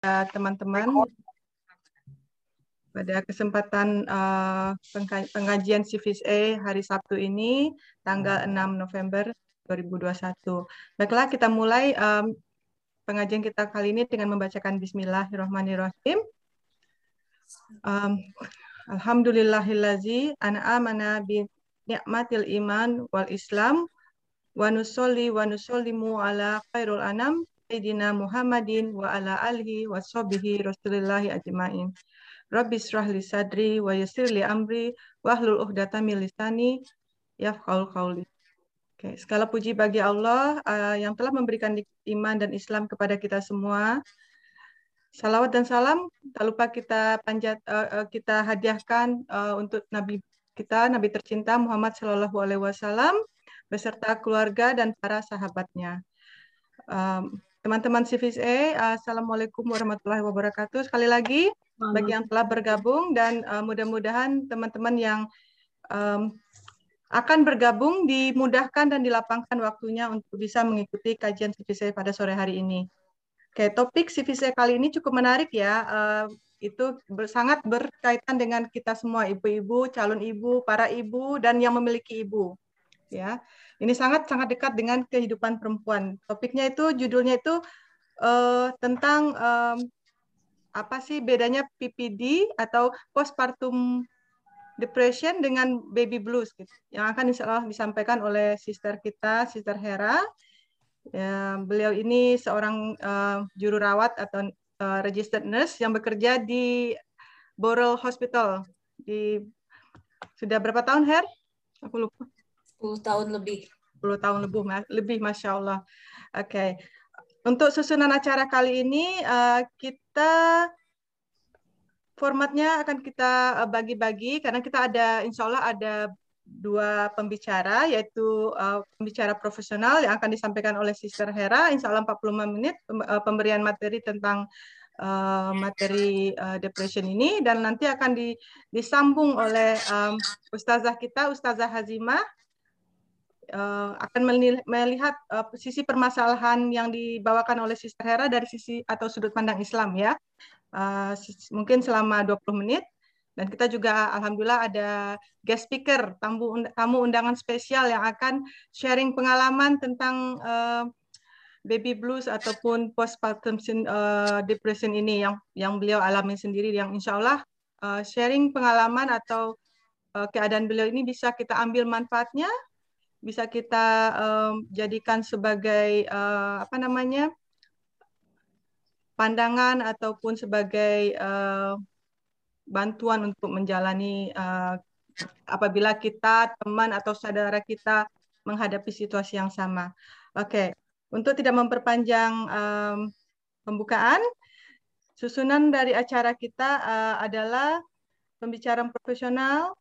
teman-teman pada kesempatan pengajian Civis A hari Sabtu ini, tanggal 6 November 2021. Baiklah, kita mulai pengajian kita kali ini dengan membacakan Bismillahirrahmanirrahim. Alhamdulillahillazi an'amana bi ni'matil iman wal islam wa nusolli wa nusollimu ala khairul anam sayyidina Muhammadin wa ala alihi wa sahbihi rasulillahi ajma'in. Rabbi shrah li sadri wa yassir li amri wahlul 'uqdatam min lisani yafqahul qawli. Oke, segala puji bagi Allah yang telah memberikan iman dan Islam kepada kita semua. Salawat dan salam tak lupa kita kita hadiahkan untuk Nabi kita, Nabi tercinta Muhammad Shallallahu Alaihi Wasallam beserta keluarga dan para sahabatnya. Teman-teman Civis A, Assalamualaikum warahmatullahi wabarakatuh. Sekali lagi bagi yang telah bergabung dan mudah-mudahan teman-teman yang akan bergabung dimudahkan dan dilapangkan waktunya untuk bisa mengikuti kajian Civis A pada sore hari ini. Oke, topik Civis A kali ini cukup menarik ya. Itu sangat berkaitan dengan kita semua, ibu-ibu, calon ibu, para ibu, dan yang memiliki ibu. Ya, ini sangat-sangat dekat dengan kehidupan perempuan. Topiknya itu, judulnya itu tentang apa sih bedanya PPD atau postpartum depression dengan baby blues, gitu. Yang akan insya Allah disampaikan oleh sister kita, Sister Hera. Ya, beliau ini seorang juru rawat atau registered nurse yang bekerja di Borough Hospital. Sudah berapa tahun, Her? Aku lupa. 10 tahun lebih. 10 tahun lebih, Masya Allah. Oke. Untuk susunan acara kali ini, kita formatnya akan kita bagi-bagi, karena kita insya Allah ada 2 pembicara, yaitu pembicara profesional yang akan disampaikan oleh Sister Hera, insya Allah 45 menit, pemberian materi tentang materi depression ini, dan nanti akan disambung oleh Ustazah kita, Ustazah Hazimah, akan melihat sisi permasalahan yang dibawakan oleh Sister Hera dari sisi atau sudut pandang Islam ya. Mungkin selama 20 menit. Dan kita juga alhamdulillah ada guest speaker, tamu undangan spesial yang akan sharing pengalaman tentang baby blues ataupun postpartum depression ini yang beliau alami sendiri, yang insya Allah sharing pengalaman atau keadaan beliau ini bisa kita ambil manfaatnya, bisa kita jadikan sebagai apa namanya, pandangan ataupun sebagai bantuan untuk menjalani apabila kita, teman atau saudara kita menghadapi situasi yang sama. Oke, untuk tidak memperpanjang pembukaan, susunan dari acara kita adalah pembicaraan profesional,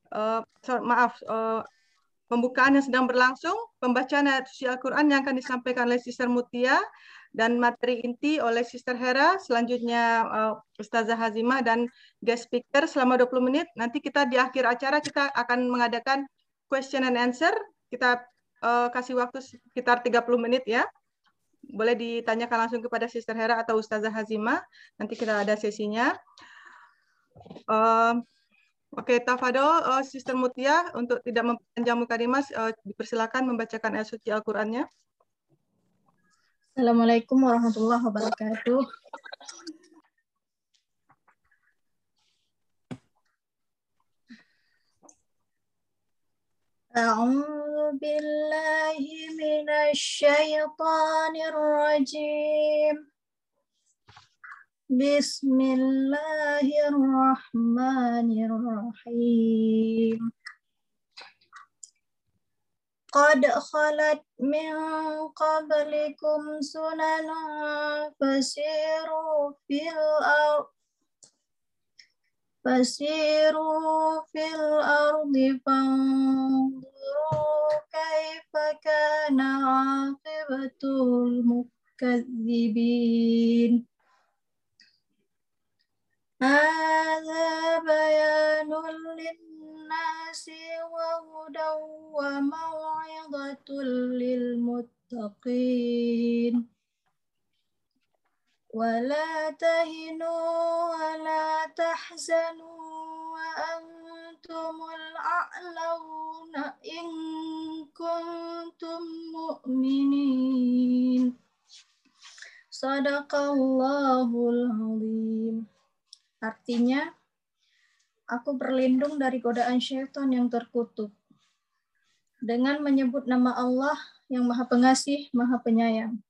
pembukaan yang sedang berlangsung, pembacaan ayat suci Al-Quran yang akan disampaikan oleh Sister Mutia, dan materi inti oleh Sister Hera, selanjutnya Ustazah Hazimah, dan guest speaker selama 20 menit. Nanti kita di akhir acara kita akan mengadakan question and answer. Kita kasih waktu sekitar 30 menit ya. Boleh ditanyakan langsung kepada Sister Hera atau Ustazah Hazimah. Nanti kita ada sesinya. Oke, tafadhol Sister Mutia, untuk tidak mempanjang mukadimah, dipersilakan membacakan ayat suci Al-Qur'annya. Assalamualaikum warahmatullahi wabarakatuh. A'udzu billahi minasy syaithanir rajim. Bismillahirrahmanirrahim. Qad khalat min qablikum sunanun fasiru fil ardi fanzuru kaifa kana aqibatul mukadzibin. Hadza bayanun linnasi wa hudaw wa mau'izatul lil muttaqin. ولا تهنوا ولا تحزنوا وأنتم الأعلون إن كنتم مؤمنين. Sadaqallahul azim. Artinya, aku berlindung dari godaan syaitan yang terkutuk dengan menyebut nama Allah yang Maha Pengasih, Maha Penyayang.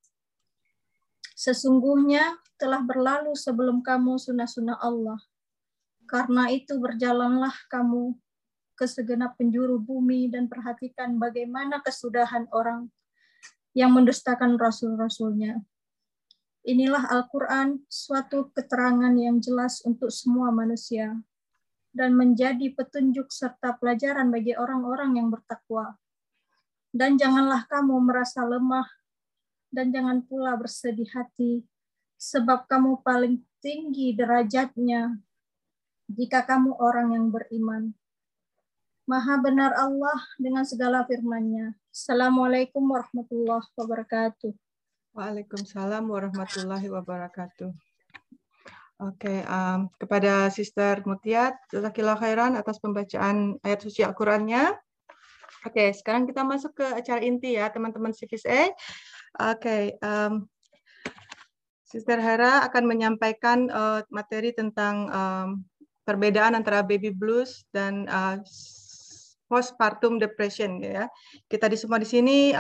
Sesungguhnya telah berlalu sebelum kamu sunnah-sunnah Allah. Karena itu berjalanlah kamu ke segenap penjuru bumi dan perhatikan bagaimana kesudahan orang yang mendustakan rasul-rasulnya. Inilah Al-Quran, suatu keterangan yang jelas untuk semua manusia dan menjadi petunjuk serta pelajaran bagi orang-orang yang bertakwa. Dan janganlah kamu merasa lemah dan jangan pula bersedih hati, sebab kamu paling tinggi derajatnya jika kamu orang yang beriman. Maha benar Allah dengan segala firman-Nya. Assalamualaikum warahmatullahi wabarakatuh. Waalaikumsalam warahmatullahi wabarakatuh. Oke, kepada Sister Mutiat, jazakallahu khairan atas pembacaan ayat suci Al-Qurannya. Oke, sekarang kita masuk ke acara inti ya, teman-teman CVSA. Oke, Sister Hera akan menyampaikan materi tentang perbedaan antara baby blues dan postpartum depression ya. Kita semua di sini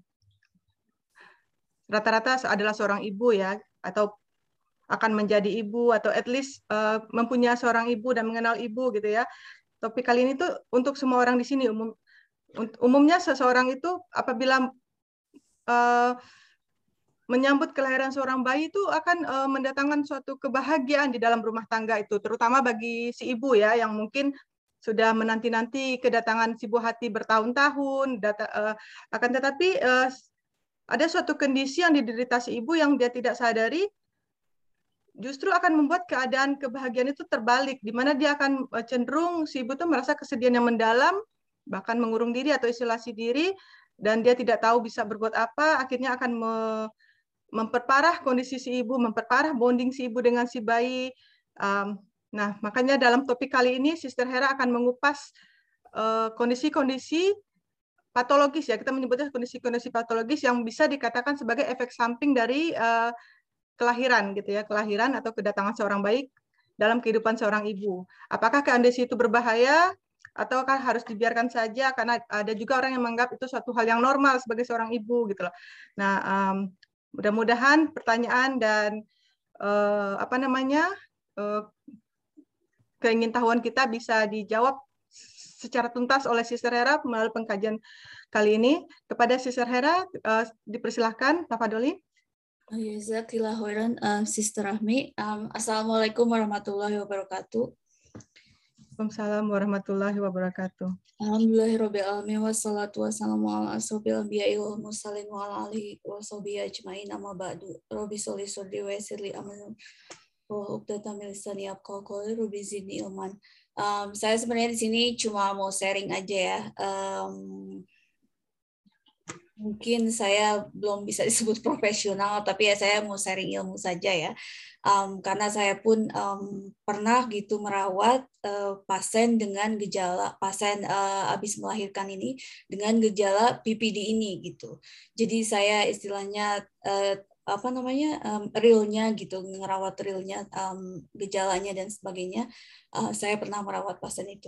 rata-rata adalah seorang ibu ya, atau akan menjadi ibu, atau at least mempunyai seorang ibu dan mengenal ibu gitu ya. Topik kali ini tuh untuk semua orang di sini. Umumnya seseorang itu apabila menyambut kelahiran seorang bayi itu akan mendatangkan suatu kebahagiaan di dalam rumah tangga itu, terutama bagi si ibu ya, yang mungkin sudah menanti-nanti kedatangan si buah hati bertahun-tahun, akan tetapi ada suatu kondisi yang diderita si ibu yang dia tidak sadari, justru akan membuat keadaan kebahagiaan itu terbalik, di mana dia akan cenderung si ibu itu merasa kesedihan yang mendalam, bahkan mengurung diri atau isolasi diri, dan dia tidak tahu bisa berbuat apa, akhirnya akan memperparah kondisi si ibu, memperparah bonding si ibu dengan si bayi. Nah, makanya dalam topik kali ini, Sister Hera akan mengupas kondisi-kondisi patologis ya, kita menyebutnya kondisi-kondisi patologis yang bisa dikatakan sebagai efek samping dari kelahiran gitu ya, kelahiran atau kedatangan seorang bayi dalam kehidupan seorang ibu. Apakah kondisi itu berbahaya ataukah harus dibiarkan saja, karena ada juga orang yang menganggap itu suatu hal yang normal sebagai seorang ibu gitu loh. Nah, mudah-mudahan pertanyaan dan keingintahuan kita bisa dijawab secara tuntas oleh Sister Hera melalui pengkajian kali ini. Kepada Sister Hera, dipersilahkan, Tafadholi. Jazakallahu khairan, Sister Rahmi. Assalamualaikum warahmatullahi wabarakatuh. Waalaikumsalam warahmatullahi wabarakatuh. Alhamdulillahirabbil alamin wassalatu wassalamu ala asrofil anbiya'i wal mursalin wa ala alihi washabihi ajmain amma ba'du. Rabbi sholli sholli wa yassirli amri wa uqdatam min lisani yafqahu qawli rabbi zidni ilman. Saya sebenarnya di sini cuma mau sharing aja ya. Mungkin saya belum bisa disebut profesional, tapi ya saya mau sharing ilmu saja ya. Karena saya pun pernah gitu merawat pasien dengan gejala, pasien habis melahirkan ini dengan gejala PPD ini gitu. Jadi saya istilahnya realnya gitu, merawat realnya, gejalanya dan sebagainya. Saya pernah merawat pasien itu.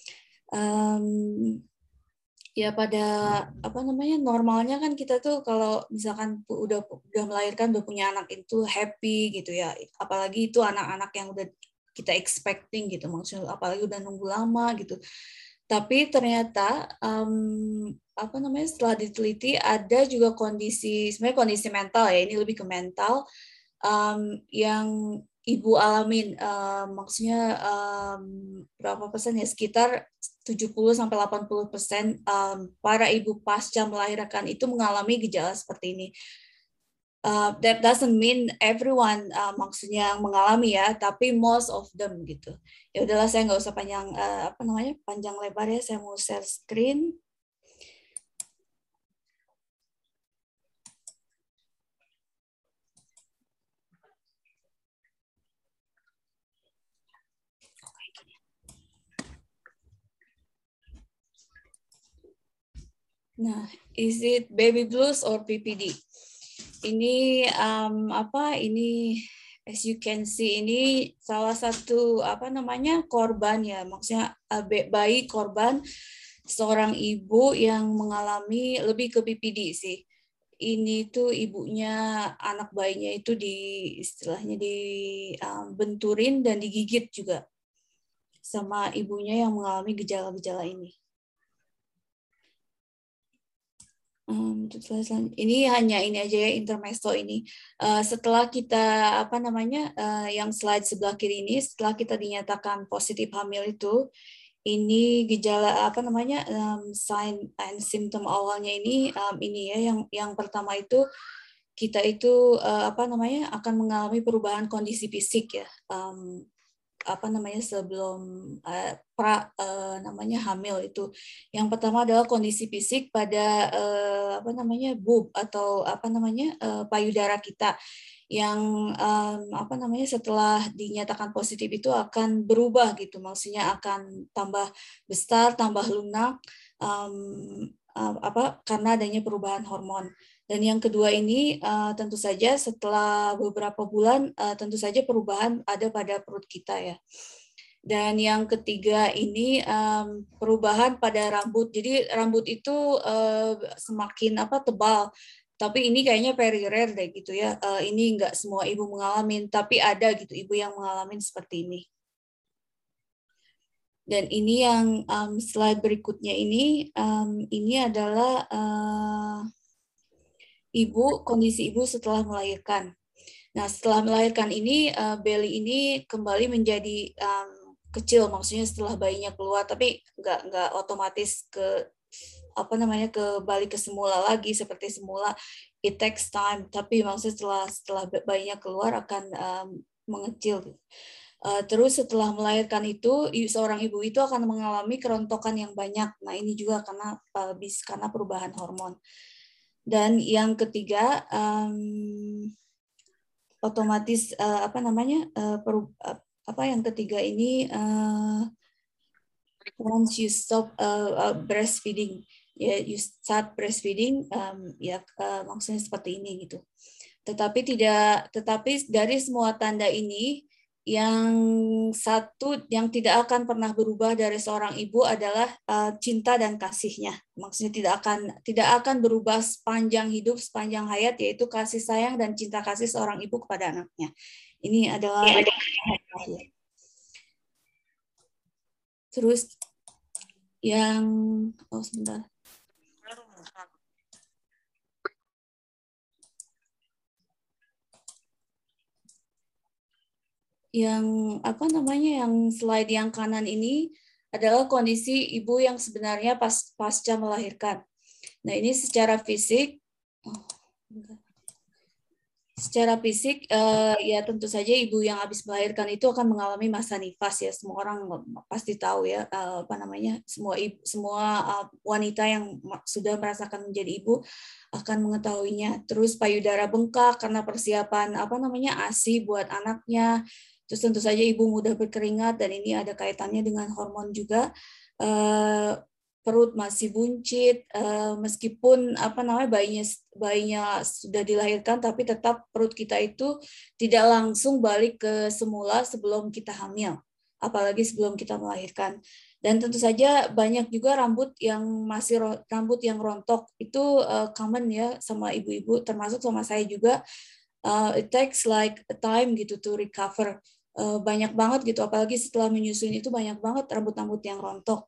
Ya pada normalnya kan kita tuh kalau misalkan udah melahirkan, udah punya anak itu happy gitu ya, apalagi itu anak-anak yang udah kita expecting gitu, maksudnya apalagi udah nunggu lama gitu. Tapi ternyata setelah diteliti ada juga sebenarnya kondisi mental ya, ini lebih ke mental yang ibu alamin, maksudnya berapa persen ya, sekitar 70-80% para ibu pasca melahirkan itu mengalami gejala seperti ini. That doesn't mean everyone maksudnya mengalami ya, tapi most of them gitu. Ya udahlah, saya nggak usah panjang lebar ya, saya mau share screen. Nah, is it baby blues or PPD? Ini ini as you can see, ini salah satu korban ya, maksudnya bayi korban seorang ibu yang mengalami lebih ke PPD sih. Ini tuh ibunya, anak bayinya itu istilahnya benturin dan digigit juga sama ibunya yang mengalami gejala-gejala ini. Ini hanya ini aja ya, intermezzo ini. Setelah kita yang slide sebelah kiri ini, setelah kita dinyatakan positif hamil itu, ini gejala sign and symptom awalnya ini ya, yang pertama itu kita itu akan mengalami perubahan kondisi fisik ya. Sebelum hamil itu. Yang pertama adalah kondisi fisik pada boob atau payudara kita yang setelah dinyatakan positif itu akan berubah gitu, maksudnya akan tambah besar, tambah lunak karena adanya perubahan hormon. Dan yang kedua ini tentu saja setelah beberapa bulan tentu saja perubahan ada pada perut kita ya. Dan yang ketiga ini perubahan pada rambut. Jadi rambut itu semakin tebal. Tapi ini kayaknya very rare deh gitu ya. Ini enggak semua ibu mengalami, tapi ada gitu ibu yang mengalami seperti ini. Dan ini yang slide berikutnya ini adalah kondisi ibu setelah melahirkan. Nah, setelah melahirkan ini, belly ini kembali menjadi kecil, maksudnya setelah bayinya keluar, tapi nggak otomatis kembali ke semula lagi seperti semula. It takes time, tapi maksudnya setelah bayinya keluar akan mengecil. Terus setelah melahirkan itu, seorang ibu itu akan mengalami kerontokan yang banyak. Nah, ini juga karena perubahan hormon. Dan yang ketiga, otomatis yang ketiga ini once you stop breastfeeding, ya you start breastfeeding, maksudnya seperti ini gitu. Tetapi dari semua tanda ini, yang satu yang tidak akan pernah berubah dari seorang ibu adalah cinta dan kasihnya. Maksudnya tidak akan berubah sepanjang hidup, sepanjang hayat, yaitu kasih sayang dan cinta kasih seorang ibu kepada anaknya. Ini adalah terus yang sebentar. Yang yang slide yang kanan ini adalah kondisi ibu yang sebenarnya pasca melahirkan. Nah, ini secara fisik ya tentu saja ibu yang habis melahirkan itu akan mengalami masa nifas ya. Semua orang pasti tahu ya semua wanita yang sudah merasakan menjadi ibu akan mengetahuinya. Terus payudara bengkak karena persiapan ASI buat anaknya. Terus tentu saja ibu mudah berkeringat, dan ini ada kaitannya dengan hormon juga. Perut masih buncit, meskipun bayinya sudah dilahirkan, tapi tetap perut kita itu tidak langsung balik ke semula sebelum kita hamil, apalagi sebelum kita melahirkan. Dan tentu saja banyak juga rambut yang rontok, itu common ya sama ibu-ibu, termasuk sama saya juga. It takes like a time gitu to recover. Banyak banget gitu, apalagi setelah menyusui itu banyak banget rambut-rambut yang rontok.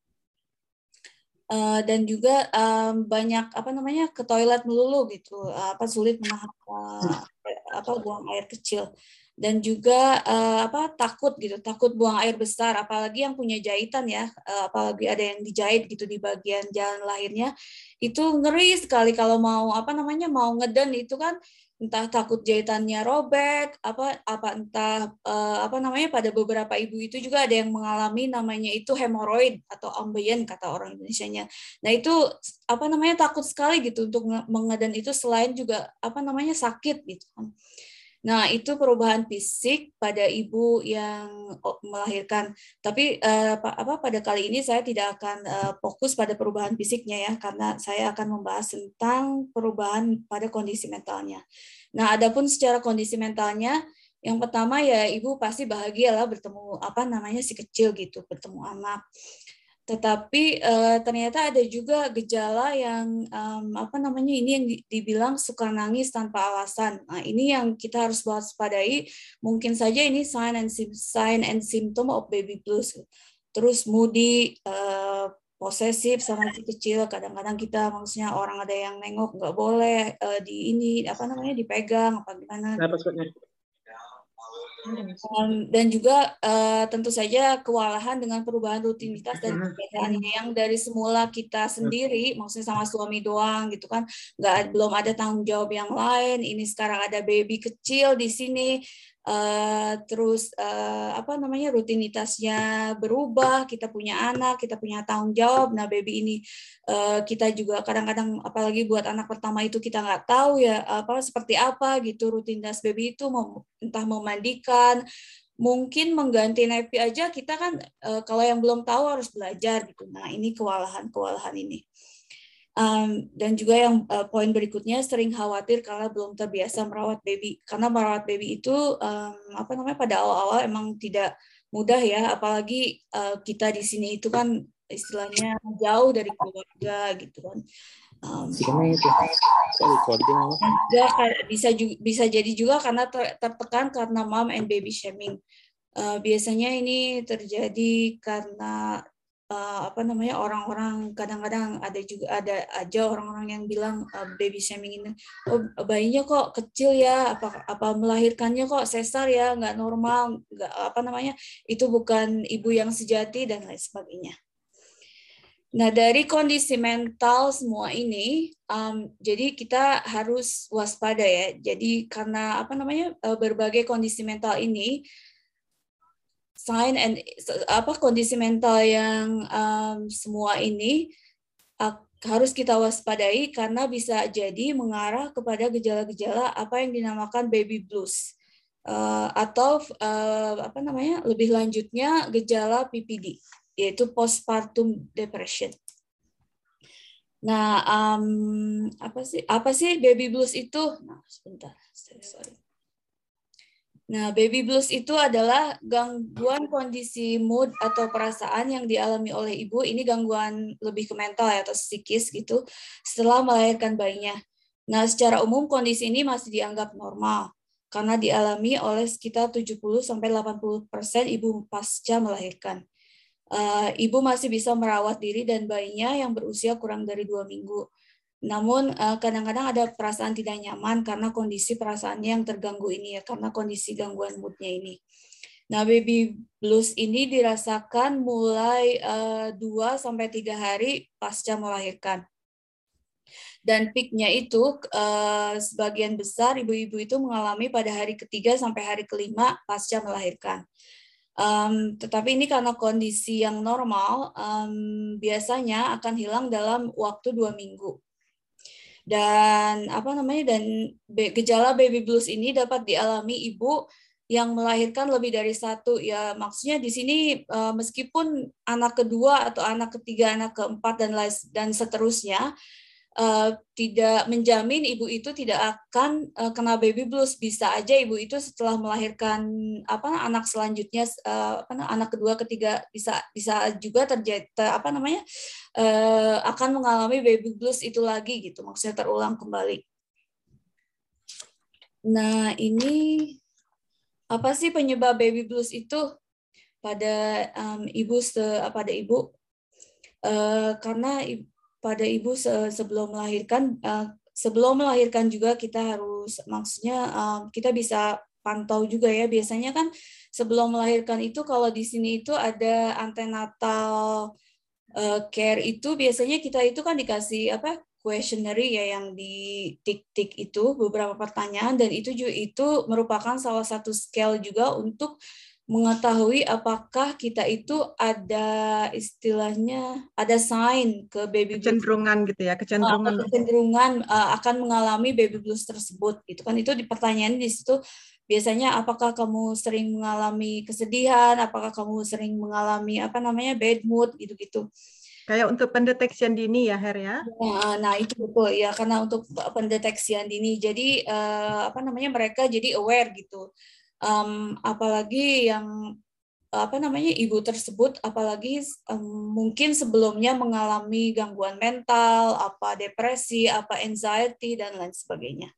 Dan juga banyak ke toilet melulu gitu, sulit menahan buang air kecil, dan juga takut buang air besar, apalagi yang punya jahitan ya, apalagi ada yang dijahit gitu di bagian jalan lahirnya, itu ngeri sekali kalau mau mau ngeden itu kan, entah takut jahitannya robek, entah pada beberapa ibu itu juga ada yang mengalami namanya itu hemoroid atau ambeien kata orang Indonesianya. Nah, itu takut sekali gitu untuk mengeden itu, selain juga sakit gitu kan. Nah, itu perubahan fisik pada ibu yang melahirkan. Tapi pada kali ini saya tidak akan fokus pada perubahan fisiknya ya, karena saya akan membahas tentang perubahan pada kondisi mentalnya. Nah, adapun secara kondisi mentalnya, yang pertama ya ibu pasti bahagia lah bertemu si kecil gitu, bertemu anak. Tetapi ternyata ada juga gejala yang ini yang dibilang suka nangis tanpa alasan. Nah, ini yang kita harus waspadai. Mungkin saja ini sign and symptom of baby blues. Terus moody, posesif sama si kecil. Kadang-kadang kita maksudnya orang ada yang nengok nggak boleh dipegang apa gimana. Dan juga tentu saja kewalahan dengan perubahan rutinitas dan kebiasaannya yang dari semula kita sendiri, maksudnya sama suami doang gitu kan, belum ada tanggung jawab yang lain. Ini sekarang ada baby kecil di sini, terus rutinitasnya berubah. Kita punya anak, kita punya tanggung jawab. Nah, baby ini kita juga kadang-kadang, apalagi buat anak pertama itu kita nggak tahu ya seperti apa gitu rutinitas baby itu, entah memandikan, mungkin mengganti napi aja kita kan kalau yang belum tahu harus belajar gitu. Nah, ini kewalahan ini. Dan juga yang poin berikutnya, sering khawatir karena belum terbiasa merawat baby. Karena merawat baby itu pada awal-awal emang tidak mudah ya, apalagi kita di sini itu kan istilahnya jauh dari keluarga gitu kan. Bisa jadi juga karena tertekan karena mom and baby shaming. Biasanya ini terjadi karena orang-orang, kadang-kadang ada aja orang-orang yang bilang baby shaming ini, bayinya kok kecil ya, apa melahirkannya kok sesar ya, nggak normal, nggak itu bukan ibu yang sejati dan lain sebagainya. Nah, dari kondisi mental semua ini, jadi kita harus waspada ya. Jadi karena berbagai kondisi mental ini, kondisi mental yang semua ini harus kita waspadai karena bisa jadi mengarah kepada gejala-gejala apa yang dinamakan baby blues atau lebih lanjutnya gejala PPD, yaitu postpartum depression. Nah, apa sih baby blues itu? Nah, sebentar, sorry. Nah, baby blues itu adalah gangguan kondisi mood atau perasaan yang dialami oleh ibu. Ini gangguan lebih ke mental ya, atau psikis gitu setelah melahirkan bayinya. Nah, secara umum kondisi ini masih dianggap normal karena dialami oleh sekitar 70-80% ibu pasca melahirkan. Ibu masih bisa merawat diri dan bayinya yang berusia kurang dari 2 minggu. Namun kadang-kadang ada perasaan tidak nyaman karena kondisi perasaannya yang terganggu ini ya, karena kondisi gangguan moodnya ini. Nah, baby blues ini dirasakan mulai 2-3 hari pasca melahirkan. Dan peak-nya itu sebagian besar ibu-ibu itu mengalami pada hari ketiga sampai hari kelima pasca melahirkan. Tetapi ini karena kondisi yang normal, biasanya akan hilang dalam waktu 2 minggu. Dan gejala baby blues ini dapat dialami ibu yang melahirkan lebih dari satu ya, maksudnya di sini meskipun anak kedua atau anak ketiga, anak keempat dan seterusnya, tidak menjamin ibu itu tidak akan kena baby blues. Bisa aja ibu itu setelah melahirkan anak selanjutnya, anak kedua, ketiga, bisa juga terjadi akan mengalami baby blues itu lagi gitu, maksudnya terulang kembali. Nah, ini apa sih penyebab baby blues itu pada ibu? Karena pada ibu sebelum melahirkan juga kita harus, maksudnya kita bisa pantau juga ya. Biasanya kan sebelum melahirkan itu kalau di sini itu ada antenatal care itu biasanya kita itu kan dikasih questionnaire ya, yang di tik-tik itu beberapa pertanyaan, dan itu merupakan salah satu scale juga untuk mengetahui apakah kita itu ada istilahnya ada sign ke baby blues, Kecenderungan gitu ya, kecenderungan. kecenderungan akan mengalami baby blues tersebut gitu kan. Itu di pertanyaan di situ biasanya apakah kamu sering mengalami kesedihan, apakah kamu sering mengalami apa namanya bad mood gitu-gitu. Kayak untuk pendeteksian dini ya, Her ya. Nah itu betul ya, karena untuk pendeteksian dini jadi apa namanya mereka jadi aware gitu. Apalagi yang apa namanya ibu tersebut apalagi mungkin sebelumnya mengalami gangguan mental, apa depresi, apa anxiety dan lain sebagainya.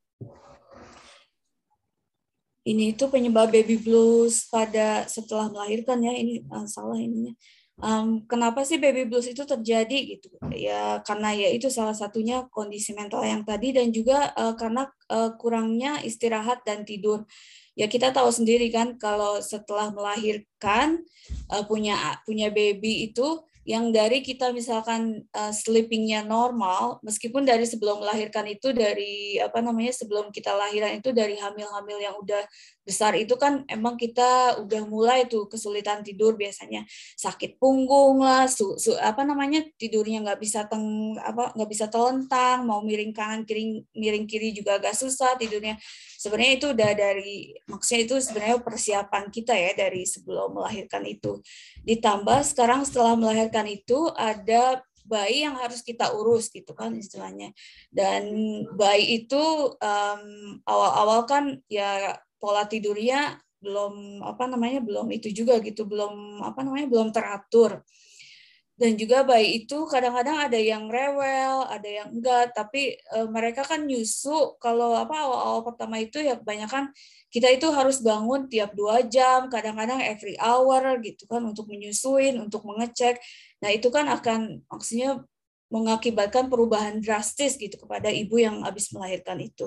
Ini itu penyebab baby blues pada setelah melahirkan ya, ini salah ininya. Kenapa sih baby blues itu terjadi gitu? Ya karena ya itu salah satunya kondisi mental yang tadi dan juga karena kurangnya istirahat dan tidur. Ya kita tahu sendiri kan kalau setelah melahirkan punya baby itu yang dari kita misalkan sleepingnya normal, meskipun dari sebelum melahirkan itu dari apa namanya sebelum kita lahiran itu dari hamil-hamil yang udah besar itu kan emang kita udah mulai tuh kesulitan tidur biasanya sakit punggung lah, apa namanya tidurnya nggak bisa telentang, mau miring kanan miring kiri juga agak susah tidurnya. Sebenarnya itu udah maksudnya itu sebenarnya persiapan kita ya dari sebelum melahirkan itu. Ditambah sekarang setelah melahirkan itu ada bayi yang harus kita urus gitu kan istilahnya. Dan bayi itu awal-awal kan ya pola tidurnya belum itu juga gitu, belum teratur. Dan juga bayi itu kadang-kadang ada yang rewel, ada yang enggak, tapi mereka kan nyusu kalau awal-awal pertama itu ya kebanyakan kita itu harus bangun tiap 2 jam, kadang-kadang every hour gitu kan untuk menyusuin, untuk mengecek. Nah, itu kan akan maksudnya mengakibatkan perubahan drastis gitu kepada ibu yang habis melahirkan itu.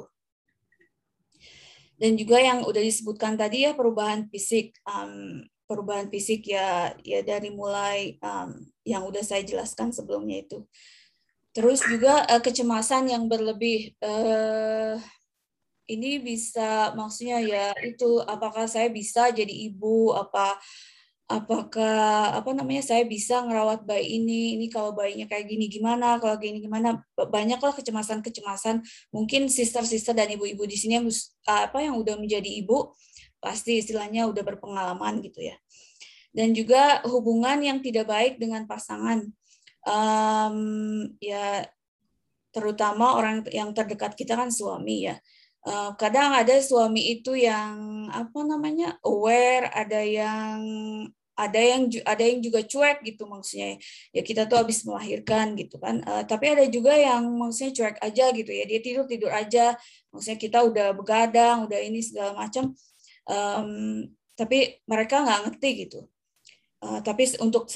Dan juga yang udah disebutkan tadi ya perubahan fisik ya dari mulai yang udah saya jelaskan sebelumnya itu. Terus juga kecemasan yang berlebih. Ini bisa maksudnya ya itu apakah saya bisa jadi ibu, apakah saya bisa ngerawat bayi ini kalau bayinya kayak gini gimana, kalau gini gimana, banyaklah kecemasan mungkin sister-sister dan ibu-ibu di sini yang udah menjadi ibu pasti istilahnya udah berpengalaman gitu ya. Dan juga hubungan yang tidak baik dengan pasangan, ya terutama orang yang terdekat kita kan suami ya. Kadang ada suami itu yang aware, ada yang juga cuek gitu maksudnya ya kita tuh habis melahirkan gitu kan, tapi ada juga yang maksudnya cuek aja gitu ya, dia tidur aja, maksudnya kita udah begadang udah ini segala macam, tapi mereka nggak ngerti gitu. Tapi untuk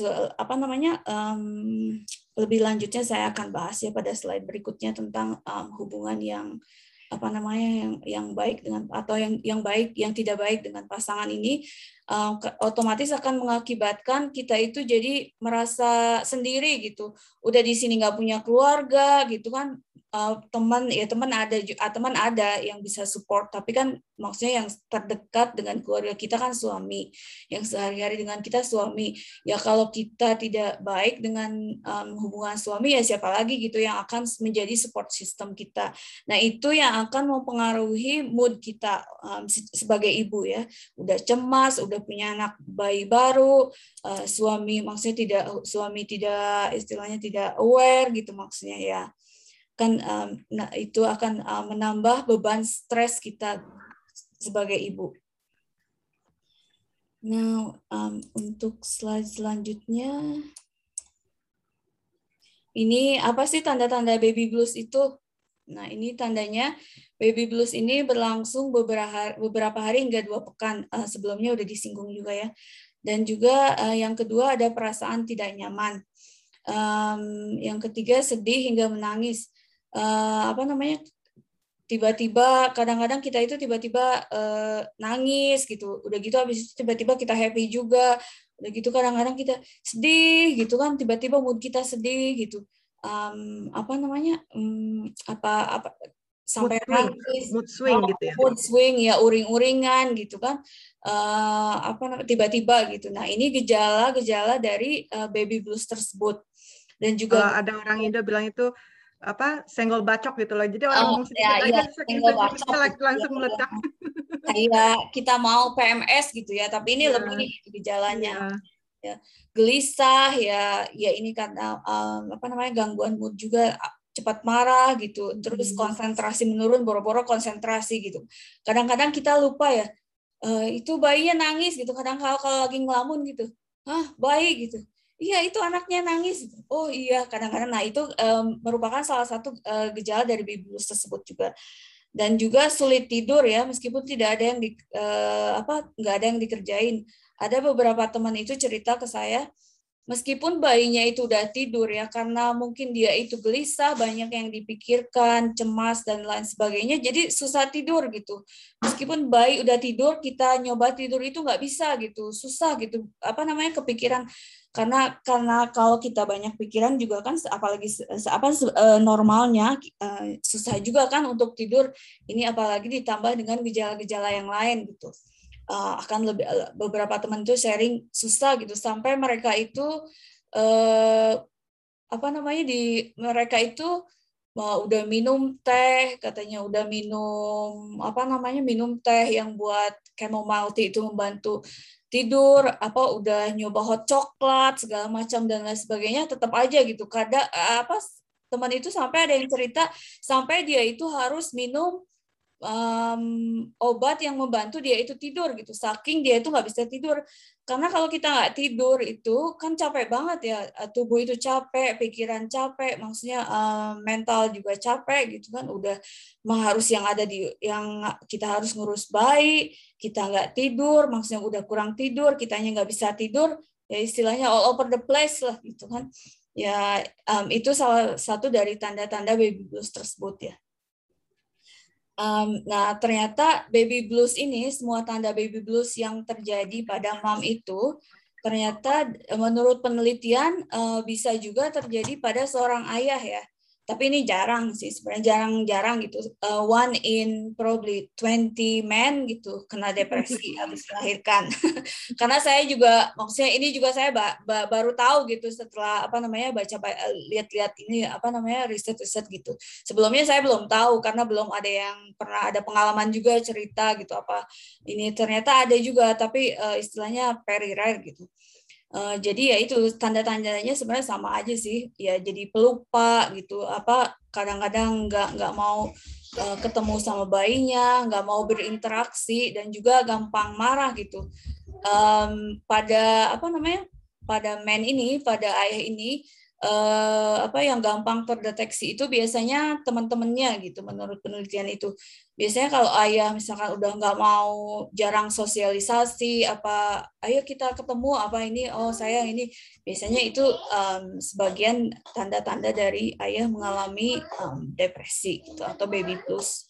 lebih lanjutnya saya akan bahas ya pada slide berikutnya tentang hubungan yang yang baik dengan atau yang baik yang tidak baik dengan pasangan ini otomatis akan mengakibatkan kita itu jadi merasa sendiri gitu. Udah di sini nggak punya keluarga gitu kan, teman ada yang bisa support, tapi kan maksudnya yang terdekat dengan keluarga kita kan suami, yang sehari-hari dengan kita suami. Ya kalau kita tidak baik dengan hubungan suami ya siapa lagi gitu yang akan menjadi support system kita. Nah itu yang akan mempengaruhi mood kita sebagai ibu ya. Udah cemas, udah punya anak bayi baru, suami tidak istilahnya tidak aware gitu maksudnya ya. Kan itu akan menambah beban stres kita sebagai ibu. Nah, untuk slide selanjutnya, ini apa sih tanda-tanda baby blues itu? Nah, ini tandanya baby blues ini berlangsung beberapa hari hingga 2 pekan. Sebelumnya udah disinggung juga ya. Dan juga yang kedua ada perasaan tidak nyaman. Yang ketiga sedih hingga menangis. Tiba-tiba kadang-kadang kita itu tiba-tiba nangis gitu, udah gitu habis itu tiba-tiba kita happy juga, udah gitu kadang-kadang kita sedih gitu kan, tiba-tiba mood kita sedih gitu, sampai nangis, mood swing gitu ya. mood swing ya, uring-uringan gitu kan, tiba-tiba gitu. Nah ini gejala-gejala dari baby blues tersebut. Dan juga ada orang Indo bilang itu senggol bacok gitu loh. Jadi orang ngomong sedikit aja saking senggol bacok sensitifnya langsung gitu, meledak. Kayak kita mau PMS gitu ya, tapi ini lebih gejalanya. Ya, gelisah ya ini karena gangguan mood juga, cepat marah gitu, terus konsentrasi menurun, boro-boro konsentrasi gitu. Kadang-kadang kita lupa ya, itu bayinya nangis gitu. Kadang kalau lagi ngelamun gitu, bayi gitu, iya itu anaknya nangis. Oh iya, kadang-kadang. Nah itu merupakan salah satu gejala dari baby blues tersebut juga. Dan juga sulit tidur ya, meskipun tidak ada yang nggak ada yang dikerjain. Ada beberapa teman itu cerita ke saya, meskipun bayinya itu udah tidur ya, karena mungkin dia itu gelisah, banyak yang dipikirkan, cemas dan lain sebagainya, jadi susah tidur gitu. Meskipun bayi udah tidur, kita nyoba tidur itu nggak bisa gitu, susah gitu, kepikiran. Karena kalau kita banyak pikiran juga kan, apalagi normalnya susah juga kan untuk tidur. Ini apalagi ditambah dengan gejala-gejala yang lain gitu. Akan beberapa teman itu sharing susah gitu, sampai mereka itu mereka itu udah minum teh, katanya udah minum minum teh yang buat chamomile tea itu membantu tidur, udah nyoba hot coklat segala macam dan lain sebagainya, tetap aja gitu. Kadang teman itu sampai ada yang cerita sampai dia itu harus minum obat yang membantu dia itu tidur gitu, saking dia itu nggak bisa tidur. Karena kalau kita nggak tidur itu kan capek banget ya, tubuh itu capek, pikiran capek, maksudnya mental juga capek gitu kan. Udah harus yang kita harus ngurus bayi, kita nggak tidur, maksudnya udah kurang tidur, kitanya nggak bisa tidur, ya istilahnya all over the place lah gitu kan. Ya itu salah satu dari tanda-tanda baby blues tersebut ya. Nah, ternyata baby blues ini, semua tanda baby blues yang terjadi pada mom itu, ternyata menurut penelitian bisa juga terjadi pada seorang ayah ya. Tapi ini jarang sih, sebenarnya jarang-jarang gitu. One in probably 20 men gitu kena depresi habis melahirkan. Karena saya juga, maksudnya ini juga saya baru tahu gitu setelah lihat-lihat ini riset-riset gitu. Sebelumnya saya belum tahu karena belum ada yang pernah ada pengalaman juga cerita gitu ini ternyata ada juga, tapi istilahnya very rare gitu. Jadi ya itu tanda-tandanya sebenarnya sama aja sih ya, jadi pelupa gitu, kadang-kadang nggak mau ketemu sama bayinya, nggak mau berinteraksi, dan juga gampang marah gitu. Pada men ini, pada ayah ini, yang gampang terdeteksi itu biasanya teman-temannya gitu. Menurut penelitian itu biasanya kalau ayah misalkan udah nggak mau, jarang sosialisasi, ayo kita ketemu sayang ini, biasanya itu sebagian tanda-tanda dari ayah mengalami depresi gitu, atau baby blues.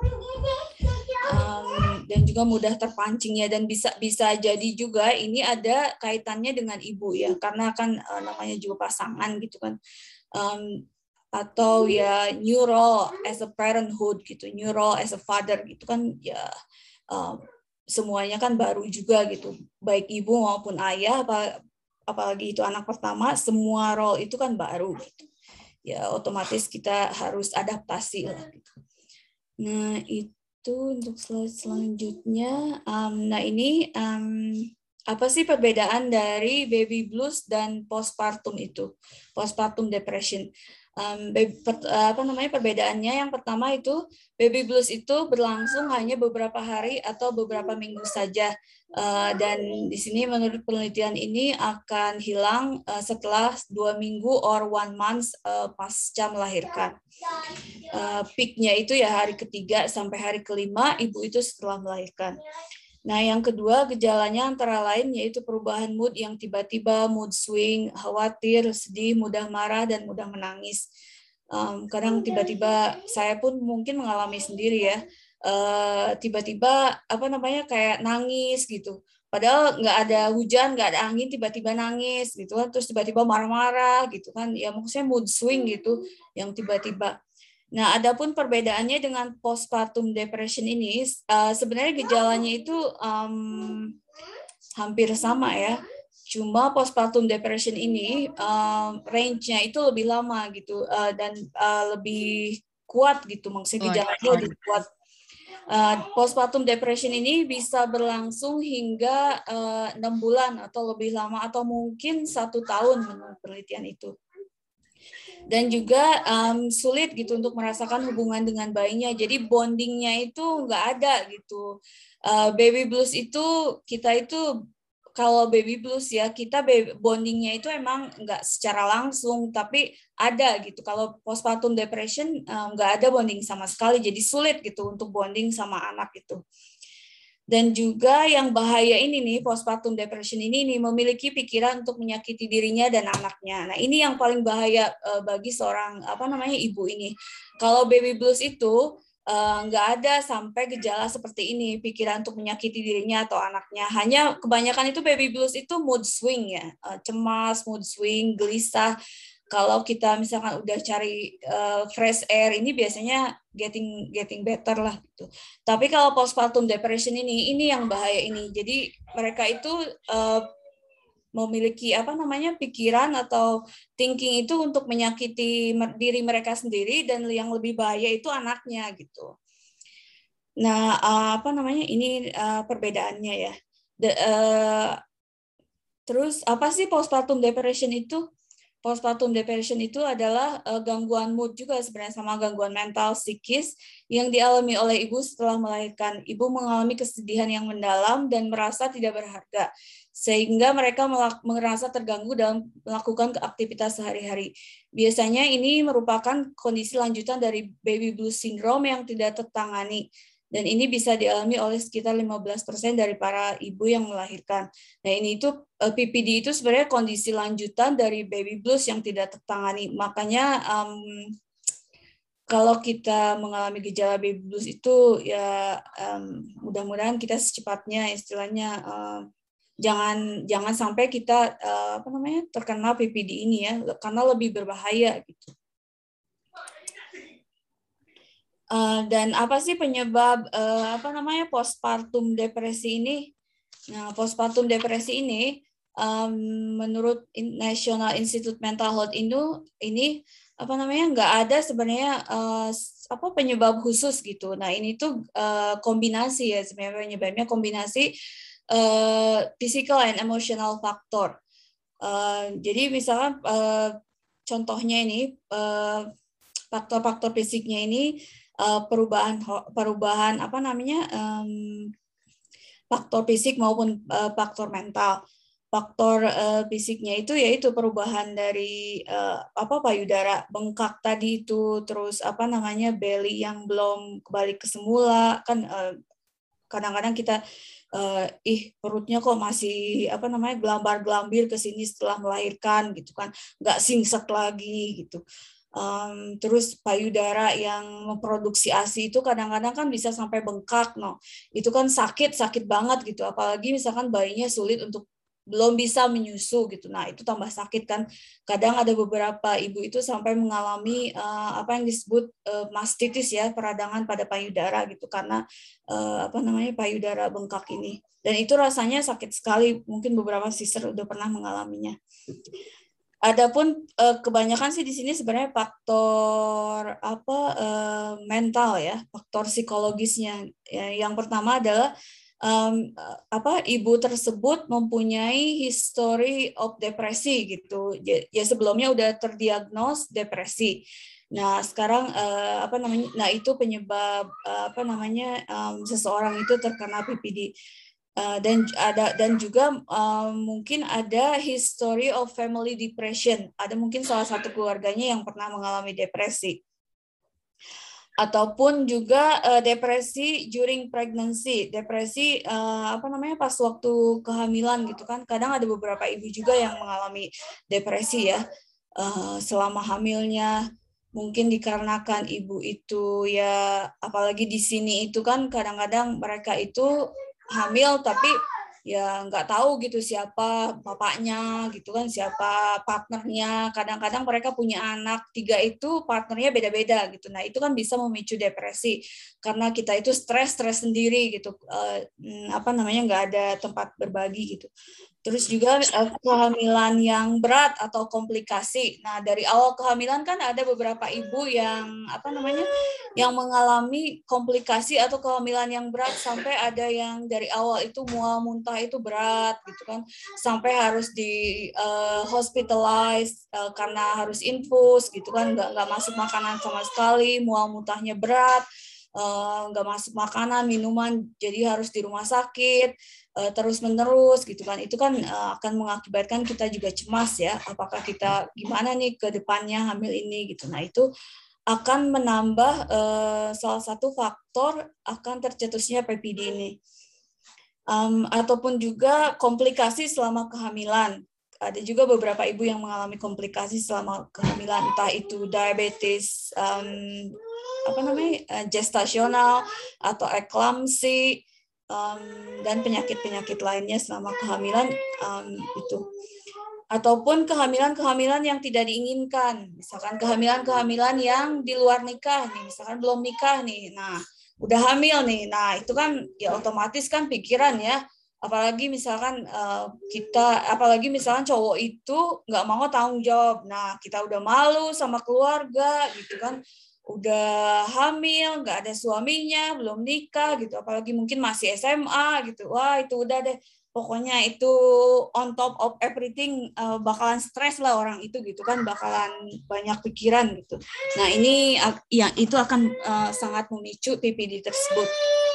Dan juga mudah terpancing ya, dan bisa jadi juga ini ada kaitannya dengan ibu ya, karena kan namanya juga pasangan gitu kan, atau ya new role as a parenthood gitu, new role as a father gitu kan ya, semuanya kan baru juga gitu, baik ibu maupun ayah, apalagi itu anak pertama, semua role itu kan baru gitu ya, otomatis kita harus adaptasi lah gitu. Nah itu untuk slide selanjutnya. Nah ini apa sih perbedaan dari baby blues dan postpartum itu, postpartum depression? Perbedaannya yang pertama itu, baby blues itu berlangsung hanya beberapa hari atau beberapa minggu saja, dan di sini menurut penelitian ini akan hilang setelah 2 minggu or 1 month pasca melahirkan. Peak-nya itu ya hari ketiga sampai hari kelima ibu itu setelah melahirkan. Nah, yang kedua gejalanya antara lain yaitu perubahan mood yang tiba-tiba, mood swing, khawatir, sedih, mudah marah, dan mudah menangis. Kadang tiba-tiba, saya pun mungkin mengalami sendiri ya, tiba-tiba kayak nangis gitu. Padahal nggak ada hujan, nggak ada angin, tiba-tiba nangis gitu kan, terus tiba-tiba marah-marah gitu kan, ya maksudnya mood swing gitu, yang tiba-tiba. Nah, adapun perbedaannya dengan postpartum depression ini, sebenarnya gejalanya itu hampir sama ya. Cuma postpartum depression ini range-nya itu lebih lama gitu dan lebih kuat gitu, maksudnya gejalanya lebih kuat. Postpartum depression ini bisa berlangsung hingga 6 bulan atau lebih lama atau mungkin 1 tahun menurut penelitian itu. Dan juga sulit gitu untuk merasakan hubungan dengan bayinya. Jadi bondingnya itu nggak ada gitu. Baby blues itu kita itu kalau baby blues ya kita bondingnya itu emang nggak secara langsung tapi ada gitu. Kalau postpartum depression nggak ada bonding sama sekali. Jadi sulit gitu untuk bonding sama anak itu. Dan juga yang bahaya ini nih, postpartum depression ini nih, memiliki pikiran untuk menyakiti dirinya dan anaknya. Nah, ini yang paling bahaya bagi seorang ibu ini. Kalau baby blues itu nggak ada sampai gejala seperti ini, pikiran untuk menyakiti dirinya atau anaknya. Hanya kebanyakan itu baby blues itu mood swing ya, cemas, mood swing, gelisah. Kalau kita misalkan udah cari fresh air ini biasanya getting better lah gitu. Tapi kalau postpartum depression ini yang bahaya ini. Jadi mereka itu memiliki pikiran atau thinking itu untuk menyakiti diri mereka sendiri dan yang lebih bahaya itu anaknya gitu. Nah, ini perbedaannya ya. Terus apa sih postpartum depression itu? Postpartum depression itu adalah gangguan mood juga sebenarnya sama gangguan mental psikis yang dialami oleh ibu setelah melahirkan. Ibu mengalami kesedihan yang mendalam dan merasa tidak berharga, sehingga mereka merasa terganggu dalam melakukan aktivitas sehari-hari. Biasanya ini merupakan kondisi lanjutan dari baby blues syndrome yang tidak tertangani. Dan ini bisa dialami oleh sekitar 15% dari para ibu yang melahirkan. Nah, ini itu PPD itu sebenarnya kondisi lanjutan dari baby blues yang tidak tertangani. Makanya kalau kita mengalami gejala baby blues itu ya mudah-mudahan kita secepatnya istilahnya jangan sampai kita terkena PPD ini ya, karena lebih berbahaya gitu. Dan apa sih penyebab postpartum depresi ini? Nah, postpartum depresi ini menurut National Institute Mental Health ini nggak ada sebenarnya penyebab khusus gitu. Nah, ini tuh kombinasi ya sebenarnya penyebabnya kombinasi physical and emotional factor. Jadi misalnya contohnya ini faktor-faktor fisiknya ini perubahan faktor fisik maupun faktor mental. Faktor fisiknya itu yaitu perubahan dari payudara bengkak tadi itu, terus belly yang belum kembali ke semula kan. Kadang-kadang kita perutnya kok masih gelambar-gelambir ke sini setelah melahirkan gitu kan, nggak singset lagi gitu. Terus payudara yang memproduksi ASI itu kadang-kadang kan bisa sampai bengkak, itu kan sakit banget gitu, apalagi misalkan bayinya sulit untuk belum bisa menyusu gitu, nah itu tambah sakit kan. Kadang ada beberapa ibu itu sampai mengalami yang disebut mastitis ya, peradangan pada payudara gitu karena payudara bengkak ini, dan itu rasanya sakit sekali, mungkin beberapa sister udah pernah mengalaminya. Adapun kebanyakan sih di sini sebenarnya faktor mental ya, faktor psikologisnya. Yang pertama adalah ibu tersebut mempunyai history of depresi gitu. Ya sebelumnya udah terdiagnos depresi. Nah, sekarang itu penyebab seseorang itu terkena PPD. Dan juga mungkin ada history of family depression. Ada mungkin salah satu keluarganya yang pernah mengalami depresi. Ataupun juga depresi during pregnancy, depresi pas waktu kehamilan gitu kan. Kadang ada beberapa ibu juga yang mengalami depresi ya selama hamilnya. Mungkin dikarenakan ibu itu ya, apalagi di sini itu kan kadang-kadang mereka itu hamil tapi ya nggak tahu gitu siapa bapaknya gitu kan, siapa partnernya. Kadang-kadang mereka punya anak 3 itu partnernya beda-beda gitu. Nah itu kan bisa memicu depresi karena kita itu stres sendiri gitu, apa namanya, nggak ada tempat berbagi gitu. Terus juga kehamilan yang berat atau komplikasi. Nah, dari awal kehamilan kan ada beberapa ibu yang apa namanya, yang mengalami komplikasi atau kehamilan yang berat, sampai ada yang dari awal itu mual muntah itu berat gitu kan, sampai harus di hospitalize karena harus infus gitu kan, nggak masuk makanan sama sekali, mual muntahnya berat, nggak masuk makanan minuman, jadi harus di rumah sakit terus menerus gitu kan. Itu kan akan mengakibatkan kita juga cemas ya, apakah kita gimana nih ke depannya hamil ini gitu. Nah itu akan menambah salah satu faktor akan tercetusnya PPD ini. Ataupun juga komplikasi selama kehamilan. Ada juga beberapa ibu yang mengalami komplikasi selama kehamilan, entah itu diabetes apa namanya, gestasional atau eklamsi, dan penyakit-penyakit lainnya selama kehamilan itu. Ataupun kehamilan-kehamilan yang tidak diinginkan, misalkan kehamilan-kehamilan yang di luar nikah nih, misalkan belum nikah nih, nah udah hamil nih, nah itu kan ya otomatis kan pikiran ya, apalagi misalkan apalagi misalkan cowok itu nggak mau tanggung jawab, nah kita udah malu sama keluarga gitu kan, udah hamil, nggak ada suaminya, belum nikah gitu, apalagi mungkin masih SMA gitu, wah itu udah deh, pokoknya itu on top of everything, bakalan stres lah orang itu gitu kan, bakalan banyak pikiran gitu. Nah ini yang itu akan sangat memicu PPD tersebut.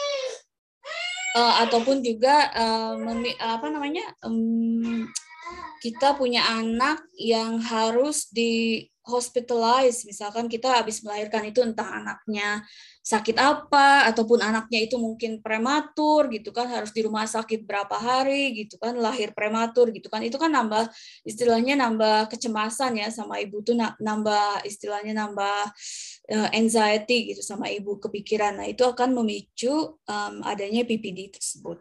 Ataupun juga apa namanya, kita punya anak yang harus di hospitalize, misalkan kita habis melahirkan itu, entah anaknya sakit apa, ataupun anaknya itu mungkin prematur gitu kan, harus di rumah sakit berapa hari gitu kan, lahir prematur gitu kan, itu kan nambah istilahnya, nambah kecemasan ya sama ibu tuh, nambah istilahnya, nambah anxiety gitu sama ibu, kepikiran. Nah itu akan memicu adanya PPD tersebut.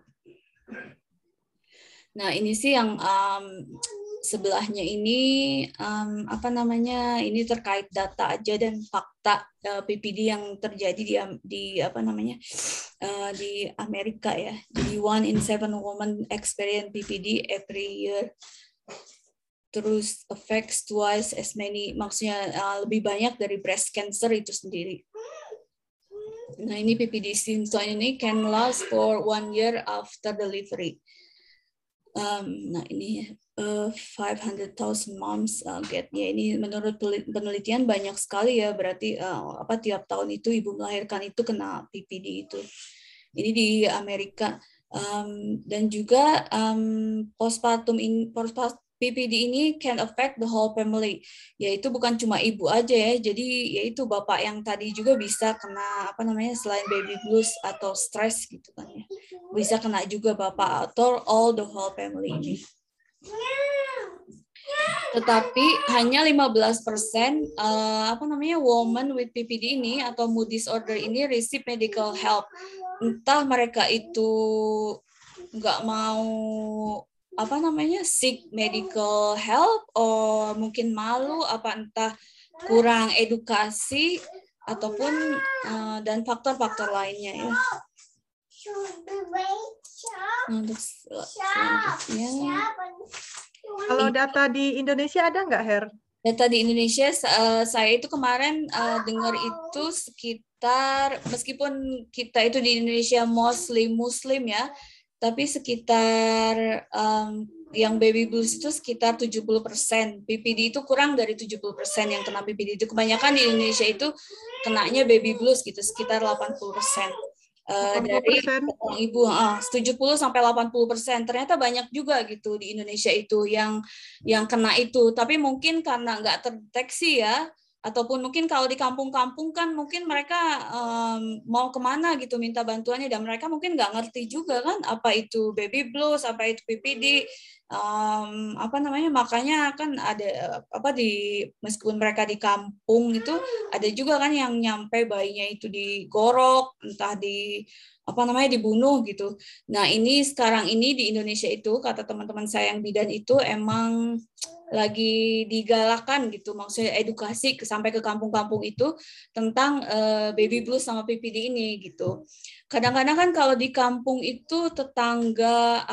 Nah ini sih yang sebelahnya ini apa namanya, ini terkait data aja dan fakta PPD yang terjadi di apa namanya, di Amerika ya. Jadi 1 in 7 women experience PPD every year. Terus affects twice as many, maksudnya lebih banyak dari breast cancer itu sendiri. Nah ini PPD symptom ini can last for 1 year after delivery. Nah ini 500,000 moms get-nya, ini menurut penelitian banyak sekali ya, berarti apa, tiap tahun itu ibu melahirkan itu kena PPD itu. Ini di Amerika. Dan juga postpartum PPD ini can affect the whole family, yaitu bukan cuma ibu aja ya, jadi yaitu bapak yang tadi juga bisa kena apa namanya, selain baby blues atau stres gitu kan ya, bisa kena juga bapak atau all the whole family ini. Tetapi hanya 15% apa namanya, woman with PPD ini atau mood disorder ini receive medical help. Entah mereka itu nggak mau apa namanya, seek medical help, atau mungkin malu, apa entah kurang edukasi, ataupun dan faktor-faktor lainnya ya. Untuk selanjutnya, kalau data di Indonesia ada nggak, Her? Data di Indonesia, saya itu kemarin dengar itu sekitar, meskipun kita itu di Indonesia mostly Muslim ya, tapi sekitar yang baby blues itu sekitar 70%. PPD itu kurang dari 70% yang kena PPD itu. Kebanyakan di Indonesia itu kenanya baby blues gitu, sekitar 80%. Dari ibu 70 sampai 80%. Ternyata banyak juga gitu di Indonesia itu yang kena itu, tapi mungkin karena nggak terdeteksi ya, ataupun mungkin kalau di kampung-kampung kan mungkin mereka mau kemana gitu minta bantuannya, dan mereka mungkin nggak ngerti juga kan apa itu baby blues, apa itu PPD, apa namanya, makanya kan ada apa, di meskipun mereka di kampung itu ada juga kan yang nyampe bayinya itu digorok, entah di dibunuh gitu. Nah, ini sekarang ini di Indonesia itu kata teman-teman saya yang bidan itu emang lagi digalakan gitu, maksudnya edukasi sampai ke kampung-kampung itu tentang baby blues sama PPD ini gitu. Kadang-kadang kan kalau di kampung itu tetangga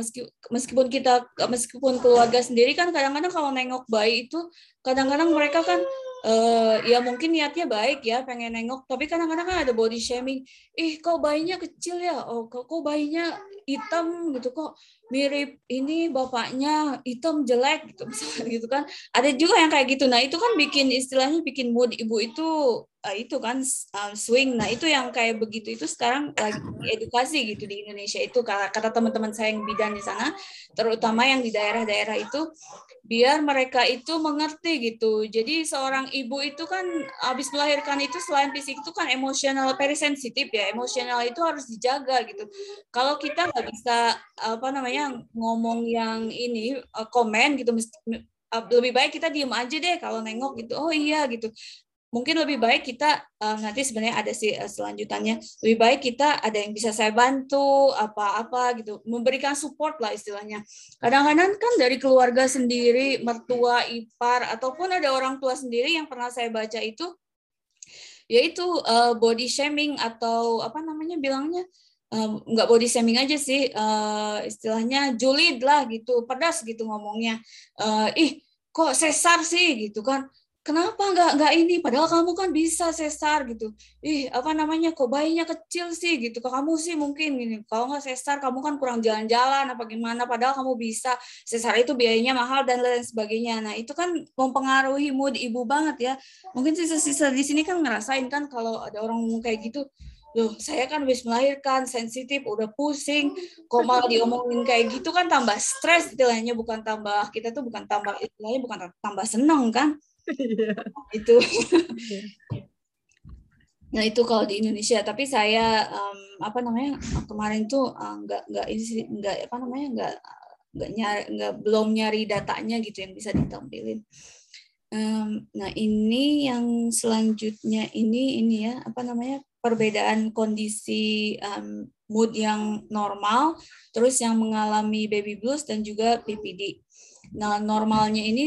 meskipun keluarga sendiri kan kadang-kadang kalau nengok bayi itu kadang-kadang mereka kan ya mungkin niatnya baik ya pengen nengok, tapi kadang-kadang kan ada body shaming. Kok bayinya kecil ya, kok bayinya hitam gitu, kok mirip ini bapaknya hitam jelek gitu misalnya gitu kan. Ada juga yang kayak gitu. Nah itu kan istilahnya bikin mood ibu itu kan swing. Nah itu yang kayak begitu itu sekarang lagi edukasi gitu di Indonesia itu kata teman-teman saya yang bidan di sana, terutama yang di daerah-daerah itu, biar mereka itu mengerti gitu. Jadi seorang ibu itu kan habis melahirkan itu selain fisik itu kan emosional, very sensitif ya. Emosional itu harus dijaga gitu. Kalau kita nggak bisa ngomong yang ini komen gitu, lebih baik kita diem aja deh kalau nengok gitu. Oh iya gitu. Mungkin lebih baik kita nanti sebenarnya ada sih selanjutannya, lebih baik kita ada yang bisa saya bantu apa-apa gitu, memberikan support lah istilahnya. Kadang-kadang kan dari keluarga sendiri, mertua, ipar, ataupun ada orang tua sendiri yang pernah saya baca itu, yaitu body shaming atau bilangnya, nggak body shaming aja sih, istilahnya julid lah gitu, pedas gitu ngomongnya. Kok sesar sih gitu kan, kenapa nggak ini, padahal kamu kan bisa sesar gitu. Kok bayinya kecil sih gitu, kamu sih mungkin gini, kalau nggak sesar kamu kan kurang jalan-jalan apa gimana, padahal kamu bisa, sesar itu biayanya mahal dan lain sebagainya. Nah itu kan mempengaruhi mood ibu banget ya. Mungkin sisa-sisa di sini kan ngerasain kan kalau ada orang ngomong kayak gitu, loh saya kan habis melahirkan, sensitif, udah pusing, kok malah diomongin kayak gitu kan tambah stres istilahnya, bukan tambah seneng kan. Itu. Nah itu kalau di Indonesia, tapi saya kemarin tuh belum nyari datanya gitu yang bisa ditampilin. Nah ini yang selanjutnya ini ya perbedaan kondisi mood yang normal, terus yang mengalami baby blues dan juga PPD. Nah normalnya ini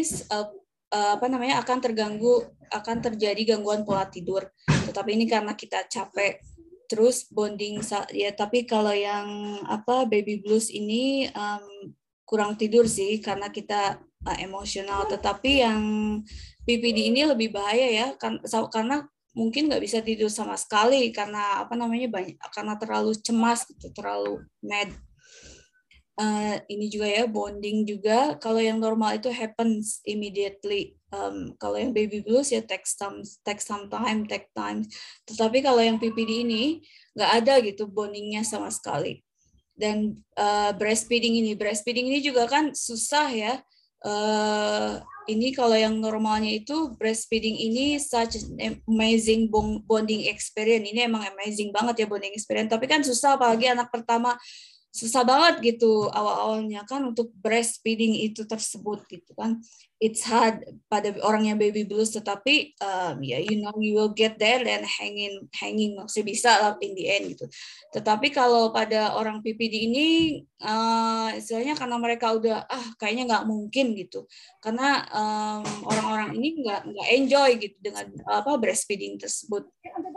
akan terjadi gangguan pola tidur. Tetapi ini karena kita capek, terus bonding ya. Tapi kalau yang baby blues ini kurang tidur sih karena kita emosional. Tetapi yang PPD ini lebih bahaya ya, karena mungkin nggak bisa tidur sama sekali karena karena terlalu cemas gitu, terlalu mad. Ini juga ya, bonding juga. Kalau yang normal itu happens immediately. Kalau yang baby blues ya take time. Tetapi kalau yang PPD ini nggak ada gitu bondingnya sama sekali. Dan breastfeeding ini juga kan susah ya. Ini kalau yang normalnya itu breastfeeding ini such an amazing bonding experience. Ini emang amazing banget ya bonding experience. Tapi kan susah, apalagi anak pertama, susah banget gitu awal-awalnya kan untuk breastfeeding itu tersebut gitu kan. It's hard pada orang yang baby blues, tetapi you will get there dan hanging maksudnya bisa lah in the end gitu. Tetapi kalau pada orang PPD ini istilahnya karena mereka udah kayaknya nggak mungkin gitu, karena orang-orang ini nggak enjoy gitu dengan breastfeeding tersebut.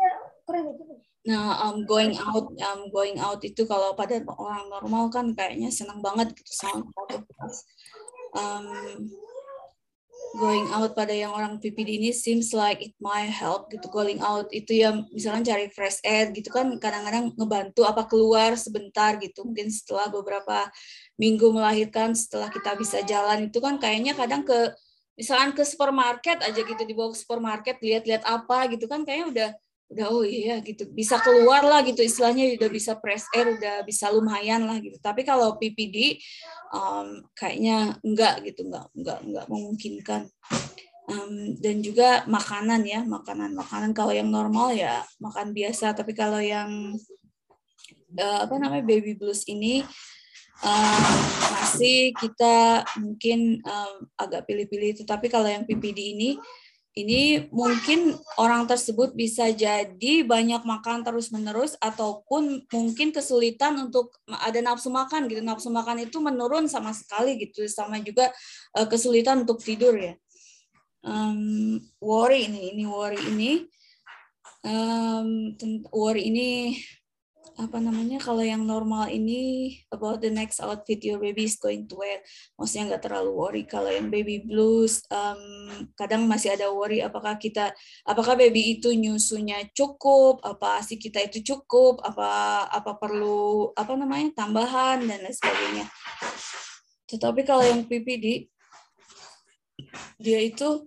Nah, going out itu kalau pada orang normal kan kayaknya senang banget gitu sama aktivitas. Going out pada yang orang PPD ini seems like it might help gitu. Going out itu ya misalnya cari fresh air gitu kan, kadang-kadang ngebantu keluar sebentar gitu. Mungkin setelah beberapa minggu melahirkan, setelah kita bisa jalan itu kan kayaknya kadang misalkan ke supermarket aja gitu, dibawa ke supermarket lihat-lihat apa gitu kan kayaknya udah oh iya gitu, bisa keluar lah gitu istilahnya, udah bisa fresh air, udah bisa lumayan lah gitu. Tapi kalau PPD kayaknya enggak gitu, enggak memungkinkan. Dan juga makanan ya, makanan kalau yang normal ya makan biasa, tapi kalau yang baby blues ini masih kita mungkin agak pilih-pilih. Tetapi kalau yang PPD ini Ini mungkin orang tersebut bisa jadi banyak makan terus-menerus ataupun mungkin kesulitan untuk ada nafsu makan gitu. Nafsu makan itu menurun sama sekali gitu, sama juga kesulitan untuk tidur ya. Worry ini worry ini apa namanya, kalau yang normal ini about the next outfit your baby is going to wear, maksudnya nggak terlalu worry. Kalau yang baby blues kadang masih ada worry, apakah baby itu nyusunya cukup, apa ASI kita itu cukup, apa perlu apa namanya tambahan dan lain sebagainya. Tetapi kalau yang PPD dia itu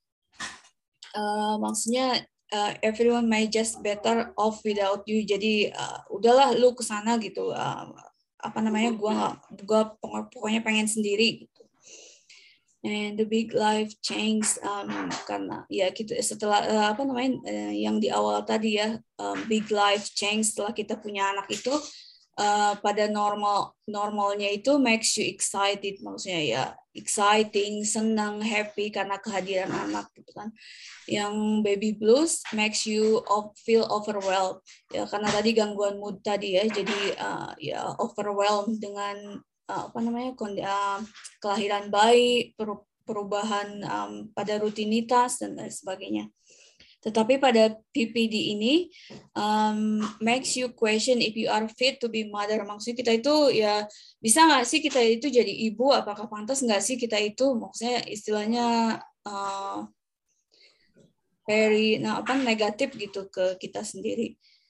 maksudnya everyone may just better off without you. Jadi udahlah lu kesana gitu. Apa namanya? Gua pokoknya pengen sendiri gitu. And the big life change karena ya gitu setelah apa namanya yang di awal tadi ya, big life change setelah kita punya anak itu pada normalnya itu makes you excited, maksudnya ya exciting, senang, happy karena kehadiran anak gitu kan. Yang baby blues makes you feel overwhelmed ya, karena tadi gangguan mood tadi ya, jadi ya overwhelmed dengan apa namanya kelahiran bayi, perubahan pada rutinitas dan lain sebagainya. Tetapi pada PPD ini makes you question if you are fit to be mother. Maksudnya kita itu ya bisa nggak sih kita itu jadi ibu? Apakah pantas nggak sih kita itu? Maksudnya istilahnya very negatif gitu ke kita sendiri.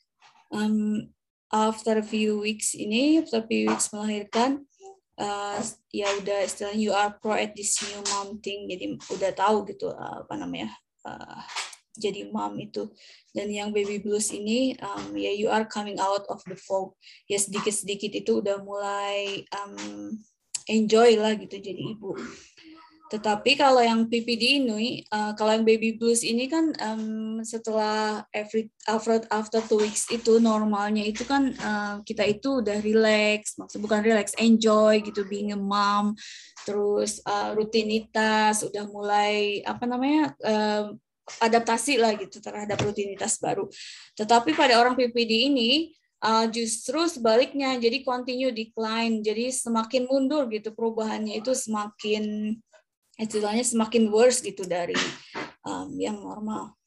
After few weeks melahirkan, ya udah istilahnya you are pro at this new mom thing. Jadi udah tahu gitu apa namanya. Jadi mom itu. Dan yang baby blues ini ya you are coming out of the fog, ya sedikit-sedikit itu udah mulai enjoy lah gitu jadi ibu. Tetapi kalau yang PPD ini, kalau yang baby blues ini kan setelah after 2 weeks itu normalnya itu kan kita itu udah relax, maksud bukan relax, enjoy gitu being a mom, terus rutinitas udah mulai apa namanya adaptasi lah gitu terhadap rutinitas baru. Tetapi pada orang PPD ini justru sebaliknya, jadi continue decline, jadi semakin mundur gitu perubahannya itu, semakin istilahnya semakin worse gitu dari yang normal.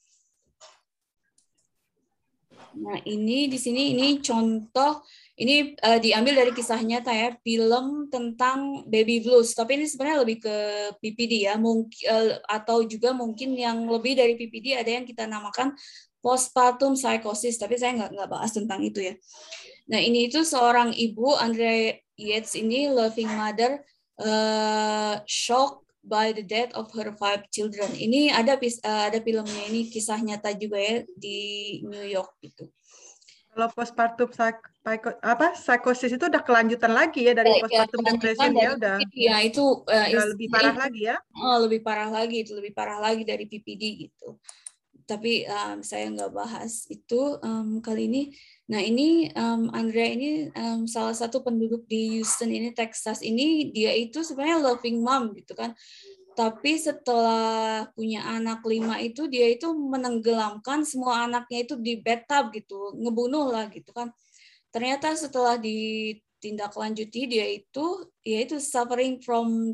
Nah ini di sini ini contoh, ini diambil dari kisah nyata ya, film tentang baby blues. Tapi ini sebenarnya lebih ke PPD ya, atau juga mungkin yang lebih dari PPD ada yang kita namakan postpartum psychosis. Tapi saya nggak bahas tentang itu ya. Nah ini itu seorang ibu, Andrea Yates ini loving mother, shocked by the death of her 5 children. Ini ada filmnya, ini kisah nyata juga ya di New York gitu. Kalau postpartum psikosis itu udah kelanjutan lagi ya dari postpartum depression ya, udah lebih parah lagi ya. Lebih parah lagi dari PPD gitu. Tapi saya nggak bahas itu kali ini. Nah ini Andrea ini salah satu penduduk di Houston ini, Texas ini, dia itu sebenarnya loving mom gitu kan. Tapi setelah punya anak 5 itu, dia itu menenggelamkan semua anaknya itu di bathtub gitu, ngebunuh lah gitu kan. Ternyata setelah ditindaklanjuti dia itu suffering from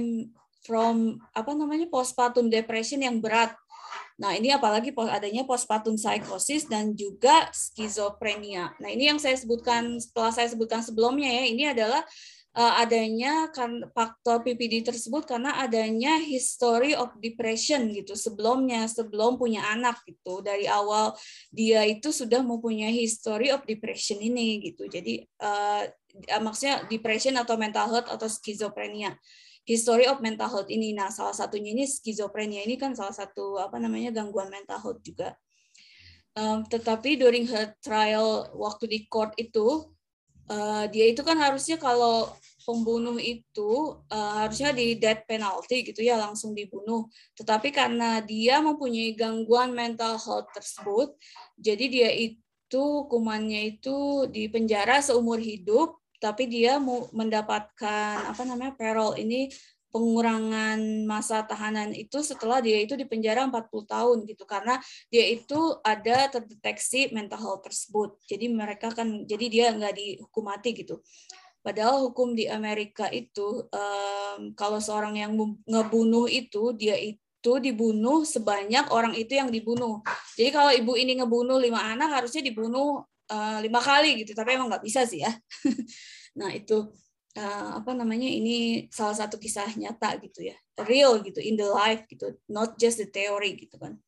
postpartum depression yang berat. Nah, ini apalagi adanya postpartum psychosis dan juga skizofrenia. Nah, ini yang setelah saya sebutkan sebelumnya ya, ini adalah adanya faktor PPD tersebut karena adanya history of depression gitu sebelum punya anak gitu. Dari awal dia itu sudah mempunyai history of depression ini gitu. Jadi maksudnya depression atau mental health atau skizofrenia. History of mental health ini. Nah, salah satunya ini skizofrenia ini kan salah satu gangguan mental health juga. Tetapi during her trial waktu di court itu dia itu kan harusnya kalau pembunuh itu harusnya di death penalty gitu ya, langsung dibunuh. Tetapi karena dia mempunyai gangguan mental health tersebut, jadi dia itu hukumannya itu di penjara seumur hidup, tapi dia mau mendapatkan parole ini pengurangan masa tahanan itu setelah dia itu dipenjara 40 tahun gitu, karena dia itu ada terdeteksi mental health tersebut. Jadi jadi dia nggak dihukum mati gitu. Padahal hukum di Amerika itu kalau seorang yang ngebunuh itu, dia itu dibunuh sebanyak orang itu yang dibunuh. Jadi kalau ibu ini ngebunuh 5 anak harusnya dibunuh 5 kali gitu, tapi emang nggak bisa sih ya. Nah itu ini salah satu kisah nyata gitu ya, real gitu, in the life gitu, not just the theory gitu kan.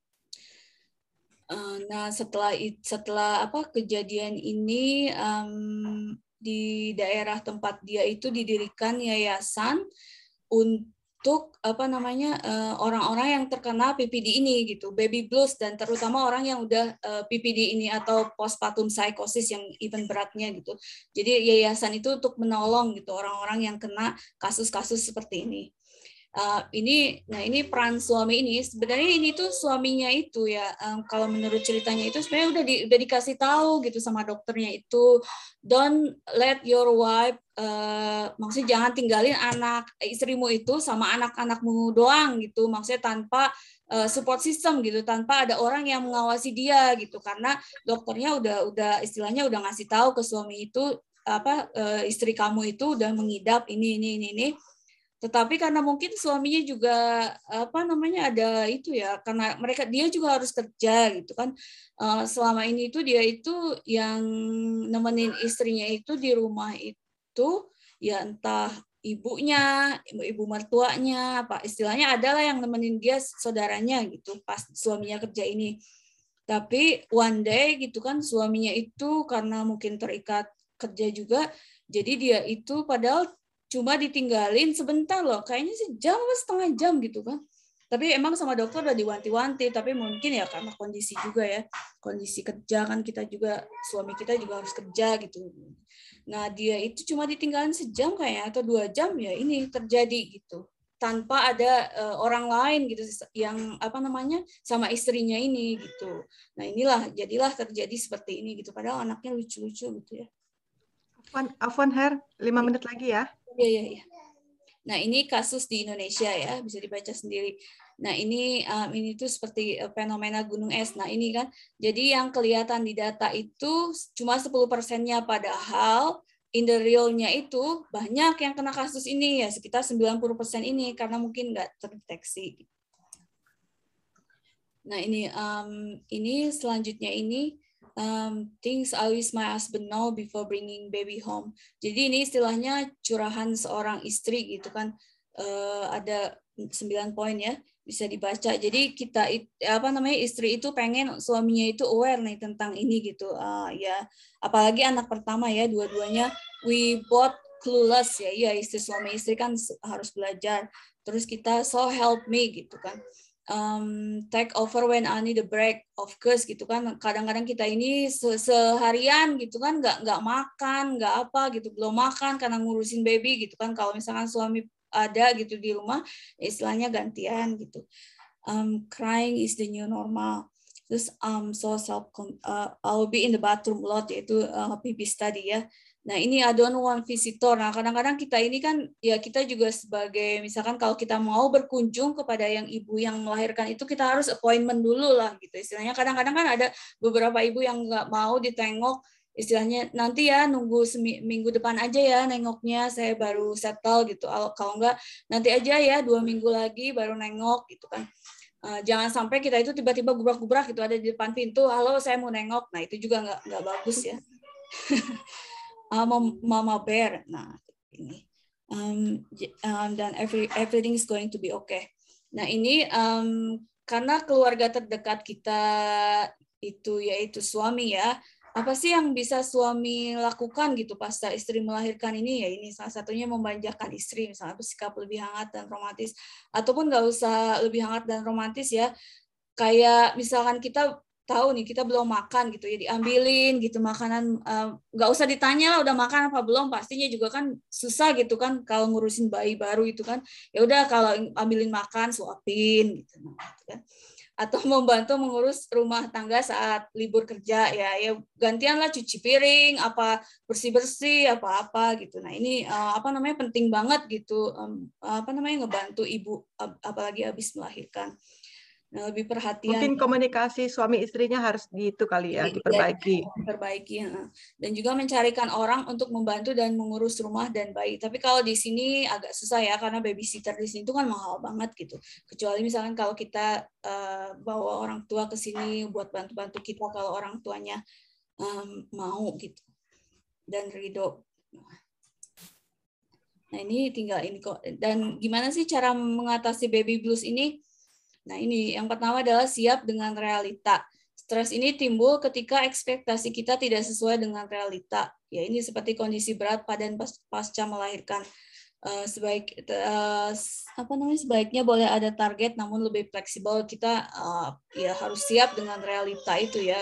Nah setelah kejadian ini di daerah tempat dia itu didirikan yayasan untuk orang-orang yang terkena PPD ini gitu, baby blues, dan terutama orang yang udah PPD ini atau postpartum psychosis yang even beratnya gitu. Jadi yayasan itu untuk menolong gitu orang-orang yang kena kasus-kasus seperti ini. Ini peran suami ini, sebenarnya ini tuh suaminya itu ya, kalau menurut ceritanya itu sebenarnya udah dikasih tahu gitu sama dokternya itu, don't let your wife, maksudnya jangan tinggalin istrimu itu sama anak-anakmu doang gitu, maksudnya tanpa support system gitu, tanpa ada orang yang mengawasi dia gitu, karena dokternya udah istilahnya udah ngasih tahu ke suami itu istri kamu itu udah mengidap ini. Tetapi karena mungkin suaminya juga ada itu ya, karena dia juga harus kerja gitu kan. Selama ini itu dia itu yang nemenin istrinya itu di rumah itu ya, entah ibunya, ibu mertuanya, apa istilahnya adalah yang nemenin dia, saudaranya gitu pas suaminya kerja ini. Tapi one day gitu kan suaminya itu karena mungkin terikat kerja juga, jadi dia itu padahal cuma ditinggalin sebentar loh, kayaknya sejam atau setengah jam gitu kan. Tapi emang sama dokter udah diwanti-wanti, tapi mungkin ya karena kondisi juga ya, kondisi kerja kan, kita juga, suami kita juga harus kerja gitu. Nah dia itu cuma ditinggalin sejam kayaknya atau 2 jam ya, ini terjadi gitu, tanpa ada orang lain gitu yang sama istrinya ini gitu. Nah jadilah terjadi seperti ini gitu, padahal anaknya lucu-lucu gitu ya. Afwan Her, 5 menit lagi ya. Iya. Nah ini kasus di Indonesia ya, bisa dibaca sendiri. Nah ini tuh seperti fenomena gunung es. Nah ini kan, jadi yang kelihatan di data itu cuma 10%-nya, padahal in the real-nya itu banyak yang kena kasus ini ya, sekitar 90% ini, karena mungkin nggak terdeteksi. Nah ini selanjutnya ini, things I wish my husband know before bringing baby home. Jadi ini istilahnya curahan seorang istri gitu kan. Ada 9 poin ya, bisa dibaca. Jadi istri itu pengen suaminya itu aware nih tentang ini gitu. Ya, apalagi anak pertama ya, dua-duanya we both clueless ya. Iya, suami istri kan harus belajar. Terus kita so help me gitu kan. Take over when I need a break, of course gitu kan. Kadang-kadang kita ini seharian gitu kan nggak makan, nggak apa gitu, belum makan karena ngurusin baby gitu kan. Kalau misalkan suami ada gitu di rumah, istilahnya gantian gitu. Crying is the new normal. Terus I'll be in the bathroom a lot, yaitu pipis tadi ya. Nah ini I don't want visitor. Nah kadang-kadang kita ini kan ya, kita juga sebagai misalkan kalau kita mau berkunjung kepada yang ibu yang melahirkan itu, kita harus appointment dulu lah gitu istilahnya. Kadang-kadang kan ada beberapa ibu yang nggak mau ditengok, istilahnya nanti ya nunggu minggu depan aja ya nengoknya, saya baru settle gitu. Kalau enggak nanti aja ya 2 minggu lagi baru nengok gitu kan. Jangan sampai kita itu tiba-tiba gubrak-gubrak gitu ada di depan pintu, halo saya mau nengok. Nah itu juga nggak bagus ya. Mama bear. Nah ini dan everything is going to be okay. Nah ini karena keluarga terdekat kita itu yaitu suami ya, apa sih yang bisa suami lakukan gitu pasca istri melahirkan ini ya, ini salah satunya memanjakan istri, misalnya bersikap lebih hangat dan romantis, ataupun nggak usah lebih hangat dan romantis ya, kayak misalkan kita tahu nih kita belum makan gitu ya, diambilin gitu makanan, nggak usah ditanya lah udah makan apa belum, pastinya juga kan susah gitu kan kalau ngurusin bayi baru itu kan, ya udah kalau ambilin makan suapin gitu, kan. atau membantu mengurus rumah tangga saat libur kerja ya gantianlah cuci piring, apa bersih-bersih, apa-apa gitu. Nah, ini penting banget gitu ngebantu ibu apalagi habis melahirkan. Nah, lebih perhatian. Mungkin komunikasi suami istrinya harus kali ya, diperbaiki. Dan juga mencarikan orang untuk membantu dan mengurus rumah dan bayi. Tapi kalau di sini agak susah ya, karena babysitter di sini itu kan mahal banget gitu. Kecuali misalkan kalau kita bawa orang tua ke sini buat bantu-bantu kita kalau orang tuanya mau gitu dan ridho. Nah, ini tinggal ini kok. Dan gimana sih cara mengatasi baby blues ini? Nah, ini yang pertama adalah siap dengan realita. Stres ini timbul ketika ekspektasi kita tidak sesuai dengan realita. Ya, ini seperti kondisi berat pada pasca melahirkan. Sebaiknya boleh ada target namun lebih fleksibel. Kita ya harus siap dengan realita itu ya.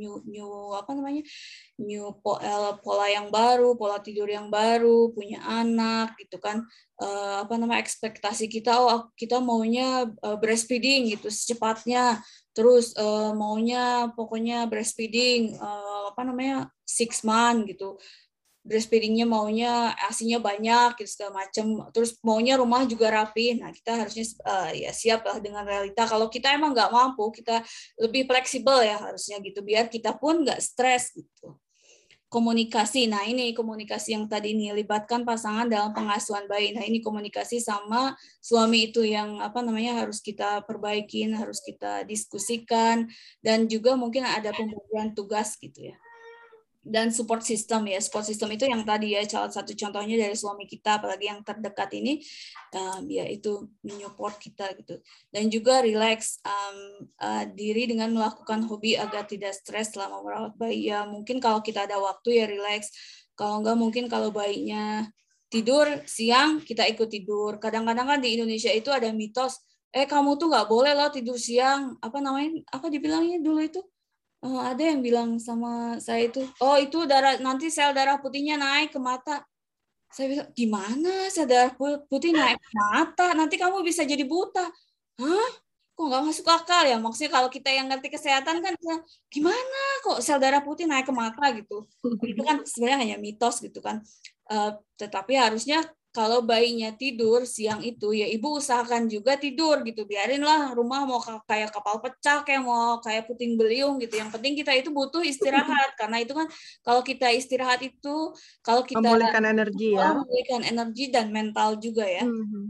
Pola yang baru, pola tidur yang baru, punya anak gitu kan. Ekspektasi kita kita maunya breastfeeding gitu secepatnya, terus maunya pokoknya breastfeeding 6 month gitu, breastfeedingnya maunya ASINya banyak gitu segala macam, terus maunya rumah juga rapi. Nah, kita harusnya ya siap lah dengan realita. Kalau kita emang nggak mampu, kita lebih fleksibel ya harusnya gitu, biar kita pun nggak stres gitu. Komunikasi. Nah, ini komunikasi yang tadi ini libatkan pasangan dalam pengasuhan bayi. Nah, ini komunikasi sama suami itu yang harus kita perbaikin, harus kita diskusikan, dan juga mungkin ada pembagian tugas gitu ya. Dan support system ya, support system itu yang tadi ya, salah satu contohnya dari suami kita, apalagi yang terdekat ini, dia itu menyupport kita gitu. Dan juga relax diri dengan melakukan hobi agar tidak stres selama merawat bayi. Ya mungkin kalau kita ada waktu ya relax, kalau enggak mungkin kalau bayinya tidur siang kita ikut tidur. Kadang-kadang kan di Indonesia itu ada mitos, kamu tuh nggak boleh loh tidur siang, apa dibilangnya dulu itu, ada yang bilang sama saya itu, itu nanti sel darah putihnya naik ke mata. Saya bilang, gimana sel darah putih naik ke mata? Nanti kamu bisa jadi buta. Hah? Kok nggak masuk akal ya? Maksudnya kalau kita yang ngerti kesehatan kan, gimana kok sel darah putih naik ke mata gitu? Itu kan sebenarnya hanya mitos gitu kan. Tetapi harusnya kalau bayinya tidur siang itu, ya ibu usahakan juga tidur gitu. Biarinlah rumah mau kayak kapal pecah, kayak mau kayak puting beliung gitu. Yang penting kita itu butuh istirahat. Karena itu kan kalau kita istirahat itu, kalau kita memulihkan energi ya. Memulihkan energi dan mental juga ya.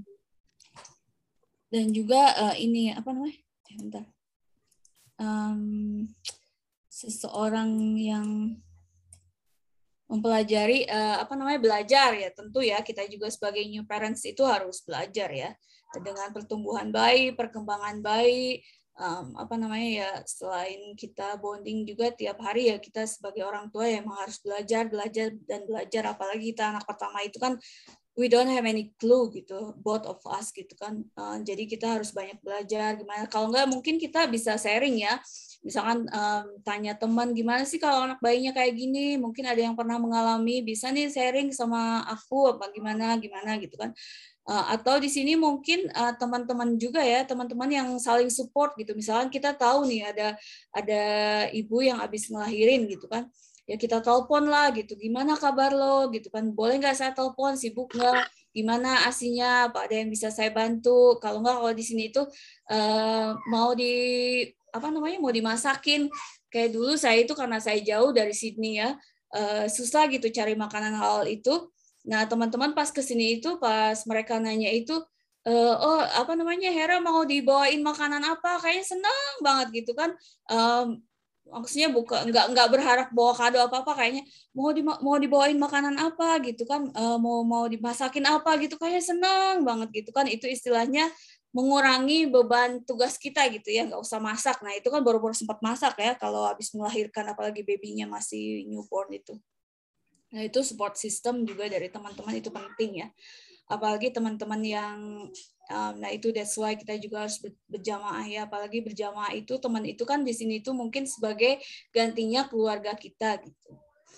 Dan juga ini bentar. Seseorang yang mempelajari belajar ya, tentu ya kita juga sebagai new parents itu harus belajar ya dengan pertumbuhan bayi, perkembangan bayi, selain kita bonding juga tiap hari ya, kita sebagai orang tua ya emang harus belajar, apalagi kita anak pertama itu kan we don't have any clue gitu, both of us gitu kan. Jadi kita harus banyak belajar gimana. Kalau enggak mungkin kita bisa sharing ya. Misalkan tanya teman, gimana sih kalau anak bayinya kayak gini? Mungkin ada yang pernah mengalami, bisa nih sharing sama aku apa gimana gitu kan. Atau di sini mungkin teman-teman juga ya, teman-teman yang saling support gitu. Misalkan kita tahu nih ada ibu yang habis ngelahirin gitu kan. Ya kita telepon lah gitu, gimana kabar lo gitu kan, boleh nggak saya telepon, sibuk nggak, gimana ASINya, apa ada yang bisa saya bantu. Kalau nggak, kalau di sini itu mau dimasakin, kayak dulu saya itu karena saya jauh dari Sydney ya, susah gitu cari makanan halal itu. Nah teman-teman pas kesini itu, pas mereka nanya itu, Hera mau dibawain makanan apa, kayaknya senang banget gitu kan. Maksudnya nggak berharap bawa kado apa kayaknya mau dibawain makanan apa gitu kan, mau dimasakin apa gitu, kayaknya senang banget gitu kan. Itu istilahnya mengurangi beban tugas kita gitu ya, nggak usah masak. Nah itu kan baru sempat masak ya kalau habis melahirkan, apalagi babynya masih newborn itu. Nah itu support system juga dari teman-teman itu penting ya, apalagi teman-teman yang nah itu that's why kita juga harus berjamaah ya, apalagi berjamaah itu teman itu kan di sini itu mungkin sebagai gantinya keluarga kita gitu.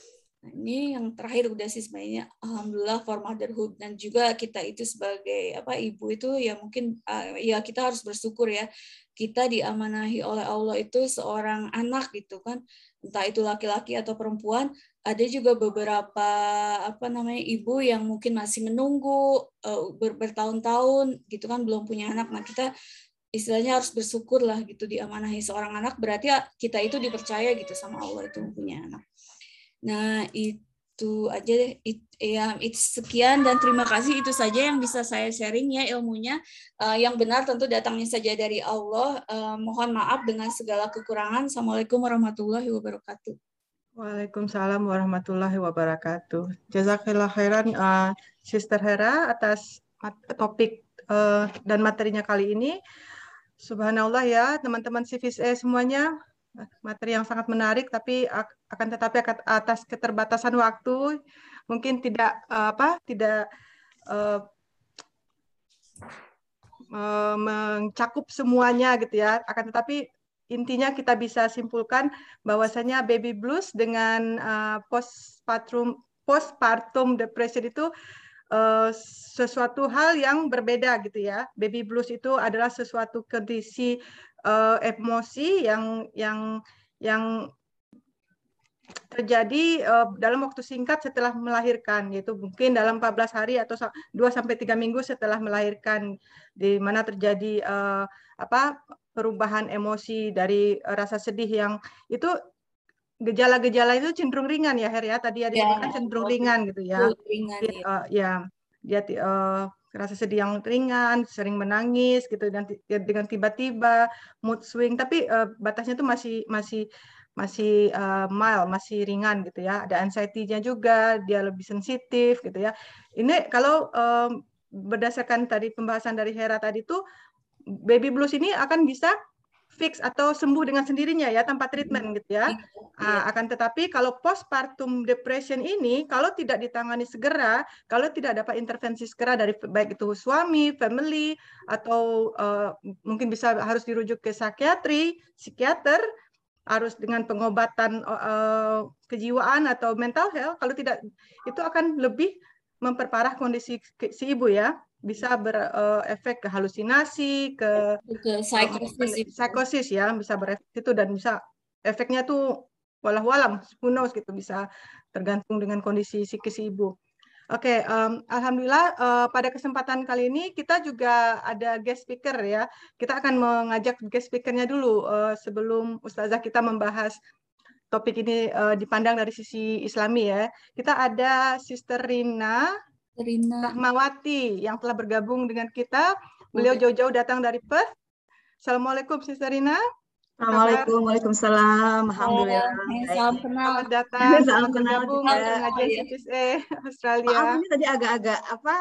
Nah, ini yang terakhir udah sih sebenarnya, alhamdulillah for motherhood, dan juga kita itu sebagai ibu itu ya mungkin ya kita harus bersyukur ya, kita diamanahi oleh Allah itu seorang anak gitu kan, entah itu laki-laki atau perempuan. Ada juga beberapa ibu yang mungkin masih menunggu bertahun-tahun gitu kan belum punya anak. Nah, kita istilahnya harus bersyukur lah gitu diamanahi seorang anak, berarti kita itu dipercaya gitu sama Allah itu punya anak. Nah, itu aja deh. Sekian dan terima kasih. Itu saja yang bisa saya sharing ya ilmunya. Yang benar tentu datangnya saja dari Allah. Mohon maaf dengan segala kekurangan. Assalamualaikum warahmatullahi wabarakatuh. Waalaikumsalam warahmatullahi wabarakatuh. Jazakallah khairan Sister Hera atas topik dan materinya kali ini. Subhanallah ya teman-teman CVSE semuanya, materi yang sangat menarik, tapi akan tetapi atas keterbatasan waktu mungkin tidak mencakup semuanya gitu ya. Akan tetapi intinya kita bisa simpulkan bahwasanya baby blues dengan postpartum depression itu sesuatu hal yang berbeda gitu ya. Baby blues itu adalah sesuatu kondisi emosi yang terjadi dalam waktu singkat setelah melahirkan, yaitu mungkin dalam 14 hari atau 2-3 minggu setelah melahirkan, di mana terjadi perubahan emosi dari rasa sedih yang itu gejala-gejala itu cenderung ringan ya Her ya, tadi ada disebutkan cenderung ringan gitu ya. Dia rasa sedih yang ringan, sering menangis gitu, dan dengan tiba-tiba mood swing, tapi batasnya itu masih mild, masih ringan gitu ya. Ada anxiety-nya juga, dia lebih sensitif gitu ya. Ini kalau berdasarkan tadi pembahasan dari Hera tadi tuh, baby blues ini akan bisa fix atau sembuh dengan sendirinya ya, tanpa treatment gitu ya. Akan tetapi kalau postpartum depression ini, kalau tidak ditangani segera, kalau tidak dapat intervensi segera dari baik itu suami, family, atau mungkin harus dirujuk ke psikiater, harus dengan pengobatan kejiwaan atau mental health, kalau tidak itu akan lebih memperparah kondisi si ibu ya, bisa berefek ke halusinasi, ke psikosis ya, bisa berefek itu, dan bisa efeknya tuh walau-walam, who knows gitu, bisa tergantung dengan kondisi psikis ibu. Oke, alhamdulillah pada kesempatan kali ini kita juga ada guest speaker ya. Kita akan mengajak guest speakernya dulu sebelum Ustazah kita membahas topik ini dipandang dari sisi Islami ya. Kita ada Sister Rina Rahmawati yang telah bergabung dengan kita. Beliau jauh-jauh datang dari Perth. Assalamualaikum Sister Rina. Assalamualaikum, waalaikumsalam. Alhamdulillah. Salam kenal. Selamat datang, selamat bergabung dengan pengajian CVSE Australia. Maaf, ini tadi agak-agak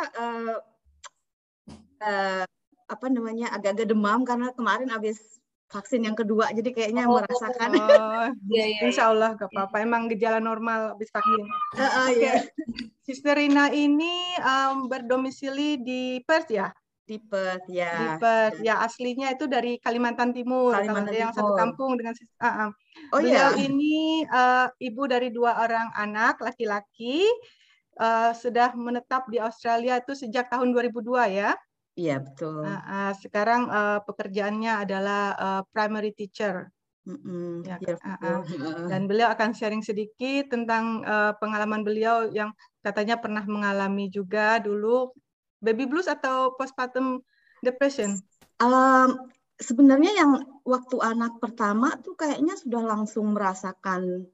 agak-agak demam karena kemarin habis vaksin yang kedua, jadi kayaknya merasakan. Insya Allah gak apa-apa, emang gejala normal habis vaksin. Sister Rina ini berdomisili di Perth ya? Di Perth ya. Di Perth ya, aslinya itu dari Kalimantan Timur. Kalau ada yang satu kampung dengan beliau ini ibu dari 2 orang anak laki-laki, sudah menetap di Australia itu sejak tahun 2002 ya. Iya betul. Sekarang pekerjaannya adalah primary teacher. Dan beliau akan sharing sedikit tentang pengalaman beliau yang katanya pernah mengalami juga dulu baby blues atau postpartum depression. Sebenarnya yang waktu anak pertama tuh kayaknya sudah langsung merasakan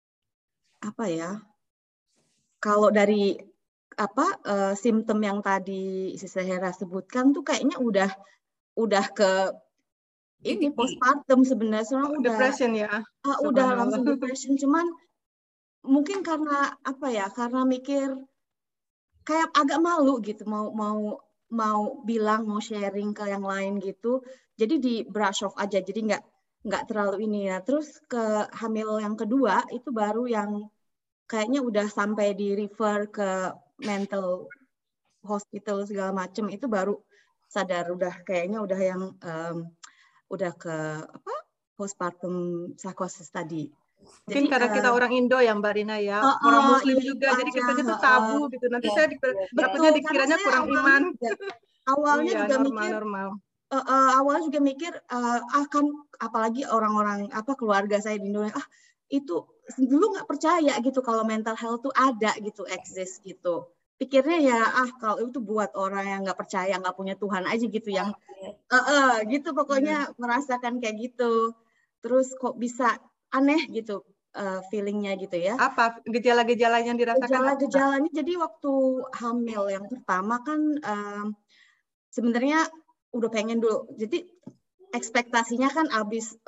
kalau dari simptom yang tadi Sister Hera sebutkan tuh kayaknya udah ke ini postpartum sebenarnya, depression ya. Udah langsung depression, cuman mungkin karena karena mikir kayak agak malu gitu mau bilang, mau sharing ke yang lain gitu, jadi di brush off aja, jadi nggak terlalu ini ya. Terus ke hamil yang kedua itu baru yang kayaknya udah sampai di refer ke mental hospital segala macem, itu baru sadar kayaknya udah yang udah ke postpartum psychosis tadi. Mungkin Jadi karena kita orang Indo ya Mbak Rina ya, orang Muslim iya, juga, itu jadi aja. kesannya tuh tabu gitu. Nanti saya Betul, takutnya karena dikiranya saya kurang iman. awalnya Iya, juga mikir, normal. awalnya juga mikir akan apalagi orang-orang keluarga saya di Indonesia, itu dulu nggak percaya gitu kalau mental health tuh ada gitu, exist gitu. Pikirnya ya kalau itu buat orang yang nggak percaya, nggak punya Tuhan aja gitu, yang gitu pokoknya merasakan kayak gitu. Terus kok bisa aneh gitu feelingnya gitu ya. Apa gejala-gejala yang dirasakan? Gejala-gejalanya jadi waktu hamil yang pertama kan sebenarnya udah pengen dulu. Jadi ekspektasinya kan abis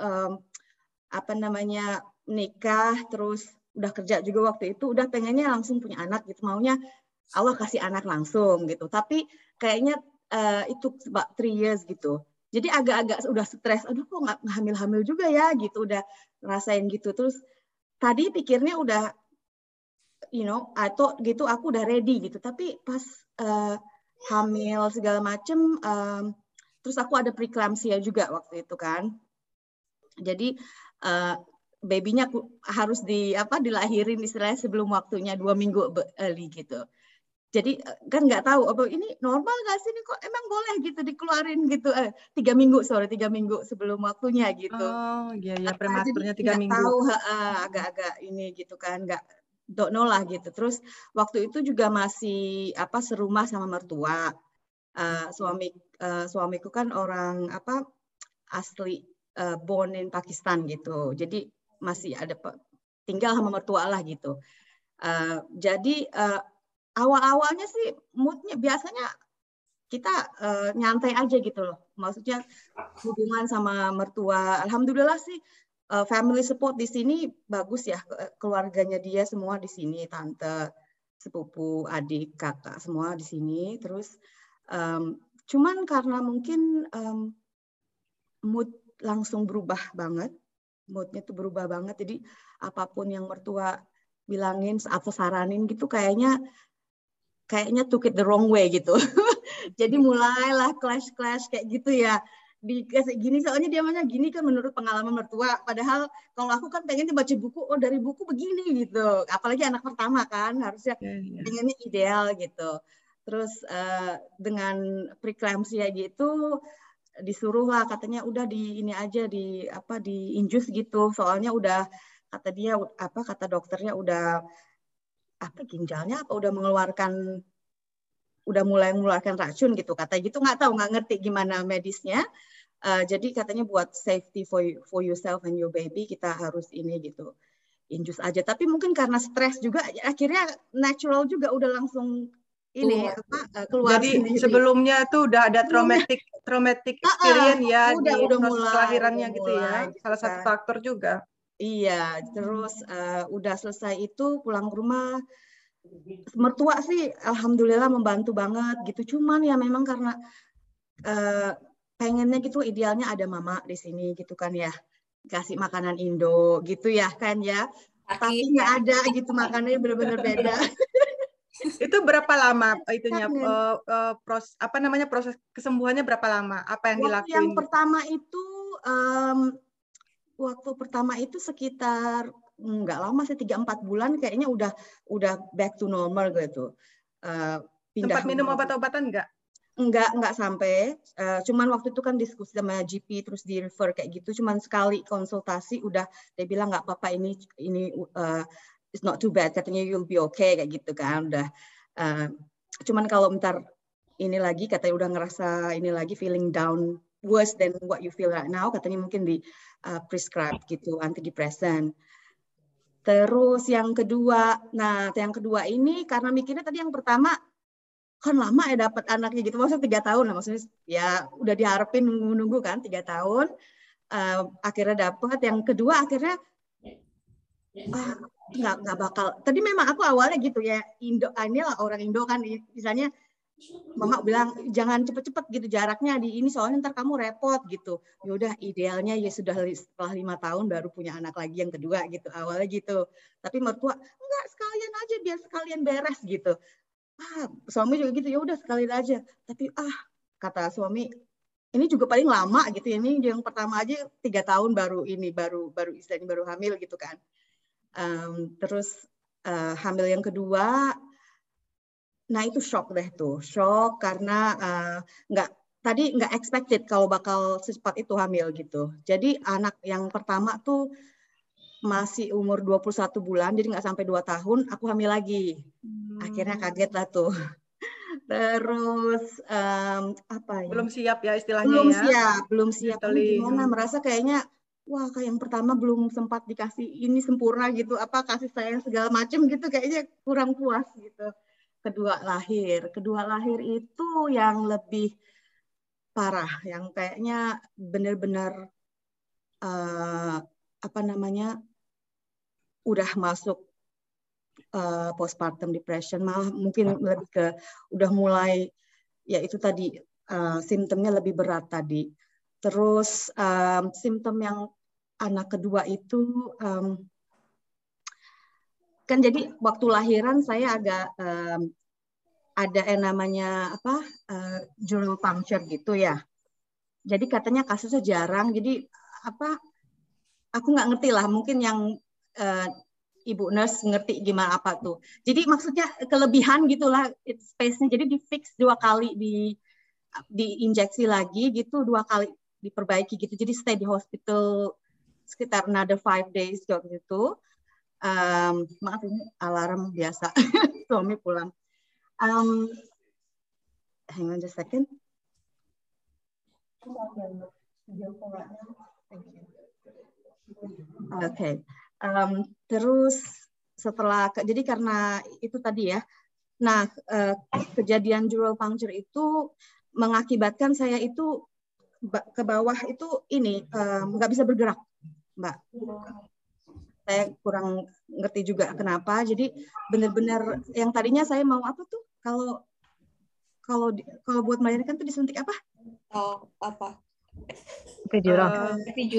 nikah, terus udah kerja juga waktu itu, udah pengennya langsung punya anak gitu, maunya Allah kasih anak langsung gitu. Tapi kayaknya itu about 3 years gitu. Jadi agak-agak udah stres, aduh kok nggak hamil-hamil juga ya gitu, udah ngerasain gitu. Terus tadi pikirnya udah, atau gitu aku udah ready gitu. Tapi pas hamil segala macem, terus aku ada preeclampsia juga waktu itu kan. Jadi babynya harus dilahirin istilahnya sebelum waktunya 2 minggu early gitu. Jadi kan nggak tahu apa ini normal nggak sih, ini kok emang boleh gitu dikeluarin gitu 3 minggu sebelum waktunya gitu. Oh iya prematurnya 3 nggak minggu. Tahu agak-agak ini gitu kan, nggak don't know lah gitu. Terus waktu itu juga masih serumah sama mertua. Suamiku kan orang asli born in Pakistan gitu. Jadi masih ada tinggal sama mertua lah gitu. Jadi awal-awalnya sih moodnya biasanya kita nyantai aja gitu loh. Maksudnya hubungan sama mertua, alhamdulillah sih family support di sini bagus ya. Keluarganya dia semua di sini, tante, sepupu, adik, kakak semua di sini. Terus cuman karena mungkin mood langsung berubah banget, moodnya tuh berubah banget. Jadi apapun yang mertua bilangin atau saranin gitu kayaknya took it the wrong way gitu. Jadi mulailah clash kayak gitu ya. Dikasih gini soalnya dia mana gini kan menurut pengalaman mertua. Padahal kalau aku kan pengennya baca buku, dari buku begini gitu. Apalagi anak pertama kan harusnya pengennya ideal gitu. Terus dengan preeclampsia gitu disuruh lah katanya udah di ini aja di induce gitu. Soalnya udah kata dia kata dokternya udah ginjalnya udah mulai mengeluarkan racun gitu kata gitu, nggak ngerti gimana medisnya. Jadi katanya buat safety for yourself and your baby kita harus ini gitu induce aja. Tapi mungkin karena stres juga akhirnya natural juga udah langsung ini keluar. Jadi sendiri. sebelumnya tuh udah ada traumatic experience ya udah di proses mulai, kelahirannya gitu ya. gitu Salah satu faktor juga. Iya, terus udah selesai itu pulang ke rumah, mertua sih alhamdulillah membantu banget gitu. Cuman ya memang karena pengennya gitu idealnya ada mama di sini gitu kan ya, kasih makanan Indo gitu ya kan ya. Tapi nggak ada gitu, makanannya benar-benar beda. Itu berapa lama itunya proses kesembuhannya berapa lama? Apa yang dilakuin? Yang pertama itu waktu pertama itu sekitar nggak lama sih 3-4 bulan kayaknya udah back to normal gitu. Sempat minum obat-obatan nggak? Enggak sampai. Cuman waktu itu kan diskusi sama GP terus di refer kayak gitu. Cuman sekali konsultasi udah dia bilang nggak apa-apa ini it's not too bad, katanya you'll be okay kayak gitu kan udah. Cuman kalau ntar ini lagi katanya udah ngerasa ini lagi feeling down worse than what you feel right now, katanya mungkin di prescribe gitu antidepresan. Terus yang kedua ini karena mikirnya tadi yang pertama kan lama ya dapat anaknya gitu, maksudnya 3 tahun lah, maksudnya ya udah diharapin nunggu kan 3 tahun, akhirnya dapat. Yang kedua akhirnya nggak bakal. Tadi memang aku awalnya gitu ya, Indo inilah orang Indo kan, misalnya mama bilang jangan cepet-cepet gitu jaraknya di ini soalnya ntar kamu repot gitu. Ya udah idealnya ya sudah setelah 5 tahun baru punya anak lagi yang kedua gitu, awalnya gitu. Tapi mertua enggak, sekalian aja biar sekalian beres gitu. Suami juga gitu, ya udah sekalian aja. Tapi kata suami ini juga paling lama gitu, ini yang pertama aja 3 tahun baru istilahnya baru hamil gitu kan. Terus hamil yang kedua, nah itu shock deh tuh, shock karena tadi nggak expected kalau bakal secepat itu hamil gitu. Jadi anak yang pertama tuh masih umur 21 bulan, jadi nggak sampai 2 tahun, aku hamil lagi. Akhirnya kaget lah tuh. Terus apa ya? Belum siap ya istilahnya belum siap. Gimana? Merasa kayaknya wah kayak yang pertama belum sempat dikasih ini sempurna gitu, apa kasih sayang segala macam gitu, kayaknya kurang puas gitu. Kedua lahir itu yang lebih parah, yang kayaknya benar-benar udah masuk postpartum depression, malah mungkin lebih ke udah mulai ya itu tadi simptomnya lebih berat tadi. Terus simptom yang anak kedua itu kan jadi waktu lahiran saya agak ada yang namanya dural puncture gitu ya. Jadi katanya kasusnya jarang. Jadi aku nggak ngerti lah. Mungkin yang ibu nurse ngerti gimana apa tuh. Jadi maksudnya kelebihan gitulah space-nya. Jadi di fix 2 kali diinjeksi lagi gitu, 2 kali diperbaiki gitu. Jadi stay di hospital sekitar another 5 days gitu. Maaf ini alarm biasa. Suami pulang. Hang on just a second. Oke. Terus setelah jadi karena itu tadi ya. Nah, kejadian dural puncture itu mengakibatkan saya itu ke bawah itu ini nggak bisa bergerak, Mbak. Saya kurang ngerti juga kenapa. Jadi benar-benar yang tadinya saya mau apa tuh kalau buat melahirkan tuh disuntik apa? Oh, apa? Epidural.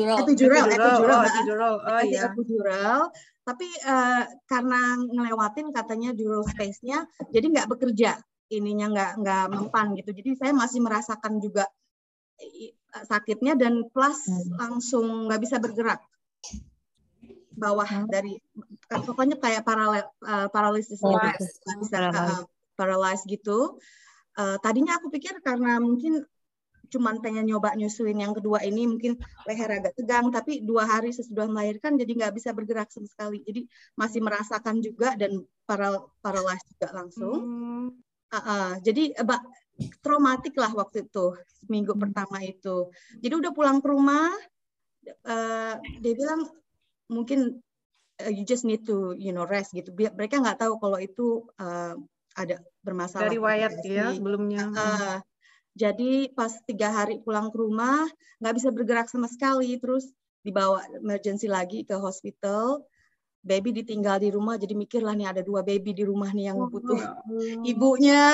Epidural. Tapi karena ngelewatin katanya dural space-nya, jadi nggak bekerja, ininya nggak mempan gitu. Jadi saya masih merasakan juga sakitnya dan plus langsung nggak bisa bergerak. Bawah dari pokoknya kayak paralisis paralyzed gitu. Tadinya aku pikir karena mungkin cuman pengen nyoba nyusuin yang kedua ini mungkin leher agak tegang, tapi 2 hari sesudah melahirkan jadi nggak bisa bergerak sama sekali. Jadi masih merasakan juga dan paralyzed juga langsung. Jadi traumatik lah waktu itu seminggu pertama itu. Jadi udah pulang ke rumah, dia bilang mungkin you just need to rest gitu. Mereka nggak tahu kalau itu ada bermasalah. Dari riwayat ya sebelumnya. Jadi pas 3 hari pulang ke rumah nggak bisa bergerak sama sekali, terus dibawa emergency lagi ke hospital. Baby ditinggal di rumah, jadi mikir lah nih ada 2 baby di rumah nih yang butuh ibunya.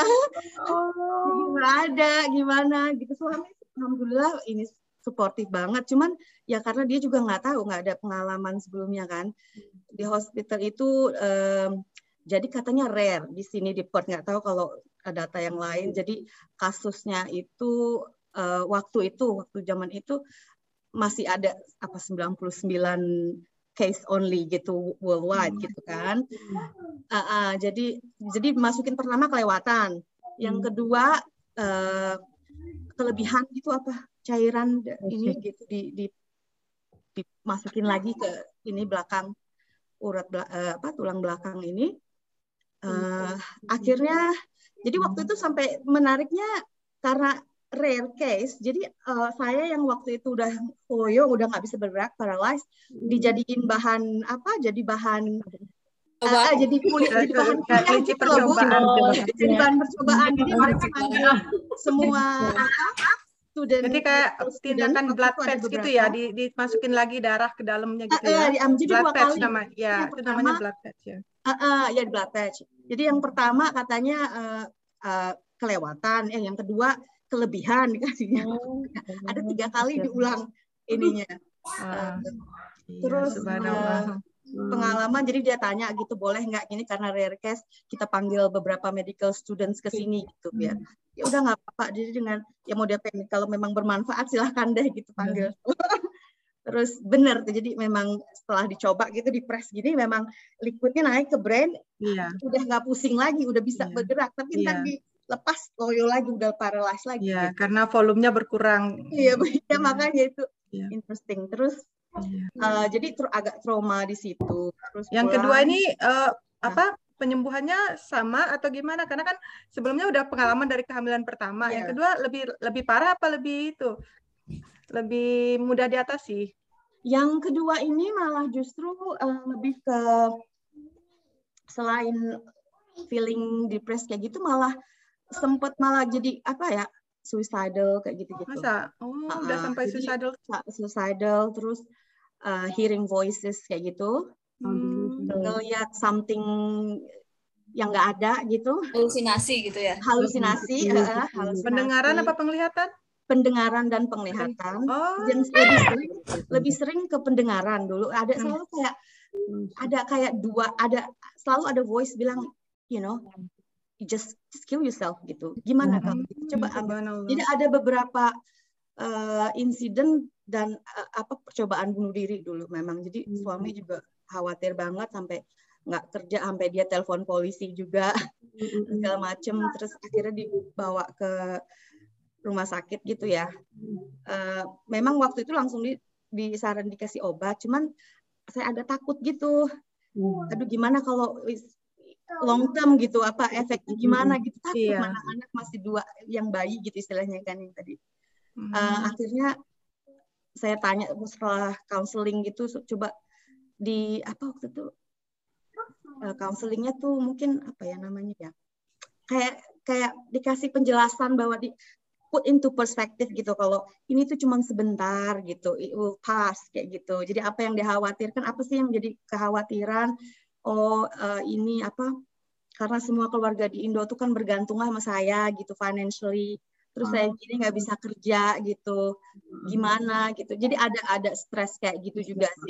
Nggak ada gimana gitu. Suami alhamdulillah ini suportif banget, cuman ya karena dia juga nggak tahu, nggak ada pengalaman sebelumnya kan di hospital itu. Jadi katanya rare di sini di Perth, nggak tahu kalau data yang lain. Jadi kasusnya itu waktu zaman itu masih ada 99 case only gitu worldwide gitu kan. Jadi masukin pertama kelewatan, yang kedua kelebihan itu cairan ini gitu dimasukin lagi ke ini belakang urat tulang belakang ini. Akhirnya jadi waktu itu sampai menariknya karena rare case, jadi saya yang waktu itu udah loyo, udah nggak bisa bergerak, paralyzed, dijadiin bahan jadi bahan jadi kulit, jadi bahan percobaan. Jadi bahan percobaan. Jadi mereka panggil semua student. Jadi kayak tindakan blood patch gitu ya, dimasukin lagi darah ke dalamnya gitu ya. Blood patch namanya. Ya, itu namanya blood patch ya. Ya blood patch. Jadi yang pertama katanya kelewatan, yang kedua kelebihan dikasihnya. Ada 3 kali diulang ininya. Terus pengalaman, jadi dia tanya gitu, boleh nggak ini karena rare case kita panggil beberapa medical students ke sini gitu ya. Ya udah nggak apa-apa. Jadi dengan ya mau dia kalau memang bermanfaat silahkan deh gitu panggil. Terus bener, jadi memang setelah dicoba gitu di press gini, memang liquidnya naik ke brain, udah nggak pusing lagi, udah bisa bergerak. Tapi ntar dilepas loyo lagi, udah paralyzed lagi. Iya, gitu. karena volumenya berkurang. Iya, makanya itu interesting. Terus jadi agak trauma di situ. Terus yang kedua ini penyembuhannya sama atau gimana? Karena kan sebelumnya udah pengalaman dari kehamilan pertama. Yang kedua lebih parah apa lebih mudah diatasi? Yang kedua ini malah justru lebih ke selain feeling depressed kayak gitu, malah sempet malah jadi suicidal kayak gitu-gitu. Masa? Udah sampai suicidal, terus hearing voices kayak gitu, ngelihat something yang nggak ada gitu. Halusinasi gitu ya? Halusinasi. Pendengaran apa penglihatan? Pendengaran dan penglihatan. Dan lebih sering ke pendengaran dulu. Ada selalu selalu ada voice bilang, you just kill yourself gitu. Gimana kalau gitu? Coba ambil. Jadi ada beberapa insiden dan percobaan bunuh diri dulu memang. Jadi suami juga khawatir banget sampai nggak kerja, sampai dia telepon polisi juga segala macem. Terus akhirnya dibawa ke rumah sakit gitu ya. Memang waktu itu langsung disaran dikasih obat, cuman saya ada takut gitu. Aduh gimana kalau long term gitu, efeknya gimana gitu, takut. Mana anak masih 2 yang bayi gitu istilahnya kan yang tadi. Akhirnya saya tanya setelah counseling gitu, coba waktu itu counselingnya tuh mungkin namanya ya, kayak dikasih penjelasan bahwa put into perspective gitu, kalau ini tuh cuma sebentar gitu, it will pass kayak gitu. Jadi apa yang dikhawatirkan, apa sih yang jadi kekhawatiran? Ini karena semua keluarga di Indo tuh kan bergantung sama saya gitu financially. Terus saya gini nggak bisa kerja gitu, gimana gitu. Jadi ada stres kayak gitu juga sih.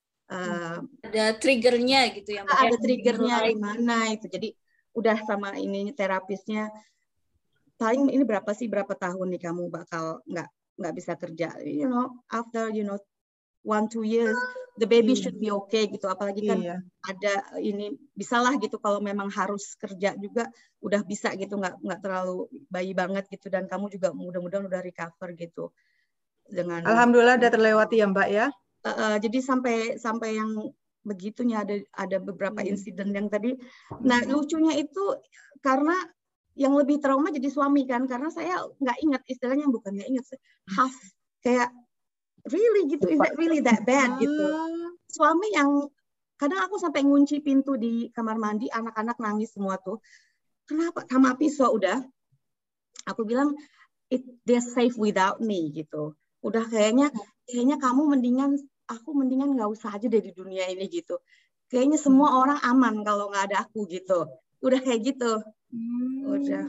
Ada triggernya gitu ya? Ada triggernya gimana itu. Jadi udah sama ini terapisnya, paling ini berapa tahun nih kamu bakal nggak bisa kerja, after 1-2 years the baby should be okay gitu, apalagi kan ada ini bisalah gitu, kalau memang harus kerja juga udah bisa gitu, nggak terlalu bayi banget gitu, dan kamu juga mudah-mudahan udah recover gitu dengan alhamdulillah udah terlewati ya Mbak ya. Jadi sampai yang begitunya ada beberapa insiden yang tadi. Nah lucunya itu karena yang lebih trauma jadi suami kan, karena saya nggak ingat, istilahnya bukan nggak ingat, half kayak really gitu, is that really that bad gitu. Suami yang kadang aku sampai ngunci pintu di kamar mandi, anak-anak nangis semua tuh. Kenapa? Sama pisau udah. Aku bilang they're safe without me gitu. Udah kayaknya kamu mendingan nggak usah aja dari dunia ini gitu. Kayaknya semua orang aman kalau nggak ada aku gitu. Udah kayak gitu. Udah.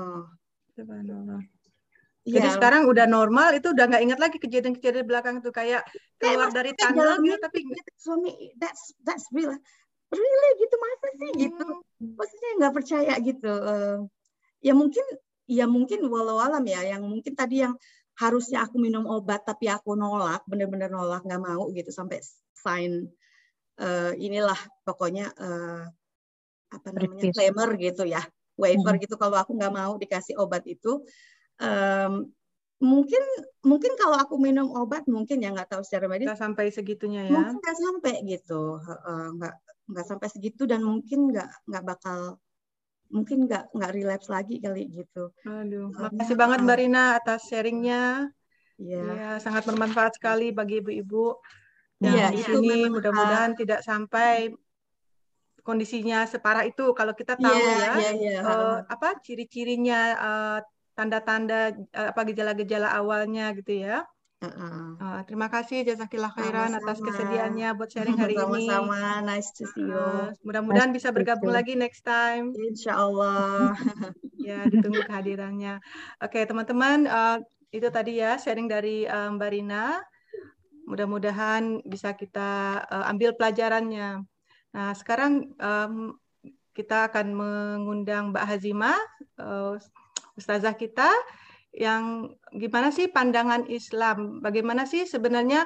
Jadi sekarang udah normal, itu udah nggak ingat lagi kejadian-kejadian belakang itu, kayak keluar dari tangga gitu, tapi suami that's real, gitu, masa sih gitu, maksudnya nggak percaya gitu. Ya mungkin walau alam ya, yang mungkin tadi yang harusnya aku minum obat tapi aku nolak, bener-bener nolak, nggak mau gitu, sampai sign inilah pokoknya claimer gitu ya, waiver gitu, kalau aku nggak mau dikasih obat itu. Mungkin kalau aku minum obat mungkin ya, nggak tahu secara medis nggak sampai segitunya ya, mungkin nggak sampai gitu, nggak sampai segitu, dan mungkin nggak bakal, mungkin nggak relapse lagi kali gitu. Aduh, makasih banget Mbak Rina atas sharingnya. Ya, sangat bermanfaat sekali bagi ibu-ibu yang di sini. Mudah-mudahan tidak sampai kondisinya separah itu. Kalau kita tahu ciri-cirinya, tanda-tanda gejala-gejala awalnya gitu ya. Terima kasih Jazakillah khairan atas kesediaannya buat sharing hari ini. Sama-sama, nice to see you. Mudah-mudahan bisa bergabung lagi next time. Insya Allah. Ya, ditunggu kehadirannya. Oke, teman-teman, itu tadi ya sharing dari Mbak Rina. Mudah-mudahan bisa kita ambil pelajarannya. Nah, sekarang kita akan mengundang Mbak Hazimah, ustazah kita, yang gimana sih pandangan Islam? Bagaimana sih sebenarnya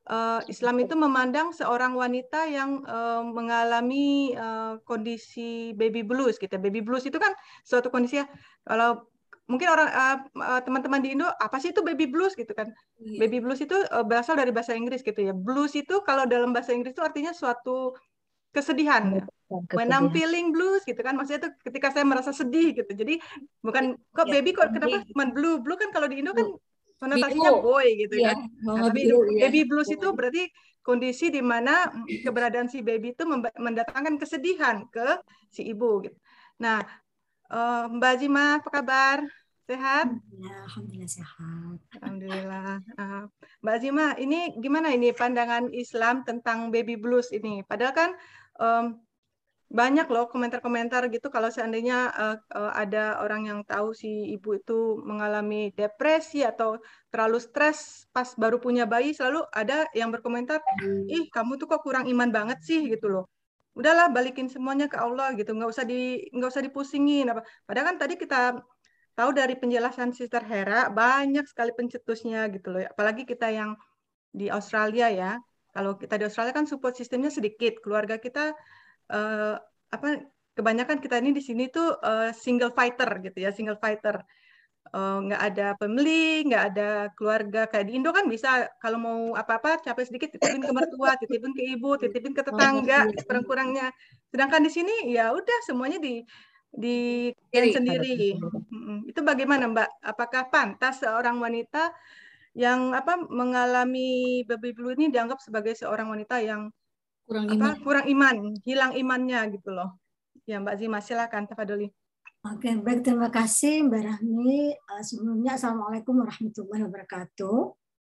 Islam itu memandang seorang wanita yang mengalami kondisi baby blues gitu. Baby blues itu kan suatu kondisi ya, kalau mungkin orang teman-teman di Indo apa sih itu baby blues gitu kan. Baby blues itu berasal dari bahasa Inggris gitu ya. Blues itu kalau dalam bahasa Inggris itu artinya suatu kesedihan. When I'm feeling blues gitu kan, maksudnya itu ketika saya merasa sedih gitu. Jadi bukan kok baby kok kenapa cuma blue? Blue kan kalau di Indo kan konotasinya boy gitu kan. Nah, tapi baby blues itu berarti kondisi di mana keberadaan si baby itu mendatangkan kesedihan ke si ibu gitu. Nah, Mbak Azimah apa kabar? Sehat? Alhamdulillah sehat. Alhamdulillah. Mbak Azimah, ini gimana ini pandangan Islam tentang baby blues ini? Padahal kan banyak loh komentar-komentar gitu kalau seandainya ada orang yang tahu si ibu itu mengalami depresi atau terlalu stres pas baru punya bayi, selalu ada yang berkomentar, ih kamu tuh kok kurang iman banget sih gitu loh. Udahlah balikin semuanya ke Allah gitu, nggak usah dipusingin apa. Padahal kan tadi kita tahu dari penjelasan Sister Hera banyak sekali pencetusnya gitu loh. Apalagi kita yang di Australia ya. Kalau kita di Australia kan support sistemnya sedikit, keluarga kita kebanyakan kita ini di sini tuh single fighter gitu ya, single fighter. Nggak ada family, nggak ada keluarga kayak di Indo kan bisa kalau mau apa-apa capek sedikit titipin ke mertua, titipin ke ibu, titipin ke tetangga, kurang-kurangnya. Sedangkan di sini ya udah semuanya di sendiri. Itu bagaimana Mbak? Apakah pantas seorang wanita yang mengalami baby blue ini dianggap sebagai seorang wanita yang kurang iman, hilang imannya gitu loh. Ya Mbak Zima, silakan tafadholi. Oke, baik, terima kasih Mbak Rahmi. Sebelumnya Assalamualaikum warahmatullahi wabarakatuh.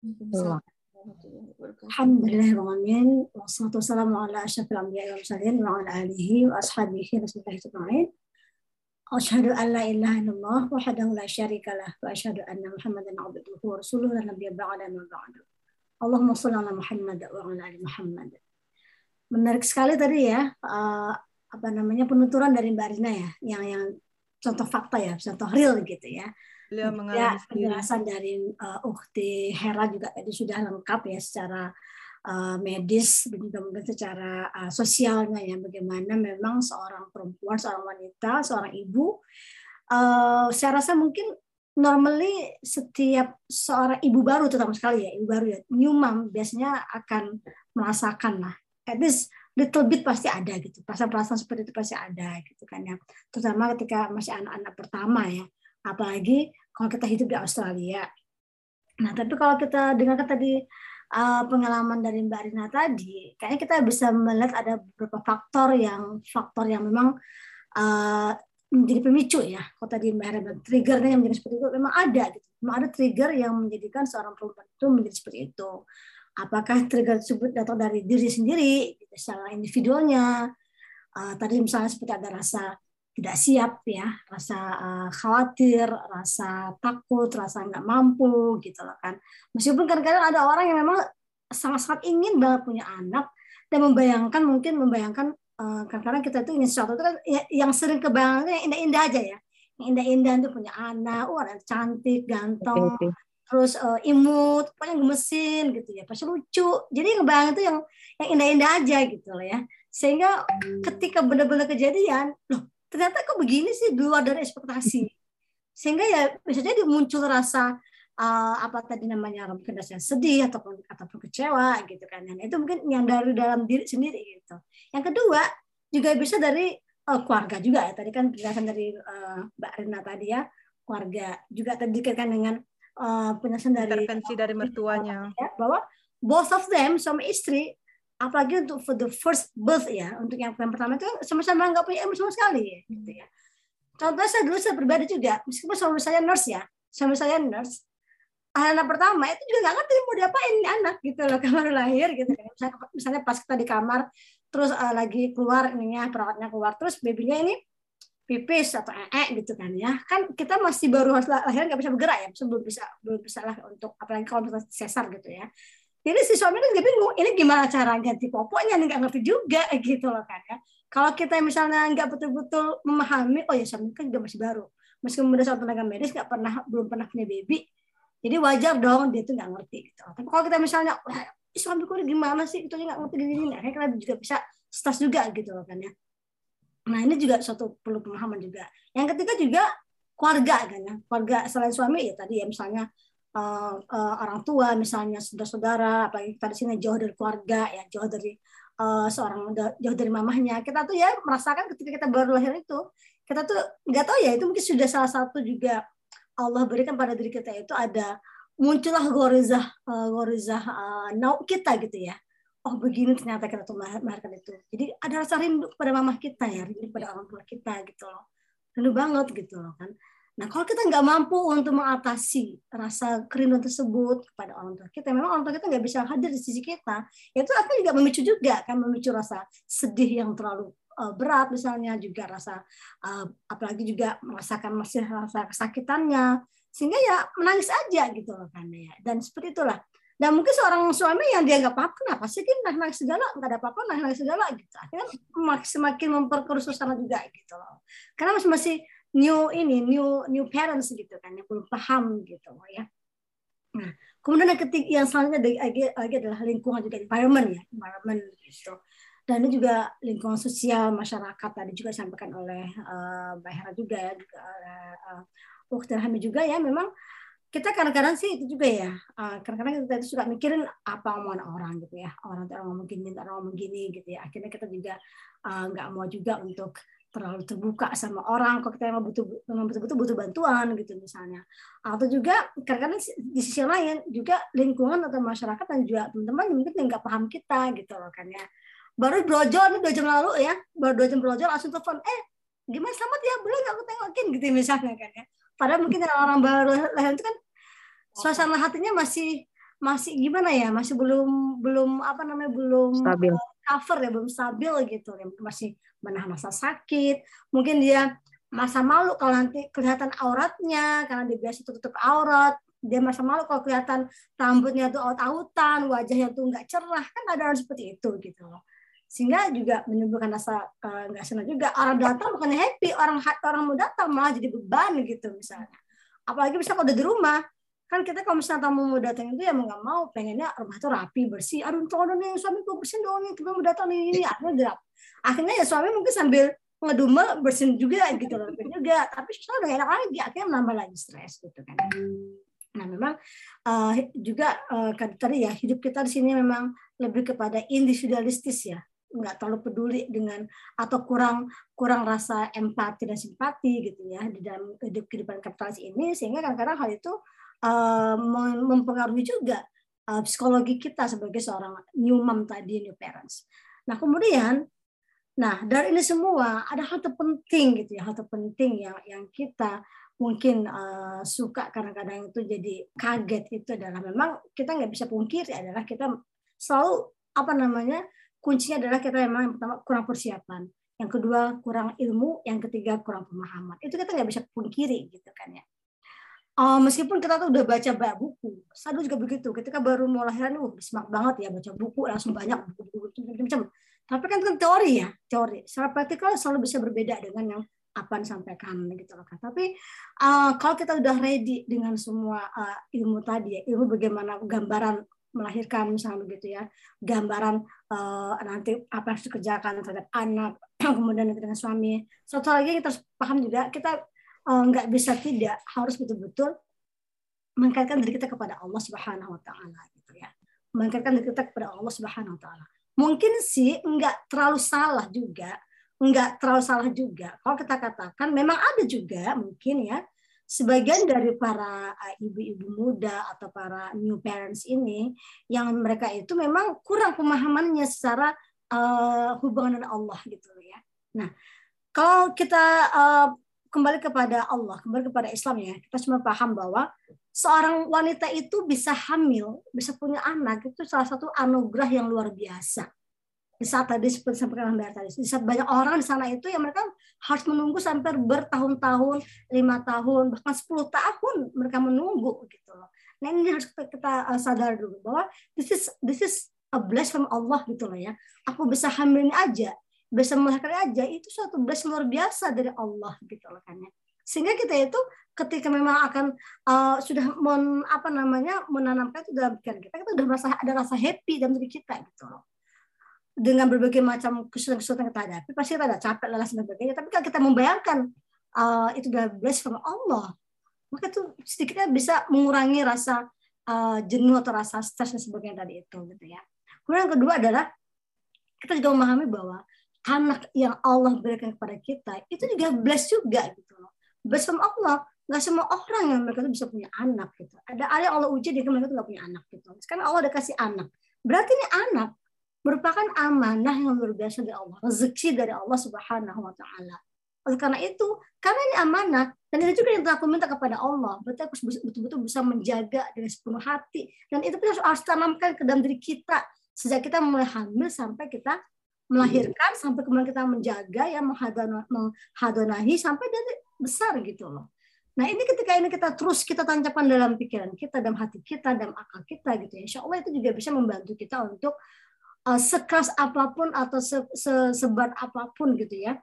Alhamdulillahirrahmanirrahim. Wassalatu wassalamu ala asyrafil anbiya'i wal mursalin wa ala alihi wa ashabihi rasulillahi ajma'in. Asyhadu an la ilaha illallah wahdahu la syarikalah wa asyhadu anna Muhammadan abduhu wa rasuluhu la nabiyya ba'da ma ba'du. Allahumma shalli ala Muhammad wa ala ali Muhammad. Menarik sekali tadi ya, penuturan dari Mbak Rina ya, yang contoh fakta ya, contoh real gitu ya. Beliau mengalami penjelasan dari Ukhti Hera juga tadi sudah lengkap ya secara medis, juga mungkin secara sosialnya ya, bagaimana memang seorang perempuan, seorang wanita, seorang ibu, saya rasa mungkin normally setiap seorang ibu baru, terutama sekali ya, ibu baru ya, new mom biasanya akan merasakan lah, at least little bit pasti ada gitu, perasaan-perasaan seperti itu pasti ada gitu kan ya, terutama ketika masih anak-anak pertama ya, apalagi kalau kita hidup di Australia. Nah, tapi kalau kita dengarkan tadi pengalaman dari Mbak Rina tadi, kayaknya kita bisa melihat ada beberapa faktor yang memang menjadi pemicu ya. Kalau tadi Mbak Rina bilang triggernya yang menjadi seperti itu memang ada gitu. Memang ada trigger yang menjadikan seorang perempuan itu menjadi seperti itu. Apakah trigger tersebut datang dari diri sendiri, secara individualnya, tadi misalnya seperti ada rasa tidak siap ya, rasa khawatir, rasa takut, rasa nggak mampu gitu loh kan. Meskipun kadang-kadang ada orang yang memang sangat-sangat ingin banget punya anak dan membayangkan kadang-kadang kita itu ingin sesuatu itu kan yang sering kebayang yang indah-indah aja ya, yang indah-indah itu punya anak, orang cantik, ganteng, terus imut, pokoknya gemesin gitu ya, pasti lucu. Jadi ngebayang itu yang indah-indah aja gitu loh ya. Sehingga ketika benar-benar kejadian, loh ternyata kok begini sih, di luar dari ekspektasi. Sehingga ya bisa jadi muncul rasa mungkin rasa sedih ataupun kecewa gitu kan. Dan itu mungkin yang dari dalam diri sendiri gitu. Yang kedua juga bisa dari keluarga juga ya. Tadi kan penjelasan dari Mbak Rina tadi ya, keluarga juga tadi dikaitkan dengan penjelasan dari intervensi dari mertuanya ya, bahwa both of them, suami istri, apalagi untuk for the first birth ya, untuk yang pertama itu sama-sama nggak punya ilmu sama sekali ya, gitu ya. Contohnya saya pribadi juga, meskipun suami saya nurse, anak pertama itu juga nggak ngerti mau diapain ini anak gitu loh, kamar lahir gitu kan. Misalnya pas kita di kamar, terus lagi keluar ininya perawatnya keluar, terus babynya ini pipis atau gitu kan ya, kan kita masih baru lahir nggak bisa bergerak ya, belum bisa lah untuk apalagi kalau kita sesar gitu ya. Jadi si suami kan bingung, ini gimana cara ganti popoknya, nggak ngerti juga gitu loh kan ya. Kalau kita misalnya nggak betul-betul memahami, oh ya suami kan juga masih baru, meskipun udah seorang tenaga medis belum pernah punya baby, jadi wajar dong dia itu nggak ngerti gitu. Tapi kalau kita misalnya suamiku ini gimana sih, itu nggak ngerti gini, akhirnya kita juga bisa stres juga gitu loh kan ya. Nah ini juga suatu perlu pemahaman juga. Yang ketiga juga keluarga kan ya, keluarga selain suami ya tadi ya misalnya orang tua, misalnya saudara-saudara, apalagi kita di sini jauh dari keluarga ya, jauh dari jauh dari mamahnya, kita tuh ya merasakan ketika kita baru lahir itu, kita tuh nggak tahu ya, itu mungkin sudah salah satu juga Allah berikan pada diri kita itu ada muncullah gorizah kita gitu ya. Oh begini ternyata kita tuh melahirkan itu. Jadi ada rasa rindu pada mamah kita ya, rindu pada orang tua kita gitu loh. Rindu banget gitu loh kan. Nah kalau kita nggak mampu untuk mengatasi rasa kerinduan tersebut kepada orang tua kita, memang orang tua kita nggak bisa hadir di sisi kita, itu akan juga memicu juga kan, memicu rasa sedih yang terlalu berat misalnya, juga rasa apalagi juga merasakan masih rasa kesakitannya, sehingga ya menangis aja gitu loh kan ya. Dan seperti itulah. Dan mungkin seorang suami yang dia nggak apa-apa, kenapa sih kan nangis segala, nggak ada apa-apa nangis segala gitu, akhirnya semakin memperkeruh suasana juga gitu loh. Karena masih new parents gitu kan, yang belum paham gitu ya. Nah kemudian yang ketiga, yang selanjutnya lagi adalah lingkungan juga, environment gitu. Dan ini juga lingkungan sosial masyarakat tadi juga disampaikan oleh Mbak Hera juga ya, juga Dr. Hamid juga ya, memang kita kadang-kadang sih itu juga ya, kadang-kadang kita itu suka mikirin apa omongan orang gitu ya, orang ngomong gini, orang ngomong gini gitu ya, akhirnya kita juga nggak mau juga untuk terlalu terbuka sama orang kalau kita memang betul-betul butuh bantuan gitu misalnya. Atau juga kadang-kadang di sisi lain juga lingkungan atau masyarakat dan juga teman-teman mungkin nggak paham kita gitu loh kan ya. Baru brojol 2 jam lalu ya, baru 2 jam brojol langsung telepon, gimana selamat ya, boleh nggak aku tengokin gitu misalnya kan ya. Padahal mungkin orang baru lahir itu kan suasana hatinya masih gimana ya, masih belum apa namanya, belum stabil, cover ya, belum stabil gitu ya, masih menahan rasa sakit, mungkin dia masa malu kalau nanti kelihatan auratnya karena dia biasa tutup aurat, dia masa malu kalau kelihatan rambutnya tuh aut-autan, wajahnya tuh nggak cerah, kan ada orang seperti itu gitu loh. Sehingga juga menimbulkan rasa nggak senang juga, orang datang bukannya happy, orang mau datang malah jadi beban gitu misalnya. Apalagi bisa kalau udah di rumah, kan kita kalau misalnya tamu mau datang itu ya mau nggak mau pengennya rumah itu rapi bersih, aduh tolong nih suami gue bersihin dong nih, kita mau datang ini akhirnya ya suami mungkin sambil ngedumel bersihin juga gitu loh juga, tapi susah udah enak lagi, akhirnya menambah lagi stres gitu kan. Nah memang juga tadi ya, hidup kita di sini memang lebih kepada individualistis ya, nggak terlalu peduli dengan atau kurang rasa empati dan simpati gitu ya di dalam kehidupan kapitalis ini, sehingga kadang-kadang hal itu mempengaruhi juga psikologi kita sebagai seorang new mom tadi, new parents. Nah kemudian, dari ini semua ada hal terpenting gitu ya, hal terpenting yang kita mungkin suka kadang-kadang itu jadi kaget, itu adalah memang kita nggak bisa pungkiri adalah kita selalu kuncinya adalah kita memang yang pertama kurang persiapan, yang kedua kurang ilmu, yang ketiga kurang pemahaman. Itu kita nggak bisa pungkiri gitu kan ya. Meskipun kita tuh udah baca banyak buku, saya juga begitu. Ketika baru mau lahiran, semangat banget ya baca buku, langsung banyak buku macam-macam. Tapi kan itu teori ya, teori. Secara praktikal selalu bisa berbeda dengan yang apa yang disampaikan gitu loh kan. Tapi kalau kita udah ready dengan semua ilmu tadi ya, ilmu bagaimana gambaran melahirkan misalnya begitu ya, gambaran nanti apa yang harus dikerjakan terhadap anak, kemudian nanti dengan suami. Satu lagi kita harus paham juga, kita nggak bisa tidak harus betul-betul mengkaitkan diri kita kepada Allah Subhanahu Wa Taala gitu ya, mengkaitkan diri kita kepada Allah Subhanahu Wa Taala. Mungkin sih nggak terlalu salah juga kalau kita katakan memang ada juga mungkin ya sebagian dari para ibu-ibu muda atau para new parents ini yang mereka itu memang kurang pemahamannya secara hubungan dengan Allah gitu ya. Nah, kalau kita kembali kepada Allah, kembali kepada Islam ya, kita cuma paham bahwa seorang wanita itu bisa hamil, bisa punya anak, itu salah satu anugerah yang luar biasa. Di saat tadi seperti sampaikan Mbak tadi, di saat banyak orang di sana itu yang mereka harus menunggu sampai bertahun-tahun, 5 tahun, bahkan 10 tahun mereka menunggu gitu loh. Nah ini harus kita sadar dulu bahwa this is a blessing from Allah gitu loh ya. Aku bisa hamil ini aja, bisa melahirkan aja, itu suatu blessing luar biasa dari Allah gitu loh kan ya. Sehingga kita itu ketika memang akan sudah menanamkan itu dalam pikiran kita udah merasa ada rasa happy dalam diri kita gitu loh. Dengan berbagai macam kesulitan yang kita hadapi, pasti kita ada capek, lelah, dan sebagainya. Tapi kalau kita membayangkan itu udah blessed from Allah, maka itu sedikitnya bisa mengurangi rasa jenuh atau rasa stres dan sebagainya tadi itu gitu ya. Kemudian yang kedua adalah kita juga memahami bahwa anak yang Allah berikan kepada kita itu juga blessed juga gitu loh. Blessed from Allah. Nggak semua orang yang mereka itu bisa punya anak gitu. Ada yang Allah uji dia mereka itu nggak punya anak gitu. Sekarang Allah udah kasih anak. Berarti ini anak merupakan amanah yang luar biasa dari Allah, rezeki dari Allah Subhanahu wa taala. Oleh karena itu, karena ini amanah dan itu juga yang telah aku minta kepada Allah, berarti aku betul-betul bisa menjaga dengan sepenuh hati dan itu harus tanamkan ke dalam diri kita sejak kita mulai hamil sampai kita melahirkan sampai kemudian kita menjaga ya menghadanahi sampai dari besar gitu loh. Nah ini ketika ini kita terus kita tancapkan dalam pikiran kita, dalam hati kita, dalam akal kita gitu ya. Insya Allah itu juga bisa membantu kita untuk sekeras apapun atau seberat apapun gitu ya,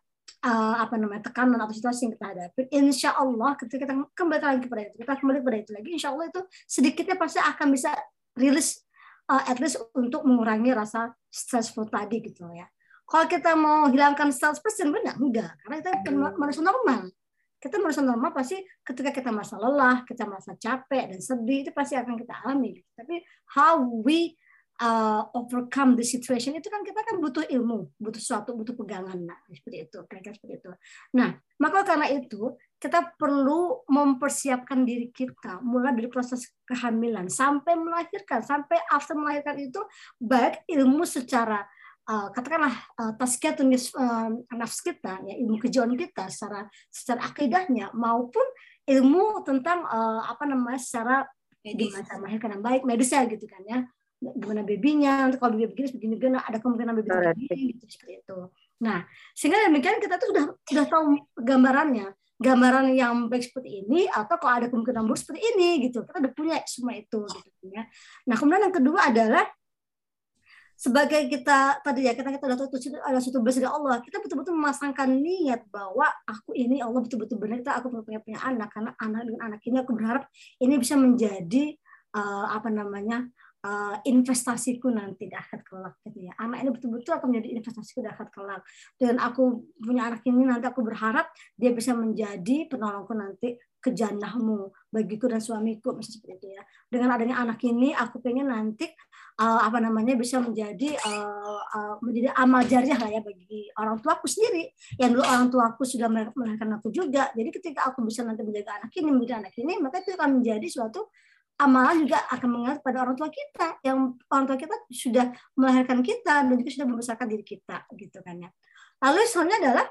tekanan atau situasi yang kita hadapi. Insya Allah ketika kita kembali lagi kepada itu, kita kembali kepada itu lagi, insya Allah itu sedikitnya pasti akan bisa rilis at least untuk mengurangi rasa stressful tadi gitu ya. Kalau kita mau hilangkan 100% benar enggak, karena kita manusia normal. Kita manusia normal pasti ketika kita merasa lelah, kita merasa capek dan sedih itu pasti akan kita alami. Tapi how we overcome the situation itu kan kita kan butuh ilmu, butuh sesuatu, butuh pegangan, nah seperti itu, kira-kira seperti itu. Nah, maka karena itu kita perlu mempersiapkan diri kita mulai dari proses kehamilan sampai melahirkan, sampai after melahirkan itu baik ilmu secara katakanlah tazkiyatun nafs kita, ya ilmu kejiwaan kita secara akidahnya maupun ilmu tentang secara gimana melahirkan yang baik medisnya gitu kan ya, gimana babynya, nanti kalau baby begini ada kemungkinan baby begini gitu seperti itu. Nah sehingga demikian kita tuh sudah tahu gambaran yang baik seperti ini atau kalau ada kemungkinan buruk seperti ini gitu, kita udah punya semua itu gitu ya. Nah kemudian yang kedua adalah sebagai kita tadi ya kita udah tahu itu ada suatu blessing dari Allah, kita betul-betul memasangkan niat bahwa aku ini Allah betul-betul benar aku punya anak, karena dengan anak ini aku berharap ini bisa menjadi investasiku nanti di akhirat kelak gitu ya. Anak ini betul-betul akan menjadi investasiku di akhirat kelak. Dan aku punya anak ini nanti aku berharap dia bisa menjadi penolongku nanti ke jannahmu bagiku dan suamiku misalnya seperti itu ya. Dengan adanya anak ini aku pengen nanti bisa menjadi amal jariah lah ya bagi orang tuaku sendiri yang dulu orang tuaku sudah melahirkan aku juga. Jadi ketika aku bisa nanti menjaga anak ini, mendidik anak ini, maka itu akan menjadi suatu amalan juga akan mengalir pada orang tua kita yang orang tua kita sudah melahirkan kita dan juga sudah membesarkan diri kita gitu kan ya. Lalu soalnya adalah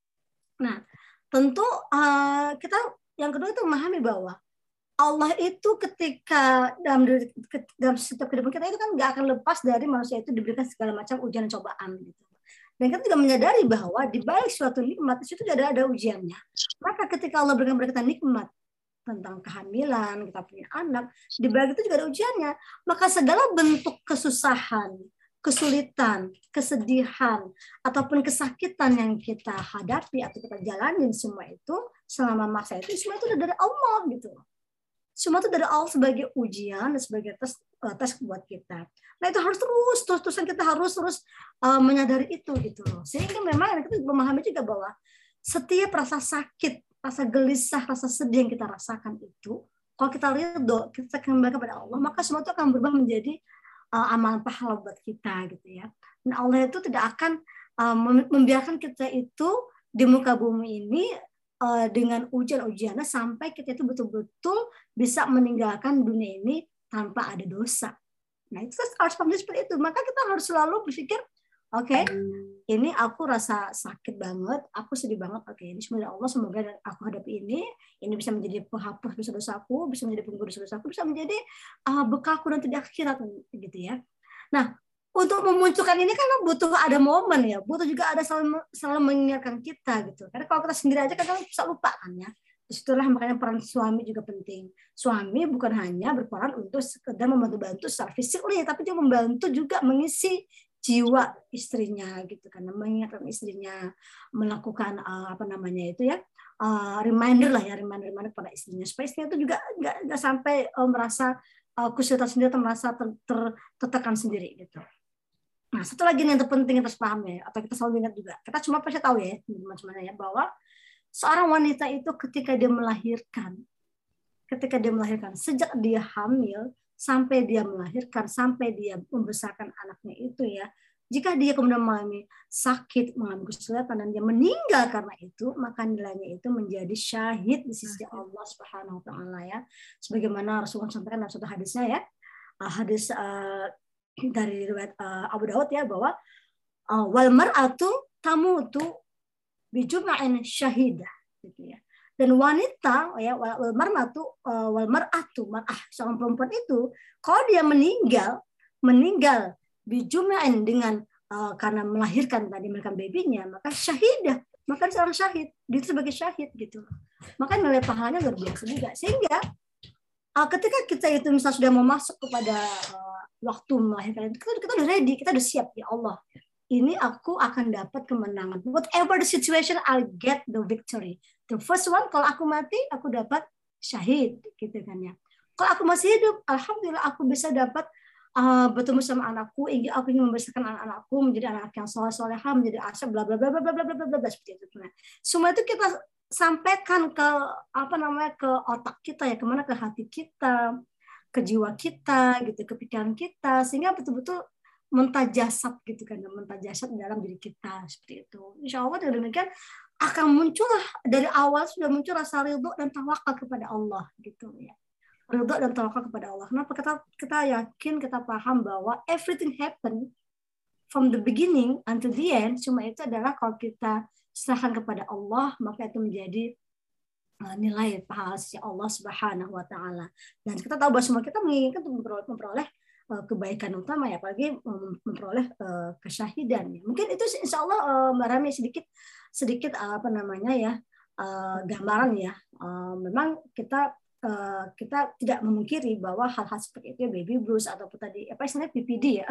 tentu kita yang kedua itu memahami bahwa Allah itu ketika dalam setiap kehidupan kita itu kan nggak akan lepas dari manusia itu diberikan segala macam ujian dan cobaan gitu. Dan kita juga menyadari bahwa di balik suatu nikmat itu juga ada ujiannya. Maka ketika Allah berikan kita nikmat tentang kehamilan, kita punya anak, di balik itu juga ada ujiannya. Maka segala bentuk kesusahan, kesulitan, kesedihan, ataupun kesakitan yang kita hadapi atau kita jalanin semua itu selama masa itu, semua itu dari Allah gitu. Semua itu dari Allah sebagai ujian dan sebagai tes buat kita. Nah itu harus terus-terusan kita harus terus menyadari itu gitu loh. Sehingga memang kita memahami juga bahwa setiap rasa sakit, rasa gelisah, rasa sedih yang kita rasakan itu, kalau kita ridho, kita kembali kepada Allah, maka semua itu akan berubah menjadi amalan pahala buat kita gitu ya. Dan Allah itu tidak akan membiarkan kita itu di muka bumi ini dengan ujian-ujiannya sampai kita itu betul-betul bisa meninggalkan dunia ini tanpa ada dosa. Nah itu harus seperti itu. Maka kita harus selalu berpikir, oke, ini aku rasa sakit banget, aku sedih banget. Oke, ini semua dari Allah, semoga aku hadapi ini bisa menjadi penghapus dosa-dosaku, bisa menjadi pengurus dosaku, bisa menjadi bekalku nanti di akhirat gitu ya. Nah, untuk memunculkan ini kan butuh ada momen ya, butuh juga ada selalu mengingatkan kita gitu. Karena kalau kita sendiri aja kadang bisa lupa kan ya. Disitulah makanya peran suami juga penting. Suami bukan hanya berperan untuk sekedar membantu-bantu secara fisik, tapi juga membantu juga mengisi jiwa istrinya gitu kan, mengingatkan istrinya melakukan reminder pada istrinya supaya istrinya itu juga nggak sampai merasa kesulitan sendiri atau merasa tertekan sendiri gitu. Nah, satu lagi yang terpenting harus paham ya, atau kita selalu ingat juga, kita cuma pasti tahu ya teman-teman ya, bahwa seorang wanita itu ketika dia melahirkan, sejak dia hamil sampai dia melahirkan, sampai dia membesarkan anaknya itu ya, jika dia kemudian mengalami sakit, mengalami kesulitan, dan dia meninggal karena itu, maka nilainya itu menjadi syahid di sisi Allah Subhanahu wa Ta'ala ya. Sebagaimana Rasulullah sampaikan dalam suatu hadisnya ya, hadis dari riwayat Abu Dawud ya, bahwa wal mar'atu tamutu bijum'in syahidah gitu ya. Dan wanita ya, wal mar'atu seorang perempuan itu kalau dia meninggal bijum'in dengan karena melahirkan babynya, maka syahidah, maka seorang syahid, dia itu sebagai syahid gitu. Maka nilai pahalanya luar biasa juga. Sehingga ketika kita itu misalnya sudah mau masuk kepada waktu melahirkan itu, kita udah ready, kita udah siap, ya Allah, ini aku akan dapat kemenangan. Whatever the situation, I'll get the victory. The first one, kalau aku mati, aku dapat syahid, gitu kan ya. Kalau aku masih hidup, alhamdulillah aku bisa dapat bertemu sama anakku, aku ingin membesarkan anak-anakku menjadi anak yang soleh-solehah, menjadi asyik, bla bla bla bla bla bla bla bla seperti itu. Nah, semua itu kita sampaikan ke ke otak kita ya, kemana, ke hati kita, ke jiwa kita, gitu, ke pikiran kita, sehingga betul-betul mentajasat gitu kan, mentajasat dalam diri kita seperti itu. Insya Allah dengan demikian akan muncullah, dari awal sudah muncul rasa ridho dan tawakal kepada Allah gitu ya. Ridho dan tawakal kepada Allah. Kenapa? Kita yakin, kita paham bahwa everything happen from the beginning until the end, cuma itu adalah kalau kita serahkan kepada Allah, maka itu menjadi nilai pahala sisi Allah Subhanahu wa Ta'ala. Dan kita tahu bahwa semua kita menginginkan untuk memperoleh kebaikan utama ya, apalagi memperoleh kesyahidan. Mungkin itu insya Allah Mbak Rami sedikit gambaran ya. Memang kita tidak memungkiri bahwa hal-hal seperti itu, baby blues ataupun tadi istilahnya PPD ya,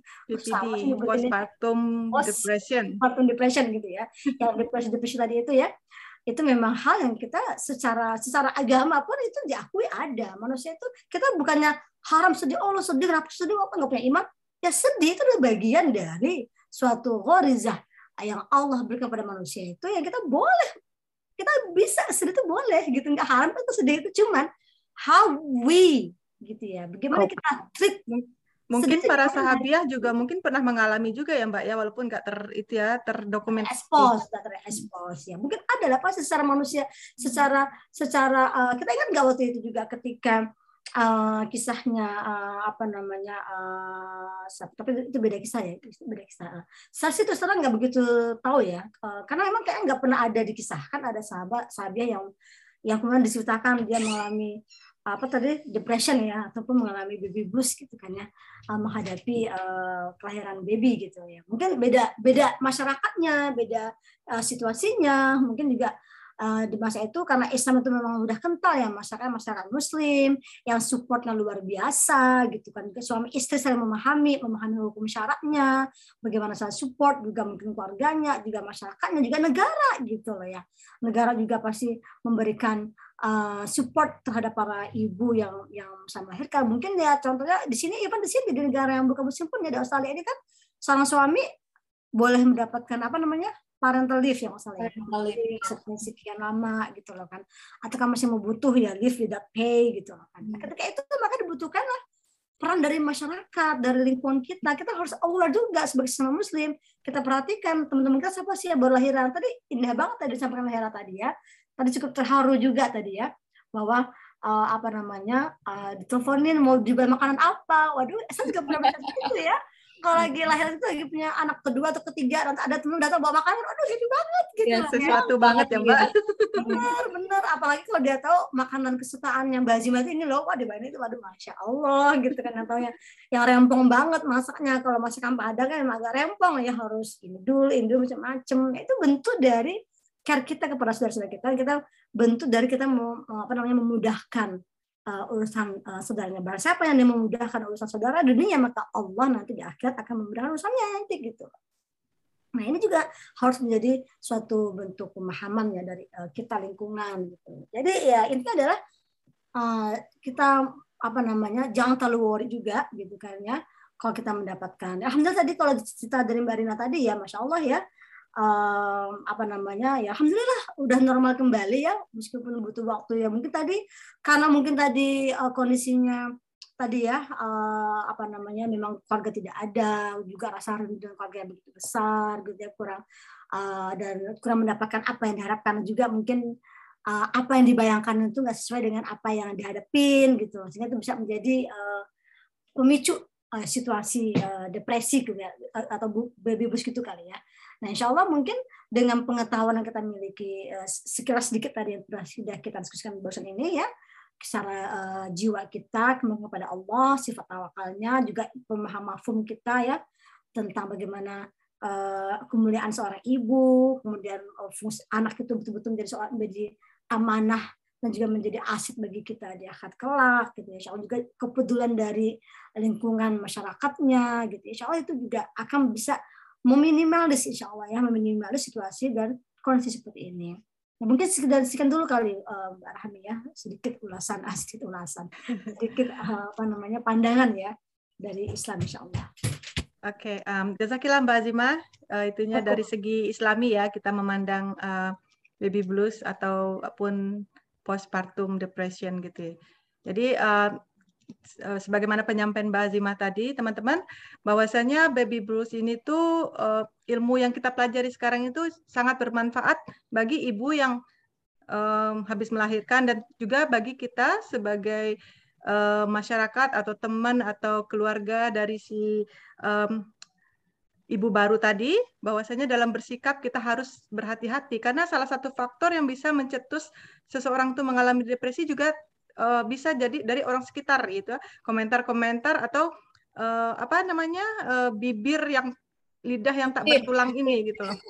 postpartum depression gitu ya, yang depression tadi itu ya, itu memang hal yang kita secara agama pun itu diakui ada. Manusia itu, kita bukannya haram sedih, oh lo sedih, kenapa sedih, apa nggak punya iman? Ya sedih itu adalah bagian dari suatu gharizah yang Allah berikan pada manusia itu, yang kita bisa sedih itu boleh gitu, nggak haram itu sedih, itu cuman how we gitu ya, bagaimana kita treat. Mungkin para sahabiah juga mungkin pernah mengalami juga ya Mbak ya, walaupun nggak terdokumentasi. Expose ya, mungkin ada lah pasti secara manusia, secara kita ingat nggak waktu itu juga ketika kisahnya tapi itu beda kisah ya, saya sih terus terang nggak begitu tahu ya, karena memang kayak nggak pernah ada dikisahkan ada sahabiah yang kemudian diceritakan dia mengalami depression ya, ataupun mengalami baby blues gitu kan ya, menghadapi kelahiran baby gitu ya. Mungkin beda masyarakatnya, beda situasinya, mungkin juga di masa itu karena Islam itu memang udah kental ya, masyarakat Muslim yang supportnya luar biasa gitu kan, suami istri saling memahami hukum syaratnya, bagaimana saling support, juga mungkin keluarganya, juga masyarakatnya, juga negara gitu loh ya. Negara juga pasti memberikan support terhadap para ibu yang bisa melahirkan. Mungkin ya contohnya di sini di negara yang bukan Muslim pun ya, di Australia ini kan seorang suami boleh mendapatkan parental leave yang masalahnya sekian lama gitu loh kan, atau kan masih mau butuh ya leave without pay gitu loh kan. Ketika itu maka dibutuhkan lah peran dari masyarakat, dari lingkungan kita. Kita harus aware juga sebagai sesama Muslim, kita perhatikan teman-teman kita siapa sih yang baru lahiran. Tadi indah banget tadi disampaikan Hera tadi ya, tadi cukup terharu juga tadi ya, bahwa diteleponin mau dibeli makanan apa. Waduh, saya juga pernah baca itu ya. Kalau lagi lahir itu lagi punya anak kedua atau ketiga, dan ada teman datang bawa makanan, aduh happy banget gitu. Ya, sesuatu banget ya Mbak. Bener, apalagi kalau dia tahu makanan kesukaannya Mbak Azimah ini loh, wah dibayarin itu, waduh masya Allah gitu kan, atau yang rempong banget masaknya. Kalau masakan Padang kan emang agak rempong ya, harus indul macam-macam. Itu bentuk dari care kita kepada saudara-saudara kita bentuk dari kita memudahkan urusan saudaranya. Barang siapa yang dia memudahkan urusan saudara di dunia, maka Allah nanti di akhirat akan memudahkan urusannya nanti gitu. Nah ini juga harus menjadi suatu bentuk pemahaman ya dari kita lingkungan gitu. Jadi ya intinya adalah kita jangan terlalu worry juga gitu kan ya. Kalau kita mendapatkan, alhamdulillah tadi kalau cerita dari Mbak Rina tadi ya, masya Allah ya. Ya alhamdulillah udah normal kembali ya, meskipun butuh waktu ya, mungkin tadi karena kondisinya tadi ya memang keluarga tidak ada, juga rasa rindu dengan keluarga yang begitu besar gitu ya, dan kurang mendapatkan apa yang diharapkan, juga mungkin apa yang dibayangkan itu nggak sesuai dengan apa yang dihadapin gitu, sehingga itu bisa menjadi pemicu situasi depresi gitu ya, atau baby blues gitu kali ya. Nah, insya Allah mungkin dengan pengetahuan yang kita miliki sekilas sedikit tadi yang sudah kita diskusikan barusan ini ya, secara jiwa kita kembali kepada Allah, sifat tawakalnya, juga pemahaman mafhum kita ya tentang bagaimana kemuliaan seorang ibu, kemudian fungsi anak itu betul-betul menjadi amanah dan juga menjadi aset bagi kita di akhirat kelak gitu ya. Insya Allah juga kepedulian dari lingkungan masyarakatnya gitu. Insya Allah itu juga akan bisa meminimalis situasi dan kondisi seperti ini. Nah, mungkin sekian dulu kali Mbak Rahmi ya, sedikit ulasan pandangan ya dari Islam insya Allah. Oke, jazakillah Mbak Azimah. Itunya dari segi Islami ya, kita memandang baby blues ataupun postpartum depression gitu ya. Jadi sebagaimana penyampaian Mbak Azimah tadi, teman-teman, bahwasanya baby blues ini tuh ilmu yang kita pelajari sekarang itu sangat bermanfaat bagi ibu yang habis melahirkan, dan juga bagi kita sebagai masyarakat atau teman atau keluarga dari si ibu baru tadi, bahwasanya dalam bersikap kita harus berhati-hati, karena salah satu faktor yang bisa mencetus seseorang itu mengalami depresi juga bisa jadi dari orang sekitar gitu, komentar-komentar atau bibir yang lidah yang tak bertulang ini gitu loh.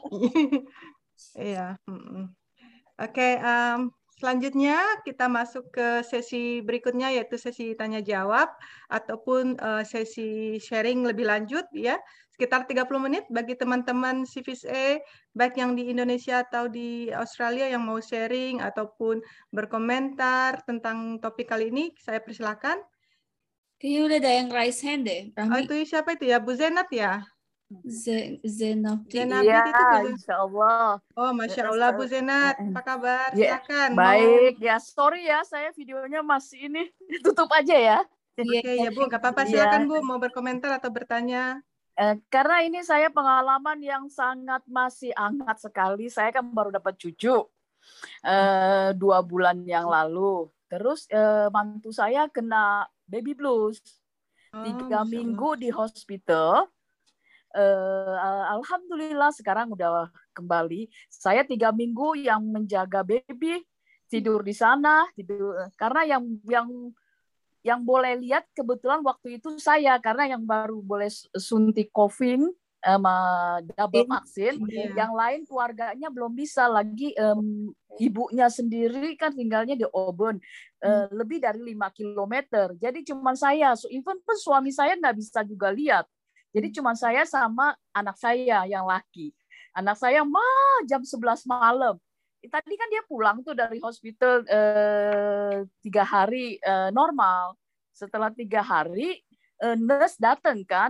Iya. Oke, selanjutnya kita masuk ke sesi berikutnya, yaitu sesi tanya jawab ataupun sesi sharing lebih lanjut ya, sekitar 30 menit bagi teman-teman Civis A baik yang di Indonesia atau di Australia yang mau sharing ataupun berkomentar tentang topik kali ini. Saya persilakan. Kayaknya udah ada yang raise hand deh. Oh, itu siapa itu ya? Bu Zenat ya? Zenabti. Iya, insya Allah. Oh, Masya Allah, Bu Zenat. Apa kabar? Ya, silakan. baik, ya sorry ya, saya videonya masih ini. Tutup aja ya. Oke, ya Bu, nggak apa-apa. Silakan Bu, mau berkomentar atau bertanya. Karena ini saya pengalaman yang sangat masih hangat sekali. Saya kan baru dapat cucu 2 bulan yang lalu. Terus mantu saya kena baby blues. 3 minggu di hospital. Alhamdulillah sekarang udah kembali. Saya 3 minggu yang menjaga baby, tidur di sana, karena yang boleh lihat kebetulan waktu itu saya, karena yang baru boleh suntik COVID sama double vaksin, yang lain keluarganya belum bisa lagi. Ibunya sendiri kan tinggalnya di Auburn, lebih dari 5 kilometer. Jadi cuma saya, even pun suami saya nggak bisa juga lihat. Jadi cuma saya sama anak saya yang laki. Anak saya jam 11 malam. Tadi kan dia pulang tuh dari hospital 3 hari normal. Setelah 3 hari nurse datang kan,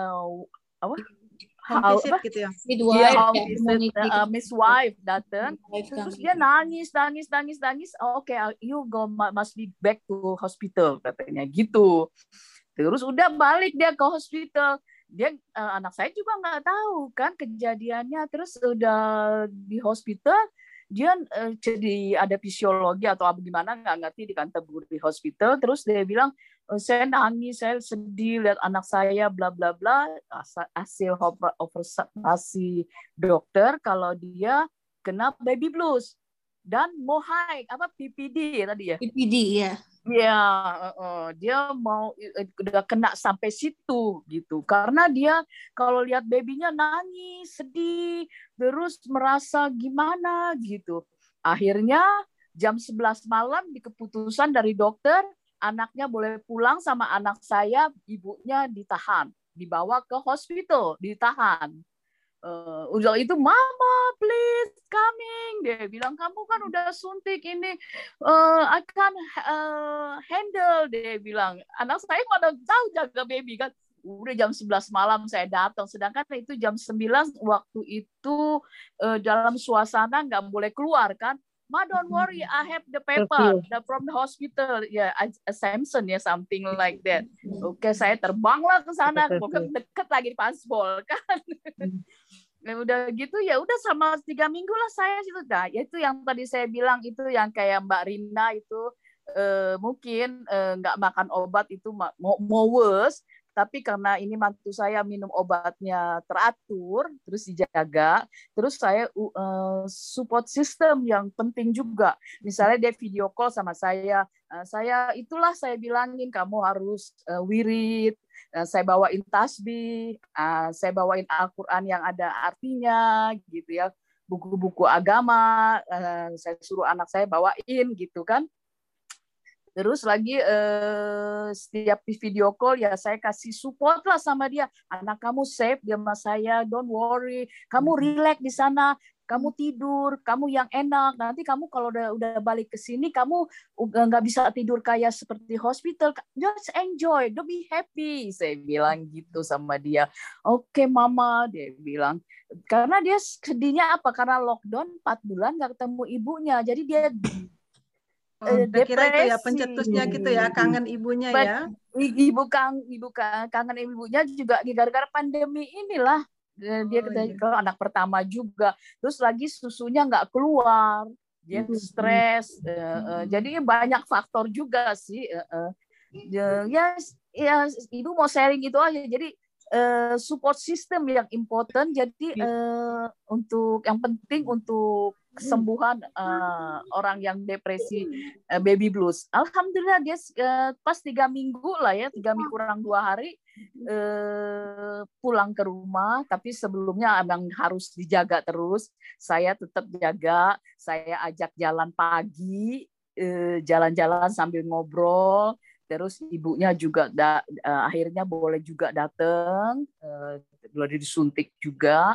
gitu ya. Midwife datang. Terus dia nangis. Oke, you go must be back to hospital katanya gitu. Terus udah balik dia ke hospital. Dia anak saya juga nggak tahu kan kejadiannya. Terus udah di hospital dia jadi ada fisiologi atau apa gimana nggak ngerti di kantor di hospital. Terus dia bilang, saya nangis, saya sedih lihat anak saya bla bla bla. Hasil observasi dokter kalau dia kena baby blues dan mohai PPD tadi ya. PPD ya. Ya, dia udah kena sampai situ gitu. Karena dia kalau lihat babynya nangis, sedih, terus merasa gimana gitu. Akhirnya Jam 11 malam di keputusan dari dokter, anaknya boleh pulang sama anak saya, ibunya ditahan, dibawa ke hospital, ditahan. Udah itu, mama please coming, dia bilang kamu kan udah suntik ini, I can't handle, dia bilang. Anak saya mana tahu jaga baby kan. Udah jam 11 malam saya datang, sedangkan itu jam 9 waktu itu dalam suasana nggak boleh keluar kan. Ma, don't worry, I have the paper from the hospital, ya, Samson ya, something like that. Oke, saya terbanglah ke sana, deket lagi paspol kan. Udah gitu ya udah sama 3 minggu lah saya situ. Nah, itu yang tadi saya bilang itu yang kayak Mbak Rina itu mungkin nggak makan obat itu mau worse, tapi karena ini mantu saya minum obatnya teratur, terus dijaga, terus saya support system yang penting juga. Misalnya dia video call sama saya itulah saya bilangin kamu harus wirid, saya bawain tasbih, saya bawain Al-Quran yang ada artinya gitu ya, buku-buku agama, saya suruh anak saya bawain gitu kan. Terus lagi setiap video call ya saya kasih support lah sama dia. Anak kamu safe dia sama saya, don't worry. Kamu relax di sana, kamu tidur, kamu yang enak. Nanti kamu kalau udah balik ke sini, kamu nggak bisa tidur kayak seperti hospital. Just enjoy, don't be happy. Saya bilang gitu sama dia. Oke, mama, dia bilang. Karena dia sedihnya apa? Karena lockdown 4 bulan nggak ketemu ibunya. Jadi dia kira itu ya depresi. pencetusnya gitu ya, kangen ibunya ya. Ibu kangen ibunya juga gara-gara pandemi inilah. Dia kalau anak pertama juga, terus lagi susunya nggak keluar, dia stres. Jadi banyak faktor juga sih. Ya ibu mau sharing gitu aja. Jadi support system yang important. Jadi untuk yang penting untuk kesembuhan orang yang depresi baby blues. Alhamdulillah dia pas 3 minggu lah ya, 3 minggu kurang 2 hari pulang ke rumah. Tapi sebelumnya emang harus dijaga terus. Saya tetap jaga. Saya ajak jalan pagi, jalan-jalan sambil ngobrol. Terus ibunya juga akhirnya boleh juga datang, boleh disuntik juga.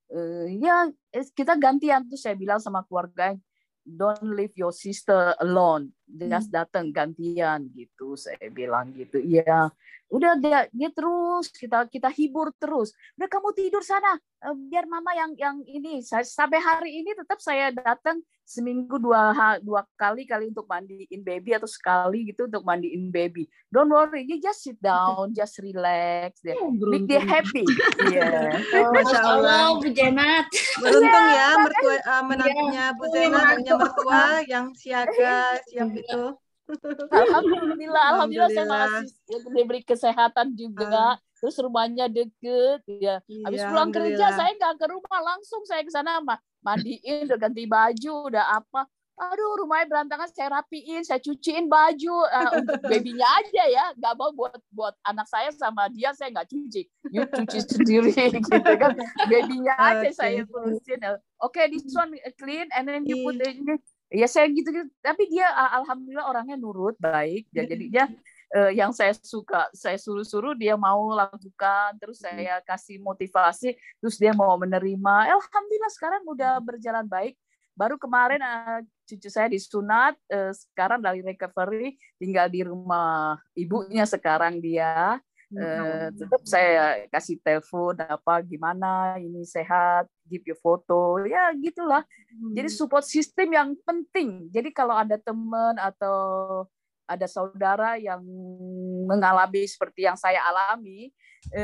Ya kita gantian tuh, saya bilang sama keluarga, don't leave your sister alone, just datang gantian gitu, saya bilang gitu. Ya udah dia terus kita hibur terus. Udah kamu tidur sana, biar mama yang ini. Sampai hari ini tetap saya datang seminggu 2 kali untuk mandiin baby, atau sekali gitu untuk mandiin baby. Don't worry, you just sit down, just relax, make dia happy. Iya. Masya Allah, Bu Jenat. beruntung ya mertua menantunya Bu Zainab, punya mertua yang siap itu. Alhamdulillah saya masih diberi kesehatan juga. Terus rumahnya deket ya. Habis pulang kerja saya nggak ke rumah, langsung saya ke sana mandiin, udah ganti baju, udah apa. Aduh, rumahnya berantakan, saya rapiin, saya cuciin baju untuk babynya aja ya, nggak mau buat anak saya sama dia saya nggak cuci, you cuci sendiri gitu kan, babynya aja saya urusin. Oke, this one clean and then you put ini. Ya saya gitu. Tapi dia alhamdulillah orangnya nurut, baik. Jadi dia yang saya suka, saya suruh dia mau lakukan, terus saya kasih motivasi, terus dia mau menerima. Alhamdulillah sekarang udah berjalan baik. Baru kemarin cucu saya disunat, sekarang dari recovery, tinggal di rumah ibunya sekarang dia. Tetap saya kasih telepon gimana ini, sehat, give you foto, ya gitulah. Jadi support system yang penting. Jadi kalau ada teman atau ada saudara yang mengalami seperti yang saya alami,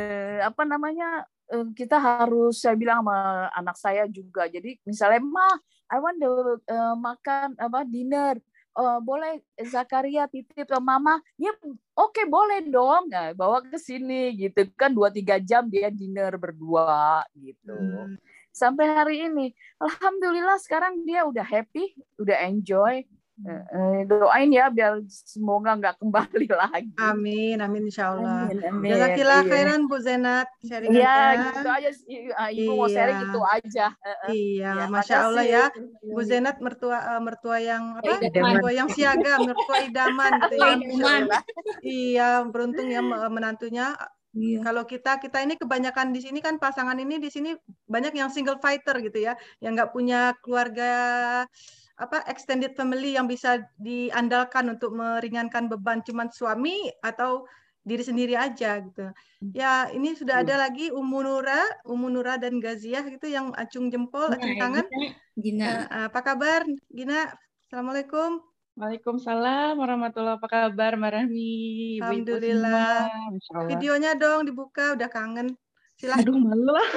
kita harus, saya bilang sama anak saya juga. Jadi misalnya, Ma, I want to makan dinner. Boleh Zakaria titip ke mama? Ya, oke, boleh dong. Nah, bawa ke sini gitu kan, 2-3 jam dia dinner berdua gitu. Sampai hari ini alhamdulillah sekarang dia udah happy, udah enjoy. Doain ya biar semoga nggak kembali lagi. Amin, amin insya Allah. Amin. Jazakillah Iya. khairan Bu Zenat Iya, sharingannya. gitu aja. Ibu mau Iya, sharing gitu aja. iya, Ya, Masya Allah makasih. ya. Bu Zenat mertua yang apa? Idaman. Mertua yang siaga, mertua idaman gitu ya. Masya Idaman. Allah. Iya, beruntung ya menantunya. Iya. Kalau kita ini kebanyakan di sini kan pasangan ini di sini banyak yang single fighter gitu ya, yang nggak punya keluarga apa extended family yang bisa diandalkan untuk meringankan beban cuman suami atau diri sendiri aja gitu. Ya, ini sudah ada lagi Umu Nura dan Gaziah gitu yang acung jempol, acung tangan. Gina. Apa kabar, Gina? Assalamualaikum. Waalaikumsalam warahmatullahi wabarakatuh. Apa kabar Mbak Rahmi? Ibu-ibu semua. Alhamdulillah. Masya Allah. Videonya dong dibuka, udah kangen. Silahkan. Aduh, malu lah.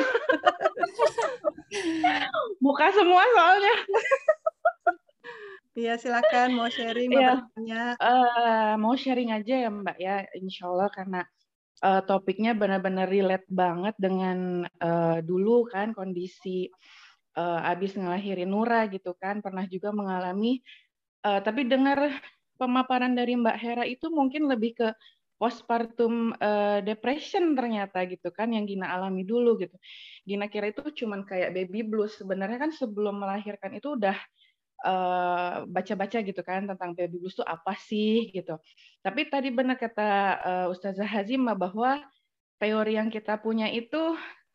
Buka semua soalnya. Iya, silakan mau sharing, mau Iya. bertanya. Mau sharing aja ya Mbak ya, insya Allah karena topiknya benar-benar relate banget dengan dulu kan kondisi abis ngelahirin Nura gitu kan, pernah juga mengalami, tapi dengar pemaparan dari Mbak Hera itu mungkin lebih ke postpartum depression ternyata gitu kan yang Gina alami dulu gitu. Gina kira itu cuman kayak baby blues, sebenarnya kan sebelum melahirkan itu udah baca-baca gitu kan tentang baby blues itu apa sih gitu. Tapi tadi benar kata Ustazah Hazimah bahwa teori yang kita punya itu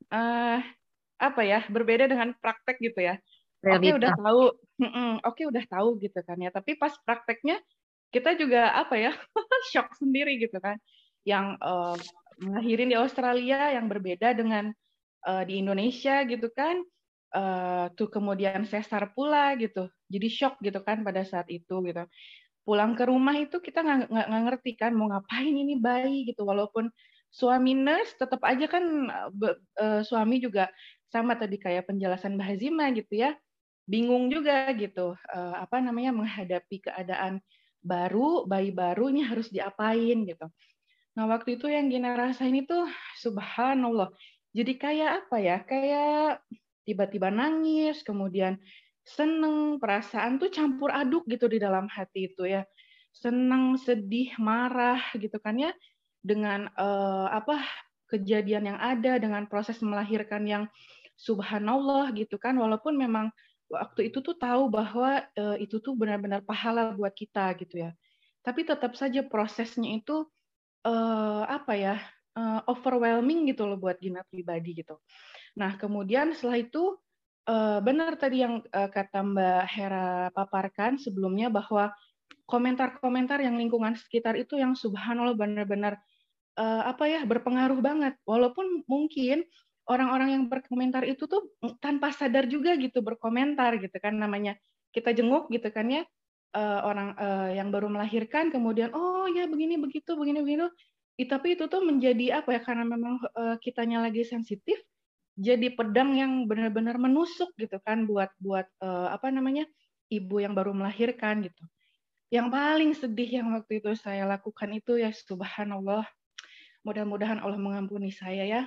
apa ya, berbeda dengan praktek gitu ya. Oke udah tahu, udah tahu gitu kan ya. Tapi pas prakteknya kita juga apa ya shock sendiri gitu kan. Yang ngelahirin di Australia yang berbeda dengan di Indonesia gitu kan. Tuh kemudian sesar pula gitu, jadi shock gitu kan pada saat itu gitu. Pulang ke rumah itu kita nggak ngerti kan mau ngapain ini bayi gitu, walaupun suami nurse tetap aja kan suami juga sama tadi kayak penjelasan Mbak Hazimah gitu ya, bingung juga gitu apa namanya menghadapi keadaan baru, bayi baru ini harus diapain gitu. Nah waktu itu yang Gina rasain itu subhanallah, jadi kayak apa ya, kayak tiba-tiba nangis, kemudian seneng, perasaan tuh campur aduk gitu di dalam hati itu ya. Seneng, sedih, marah gitu kan ya. Dengan apa kejadian yang ada, dengan proses melahirkan yang subhanallah gitu kan. Walaupun memang waktu itu tuh tahu bahwa itu tuh benar-benar pahala buat kita gitu ya. Tapi tetap saja prosesnya itu apa ya, overwhelming gitu loh buat Gina pribadi gitu. Nah, kemudian setelah itu benar tadi yang kata Mbak Hera paparkan sebelumnya bahwa komentar-komentar yang lingkungan sekitar itu yang subhanallah benar-benar apa ya berpengaruh banget. Walaupun mungkin orang-orang yang berkomentar itu tuh tanpa sadar juga gitu berkomentar gitu kan, namanya kita jenguk gitu kan ya orang yang baru melahirkan kemudian oh ya begini begitu begini begitu. Tapi itu tuh menjadi apa ya, karena memang kitanya lagi sensitif, jadi pedang yang benar-benar menusuk gitu kan buat apa namanya ibu yang baru melahirkan gitu. Yang paling sedih yang waktu itu saya lakukan itu ya subhanallah, mudah-mudahan Allah mengampuni saya ya.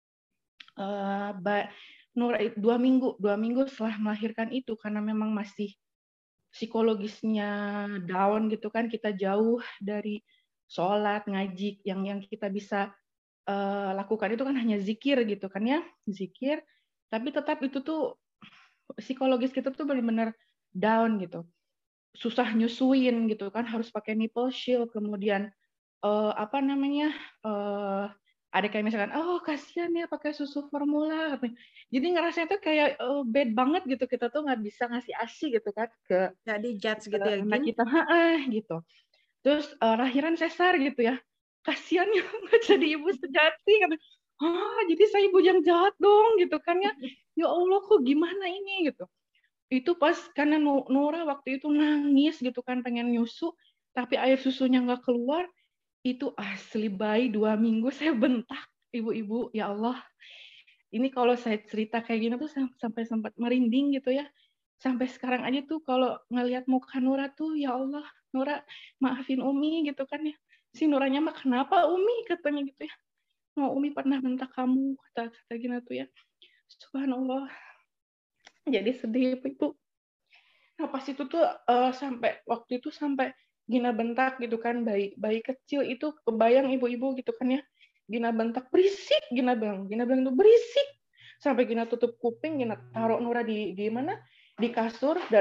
Nur 2 minggu setelah melahirkan itu karena memang masih psikologisnya down gitu kan, kita jauh dari sholat, ngaji, yang kita bisa lakukan itu kan hanya zikir gitu kan ya, zikir, tapi tetap itu tuh psikologis kita tuh benar-benar down gitu, susah nyusuin gitu kan, harus pakai nipple shield, kemudian apa namanya ada kayak misalkan oh kasihan ya pakai susu formula, jadi ngerasanya tuh kayak bad banget gitu, kita tuh nggak bisa ngasih ASI gitu kan ke Jadi judge gitu ya, anak Gin? kita gitu. Terus lahiran sesar gitu ya, kasihan ya nggak jadi ibu sejati kan. Jadi saya ibu yang jahat dong gitu kan ya. Ya Allah kok gimana ini gitu. Itu pas karena Nora waktu itu nangis gitu kan, pengen nyusu tapi air susunya nggak keluar. Itu asli bayi 2 minggu saya bentak, ibu-ibu ya Allah. Ini kalau saya cerita kayak gini tuh sampai sempat merinding gitu ya. Sampai sekarang aja tuh kalau ngelihat muka Nura tuh ya Allah, Nura maafin Umi gitu kan ya. Si Nuranya mah kenapa Umi katanya gitu ya. Mau Umi pernah bentak kamu kata gini tuh ya. Subhanallah. Jadi sedih Ibu. Pas itu tuh sampai waktu itu sampai Gina bentak gitu kan, bayi kecil itu kebayang ibu-ibu gitu kan ya. Gina bentak, berisik, Gina bilang tuh berisik. Sampai Gina tutup kuping, Gina taruh Nura di mana? Di kasur, dan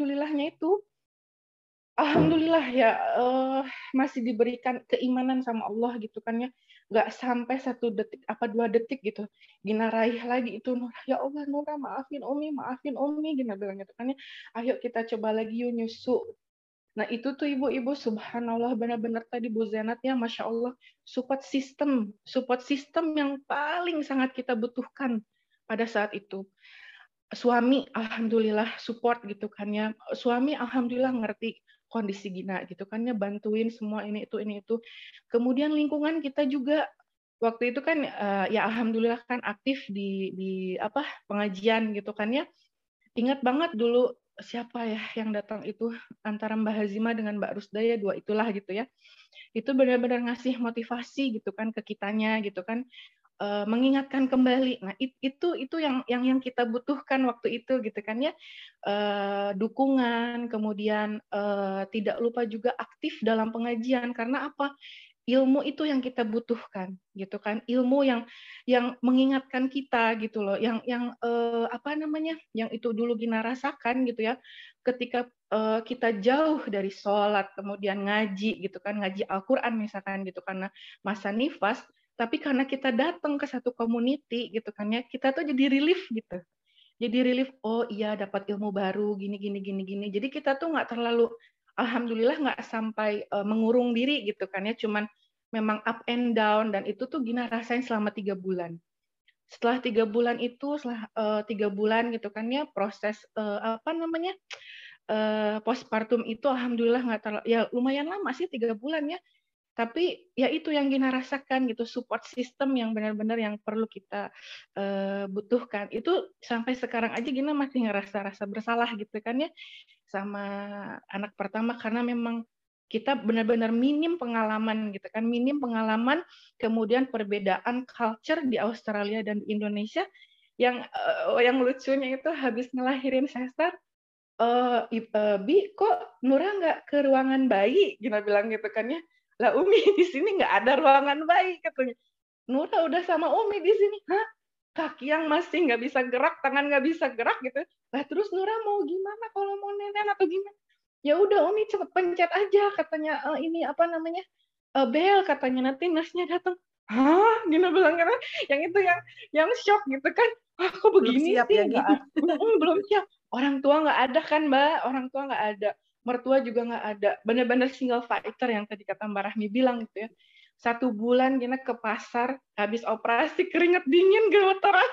alhamdulillah ya masih diberikan keimanan sama Allah gitu kan ya. Nggak sampai 1 detik apa 2 detik gitu. Gina raih lagi itu Nura, ya Allah Nura maafin Umi, Gina bilang gitu kan ya. Ayo kita coba lagi yuk nyusu. Nah itu tuh ibu-ibu subhanallah benar-benar tadi Bu Zenat ya Masya Allah support system yang paling sangat kita butuhkan pada saat itu. Suami alhamdulillah support gitu kan ya. Suami alhamdulillah ngerti kondisi Gina gitu kan ya, bantuin semua ini itu. Kemudian lingkungan kita juga waktu itu kan ya alhamdulillah kan aktif di pengajian gitu kan ya. Ingat banget dulu siapa ya yang datang itu antara Mbak Hazima dengan Mbak Rusdaya, 2 itulah gitu ya. Itu benar-benar ngasih motivasi gitu kan ke kitanya gitu kan, mengingatkan kembali. Nah itu yang kita butuhkan waktu itu gitu kan ya, dukungan, kemudian tidak lupa juga aktif dalam pengajian karena apa? Ilmu itu yang kita butuhkan gitu kan, ilmu yang mengingatkan kita gitu loh, yang yang itu dulu Gina rasakan gitu ya, ketika kita jauh dari sholat kemudian ngaji gitu kan, ngaji Al-Quran misalkan gitu karena masa nifas, tapi karena kita datang ke satu community gitu kan ya, kita tuh jadi relief gitu, oh iya dapat ilmu baru gini, jadi kita tuh nggak terlalu alhamdulillah nggak sampai mengurung diri gitu kan ya, cuman memang up and down, dan itu tuh Gina rasain selama 3 bulan. Setelah 3 bulan itu, setelah 3 bulan gitu kan ya, proses postpartum itu alhamdulillah nggak terlalu, ya lumayan lama sih 3 bulan ya, tapi ya itu yang Gina rasakan gitu, support system yang benar-benar yang perlu kita butuhkan. Itu sampai sekarang aja Gina masih ngerasa bersalah gitu kan ya sama anak pertama, karena memang kita benar-benar minim pengalaman gitu kan, kemudian perbedaan culture di Australia dan di Indonesia yang lucunya itu habis ngelahirin Cesar, Bi kok Nura nggak ke ruangan bayi, Gina bilang gitu kan ya. Lah Umi di sini nggak ada ruangan bayi katanya. Nura udah sama Umi di sini. Hah? Kaki yang masih nggak bisa gerak, tangan nggak bisa gerak gitu. Lah terus Nura mau gimana kalau mau nenen atau gimana? Ya udah Umi cepet pencet aja katanya, ini bel katanya, nanti nurse-nya datang. Hah? Gina bilang kan, yang itu yang shock gitu kan. Ah, kok begini belum siap sih? ya, Gin? Belum siap. Orang tua nggak ada kan Mbak, orang tua nggak ada. Mertua juga nggak ada, benar-benar single fighter yang tadi kata Mbak Rahmi bilang gitu ya. 1 bulan Gina ke pasar, habis operasi keringat dingin gemetaran.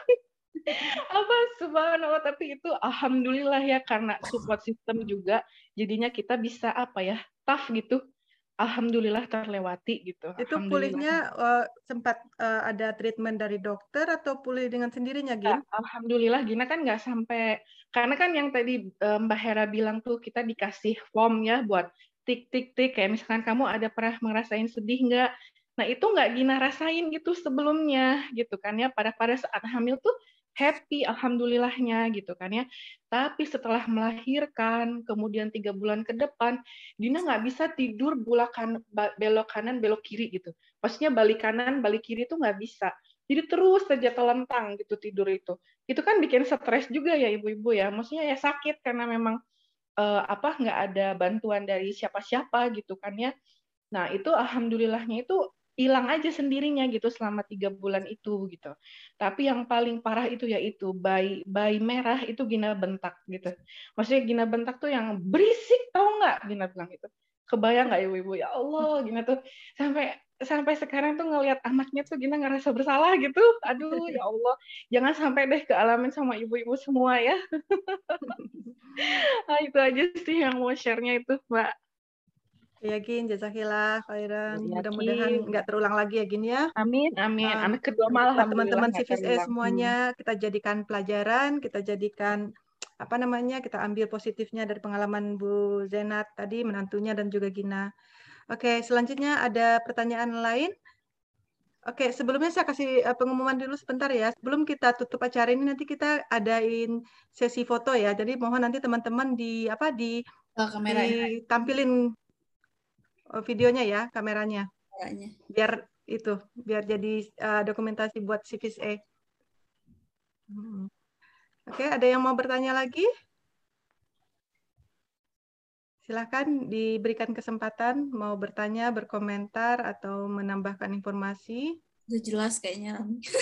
Subhanallah, tapi itu alhamdulillah ya karena support system juga, jadinya kita bisa tough gitu. Alhamdulillah terlewati gitu. Itu pulihnya sempat ada treatment dari dokter atau pulih dengan sendirinya, Gin? Alhamdulillah Gina kan nggak sampai, karena kan yang tadi Mbak Hera bilang tuh kita dikasih form ya buat tik kayak misalkan kamu ada pernah ngerasain sedih nggak? Nah itu nggak Gina rasain gitu sebelumnya gitu kan ya, pada saat hamil tuh happy alhamdulillahnya gitu kan ya. Tapi setelah melahirkan kemudian 3 bulan ke depan Gina nggak bisa tidur belok kanan belok kiri gitu. Maksudnya balik kanan balik kiri tuh nggak bisa. Jadi terus saja telentang gitu tidur itu. Itu kan bikin stres juga ya ibu-ibu ya. Maksudnya ya sakit karena memang nggak ada bantuan dari siapa-siapa gitu kan ya. Nah itu alhamdulillahnya itu hilang aja sendirinya gitu selama 3 bulan itu gitu. Tapi yang paling parah itu yaitu bayi merah itu Gina bentak gitu. Maksudnya Gina bentak tuh yang berisik tau nggak, Gina bilang itu. Kebayang nggak ibu-ibu, ya Allah Gina tuh sampai sekarang tuh ngelihat anaknya tuh Gina ngerasa bersalah gitu. Aduh ya Allah, jangan sampai deh kealamin sama ibu-ibu semua ya. Nah, itu aja sih yang mau share-nya itu Mbak. Ya Gin, jazakillah khairan. Ya, Mudah-mudahan nggak terulang lagi ya Gin ya. Amin. Anak kedua malah Teman-teman CVSE semuanya kita jadikan pelajaran, kita jadikan kita ambil positifnya dari pengalaman Bu Zenat tadi, menantunya dan juga Gina. Oke, selanjutnya ada pertanyaan lain? Oke, sebelumnya saya kasih pengumuman dulu sebentar ya. Sebelum kita tutup acara ini nanti kita adain sesi foto ya. Jadi mohon nanti teman-teman Kamera ditampilin videonya ya, kameranya. kameranya. Biar jadi dokumentasi buat CVSA. Oke, ada yang mau bertanya lagi? Silahkan diberikan kesempatan mau bertanya, berkomentar, atau menambahkan informasi. Udah jelas kayaknya.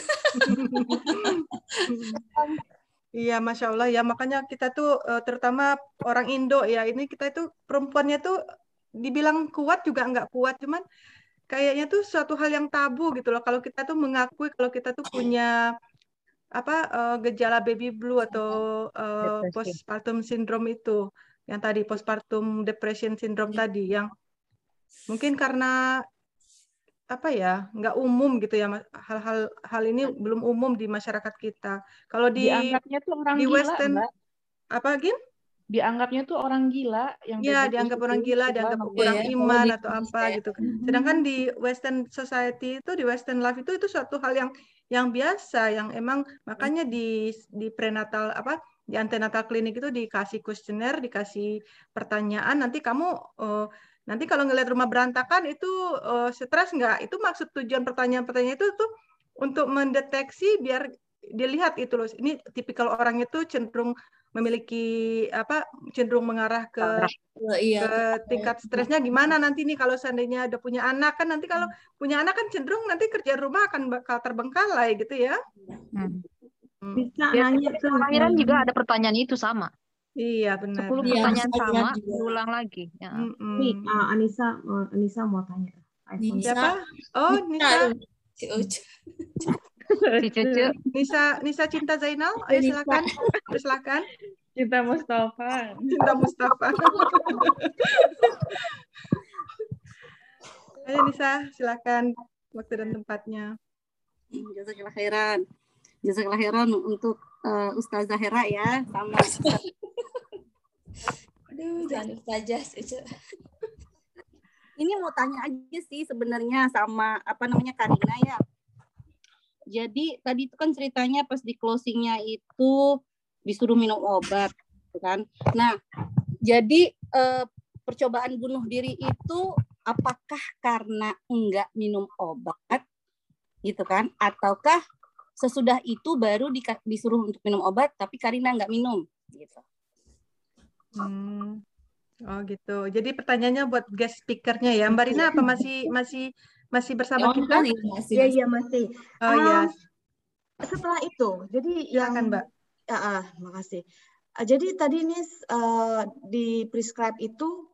Iya, Masya Allah ya. Makanya kita tuh, terutama orang Indo ya, ini kita itu perempuannya tuh dibilang kuat juga nggak kuat. Cuman kayaknya tuh suatu hal yang tabu gitu loh. Kalau kita tuh mengakui kalau kita tuh punya gejala baby blue atau postpartum syndrome itu. Yang tadi postpartum depression syndrome tadi, yang mungkin karena nggak umum gitu ya, hal ini belum umum di masyarakat kita. Kalau dianggapnya tuh orang di gila, Western Mbak. Apa Gin? Dianggapnya tuh orang gila yang ya dianggap orang gila, dianggap kurang iman atau apa gitu. Sedangkan di Western society itu, di Western life itu suatu hal yang biasa, yang emang makanya di prenatal di antenatal klinik itu dikasih kuesioner, dikasih pertanyaan, nanti kamu nanti kalau ngelihat rumah berantakan itu stres nggak? Itu maksud tujuan pertanyaan-pertanyaan itu tuh untuk mendeteksi biar dilihat itu loh. Ini tipikal orang itu cenderung memiliki cenderung mengarah ke tingkat stresnya gimana nanti nih kalau seandainya udah punya anak, kan nanti kalau punya anak kan cenderung nanti kerjaan rumah akan bakal terbengkalai gitu ya. Bisa nanya tuh. Kelahiran juga ada pertanyaan itu sama. Iya benar. 10 pertanyaan sama diulang lagi. Ya. Nih, Anissa mau tanya. Siapa? Oh, Nisa. Si Ucu. Si Cucu. Nisa Cinta Zainal, ayo silakan. Silakan. Cinta Mustafa. Cinta Mustafa. Ayo Nisa, silakan waktu dan tempatnya. Jazakallah khairan. Jazakallah khairan untuk Ustazah Hera ya, sama. Aduh, jangan saja. Ini mau tanya aja sih sebenarnya sama Karina ya. Jadi tadi itu kan ceritanya pas di closingnya itu disuruh minum obat, kan? Nah, jadi percobaan bunuh diri itu apakah karena enggak minum obat, gitu kan? Ataukah sesudah itu baru disuruh untuk minum obat, tapi Karina enggak minum, gitu? Oh gitu. Jadi pertanyaannya buat guest speaker-nya ya, Mbak Rina apa masih bersama kita? Iya masih. Oh iya. Setelah itu, jadi silakan Mbak. Makasih. Jadi tadi ini di prescribe itu,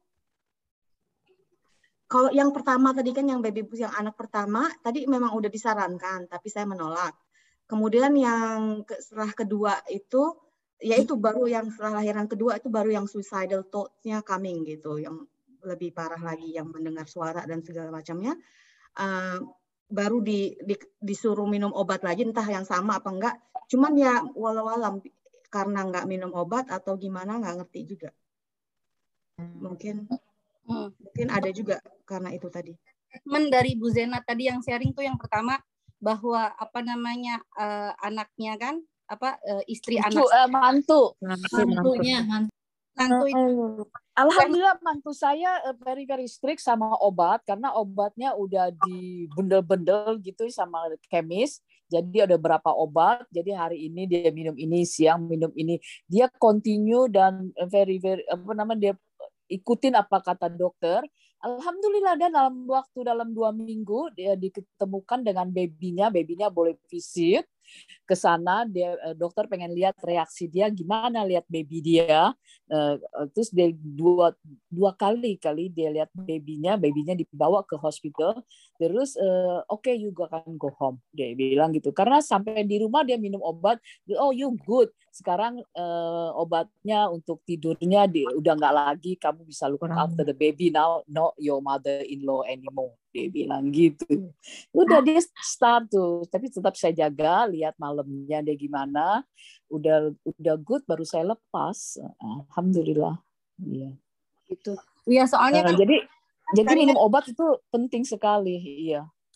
kalau yang pertama tadi kan yang baby boost, yang anak pertama tadi memang udah disarankan, tapi saya menolak. Kemudian yang setelah kedua itu, yaitu baru yang setelah lahiran kedua itu baru yang suicidal thoughts-nya coming gitu, yang lebih parah lagi, yang mendengar suara dan segala macamnya. Baru disuruh minum obat lagi, entah yang sama apa enggak. Cuman ya walau-alam karena enggak minum obat atau gimana nggak ngerti juga. Mungkin ada juga karena itu tadi. Dari Bu Zena tadi yang sharing tuh yang pertama bahwa anaknya kan istri mantunya. Alhamdulillah mantu saya very strict sama obat, karena obatnya udah dibendel-bendel gitu sama kemis. Jadi ada berapa obat, jadi hari ini dia minum ini, siang minum ini. Dia continue dan very dia ikutin apa kata dokter. Alhamdulillah, dan dalam 2 minggu dia ditemukan dengan babynya boleh visit ke sana. Dokter pengen lihat reaksi dia gimana, lihat baby dia. Terus dia dua kali dia lihat babynya dibawa ke hospital. Terus okay, you can go home, dia bilang gitu. Karena sampai di rumah dia minum obat, oh you good. Sekarang obatnya untuk tidurnya udah nggak lagi, kamu bisa look after the baby now, not your mother-in-law anymore, dia bilang gitu. Udah dia start tuh, tapi tetap saya jaga, lihat malamnya dia gimana. Udah good, baru saya lepas. Alhamdulillah. Iya. Gitu. Iya, soalnya kan jadi minum obat itu penting sekali, iya.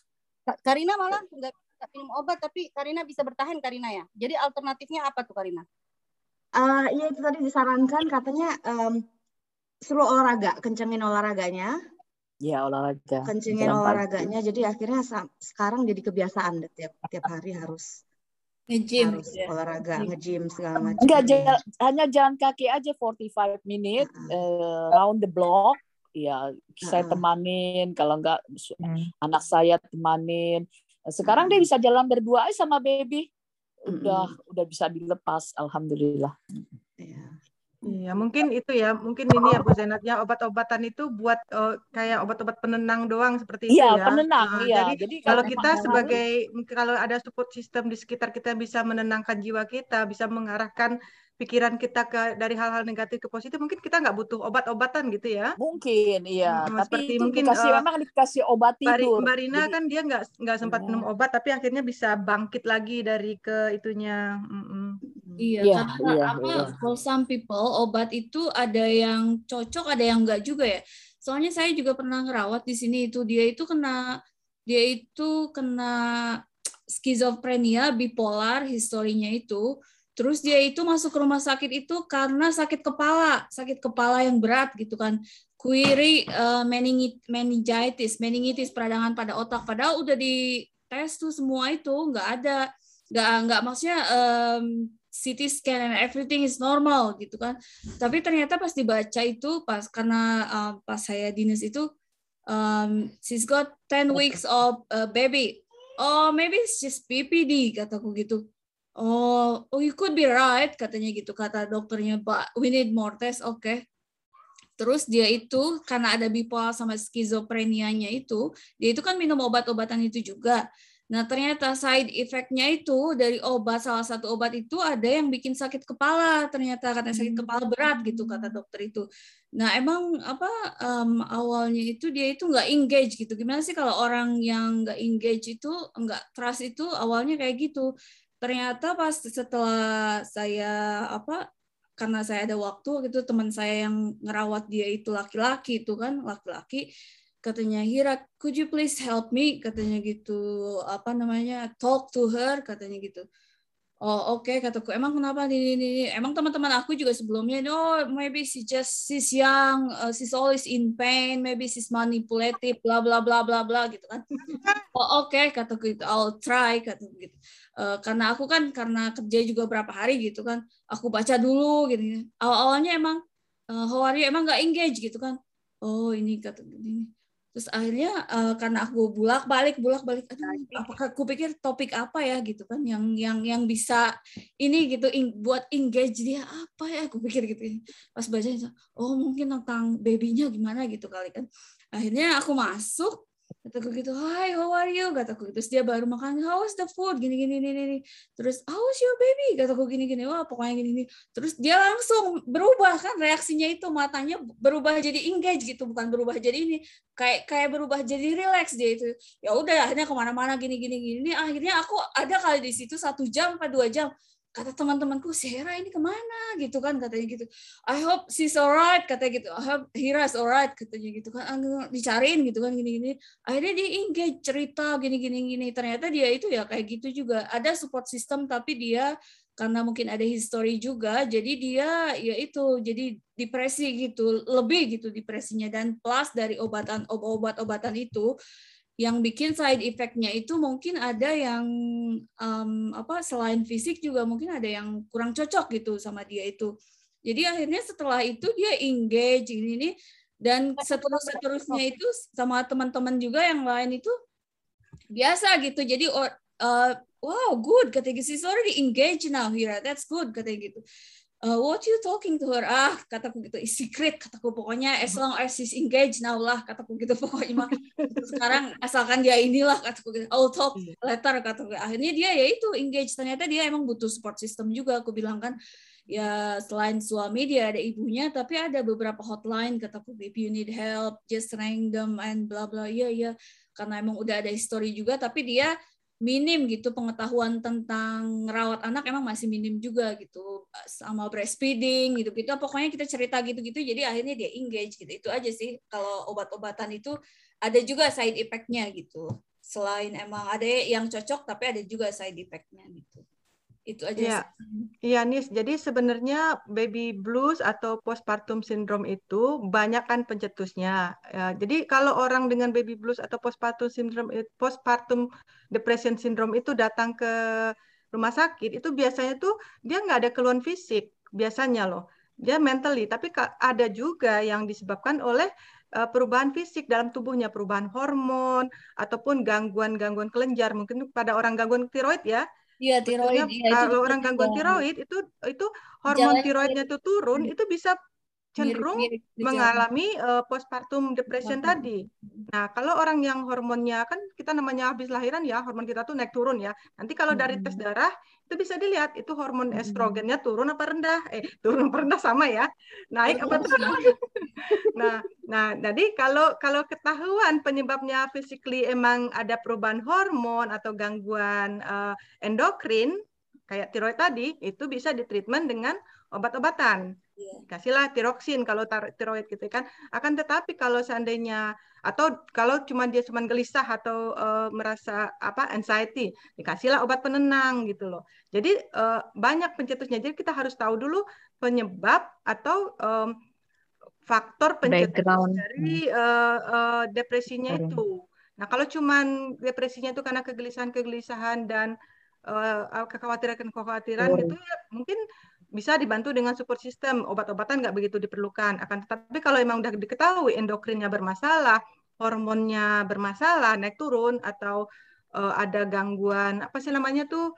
Karina malah nggak minum obat, tapi Karina bisa bertahan, Karina ya. Jadi alternatifnya apa tuh, Karina? Ya itu tadi disarankan katanya suruh olahraga, kencengin olahraganya. Ya, olahraga. Kencengin Jalan olahraganya. Jadi akhirnya sekarang jadi kebiasaan deh, tiap hari harus Nge-gym harus gitu ya. olahraga, nge-gym segala macam. Enggak, hanya jalan kaki aja 45 menit round the block. Ya, saya temanin, kalau enggak anak saya temanin. Sekarang dia bisa jalan berdua aja sama baby. Udah bisa dilepas, alhamdulillah. Iya, mungkin itu ya, mungkin ini ya Bu Zainab, ya obat-obatan itu buat kayak obat-obat penenang doang seperti itu Iya, ya. penenang, iya. Jadi kalau kita sebagai, kalau ada support system di sekitar kita bisa menenangkan jiwa kita, bisa mengarahkan pikiran kita dari hal-hal negatif ke positif, mungkin kita nggak butuh obat-obatan gitu ya. Mungkin, iya. Tapi seperti itu mungkin memang dikasih obat tidur. Mbak Rina Jadi, kan dia nggak sempat minum obat, tapi akhirnya bisa bangkit lagi dari ke itunya. Iya, karena for some people obat itu ada yang cocok, ada yang enggak juga ya. Soalnya saya juga pernah ngerawat di sini itu dia itu kena skizofrenia, bipolar, historinya itu. Terus dia itu masuk ke rumah sakit itu karena sakit kepala yang berat gitu kan. Query meningitis, peradangan pada otak. Padahal udah dites tuh semua itu nggak maksudnya CT scan and everything is normal gitu kan. Tapi ternyata pas dibaca itu karena pas saya dinas itu she's got 10 weeks of baby. Oh, maybe it's just PPD kataku gitu. Oh, you could be right katanya gitu kata dokternya, but we need more tests. Oke. Terus dia itu karena ada bipolar sama skizofrenianya itu, dia itu kan minum obat-obatan itu juga. Nah, ternyata side effect-nya itu dari salah satu obat itu ada yang bikin sakit kepala. Ternyata katanya sakit kepala berat gitu kata dokter itu. Nah, emang awalnya itu dia itu nggak engage gitu. Gimana sih kalau orang yang nggak engage itu, nggak trust itu awalnya kayak gitu. Ternyata pas setelah saya karena saya ada waktu gitu, teman saya yang ngerawat dia itu laki-laki itu kan, laki-laki. Katanya, Hira, could you please help me? Katanya gitu, talk to her, katanya gitu. Oh, oke, kataku. Emang kenapa ini? Emang teman-teman aku juga sebelumnya, maybe she's young, she's always in pain, maybe she's manipulative, bla bla bla bla bla gitu kan. Oh, oke, kataku gitu. I'll try, kataku gitu. Karena aku kan karena kerja juga berapa hari gitu kan, aku baca dulu gitu. Awalnya emang how are you? Emang nggak engage gitu kan. Oh, ini kata gini. Terus akhirnya karena aku bolak-balik, apakah aku pikir topik apa ya gitu kan yang bisa ini gitu buat engage dia apa ya, aku pikir gitu. Pas baca oh mungkin tentang babynya gimana gitu kali kan. Akhirnya aku masuk, kataku gitu, hi how are you, kataku gitu. Terus dia baru makan, how was the food, gini. Terus how was your baby, kataku gini. Wah pokoknya gini. Terus dia langsung berubah kan reaksinya itu, matanya berubah jadi engage gitu, bukan berubah jadi ini, kayak berubah jadi relax dia itu. Ya udah akhirnya kemana-mana gini. Akhirnya aku ada kali di situ 1 jam atau 2 jam. Kata teman-temanku, si Hera ini kemana gitu kan, katanya gitu. I hope she's alright, katanya gitu. I hope Hera's alright, katanya gitu kan. Dicariin gitu kan, gini. Akhirnya dia engage, cerita gini. Ternyata dia itu ya kayak gitu juga. Ada support system, tapi dia karena mungkin ada history juga, jadi dia ya itu jadi depresi gitu, lebih gitu depresinya. Dan plus dari obat-obatan itu, yang bikin side effect-nya itu mungkin ada yang selain fisik juga mungkin ada yang kurang cocok gitu sama dia itu. Jadi akhirnya setelah itu dia engage ini dan seterusnya itu sama teman-teman juga yang lain itu biasa gitu. Jadi wow good katanya, she's already engaged now Hira, that's good katanya gitu. What you talking to her? Kataku gitu, secret, kataku pokoknya as long as she's engaged now lah, kataku gitu pokoknya mah. Sekarang asalkan dia inilah, kataku gitu, I'll talk later, kataku. Akhirnya dia ya itu engaged, ternyata dia emang butuh support system juga, aku bilang kan. Ya selain suami dia ada ibunya, tapi ada beberapa hotline, kataku, if you need help, just random and bla bla, iya, karena emang udah ada history juga, tapi dia minim gitu pengetahuan tentang rawat anak, emang masih minim juga gitu, sama breastfeeding gitu pokoknya kita cerita gitu jadi akhirnya dia engage gitu. Itu aja sih, kalau obat-obatan itu ada juga side effect-nya gitu Selain emang ada yang cocok, tapi ada juga side effect-nya gitu. Itu aja. Iya, iya Nis. Jadi sebenarnya baby blues atau postpartum syndrome itu banyak kan pencetusnya. Ya, jadi kalau orang dengan baby blues atau postpartum depression syndrome itu datang ke rumah sakit, itu biasanya tuh dia nggak ada keluhan fisik biasanya loh. Dia mentally, tapi ada juga yang disebabkan oleh perubahan fisik dalam tubuhnya, perubahan hormon ataupun gangguan-gangguan kelenjar. Mungkin pada orang gangguan tiroid ya. Iya, tiroid. Maksudnya kalau orang gangguan tiroid itu hormon tiroidnya itu turun, itu bisa cenderung mengalami postpartum depression tadi. Nah, kalau orang yang hormonnya kan kita namanya habis lahiran ya, hormon kita tuh naik turun ya. Nanti kalau dari tes darah itu bisa dilihat itu hormon estrogennya turun apa rendah. Turun apa rendah sama ya. Naik apa turun. Nah, jadi kalau ketahuan penyebabnya physically emang ada perubahan hormon atau gangguan endokrin kayak tiroid tadi, itu bisa ditreatment dengan obat-obatan. Kasihlah tiroksin kalau tiroid gitu kan. Akan tetapi kalau seandainya atau kalau dia cuma gelisah atau merasa anxiety, dikasihlah obat penenang gitu loh. Jadi banyak pencetusnya. Jadi kita harus tahu dulu penyebab atau faktor pencetus dari depresinya itu. Nah, kalau cuman depresinya itu karena kegelisahan dan kekhawatiran gitu ya mungkin bisa dibantu dengan support system, obat-obatan nggak begitu diperlukan. Akan tetapi kalau memang udah diketahui endokrinnya bermasalah, hormonnya bermasalah, naik turun atau ada gangguan apa sih namanya tuh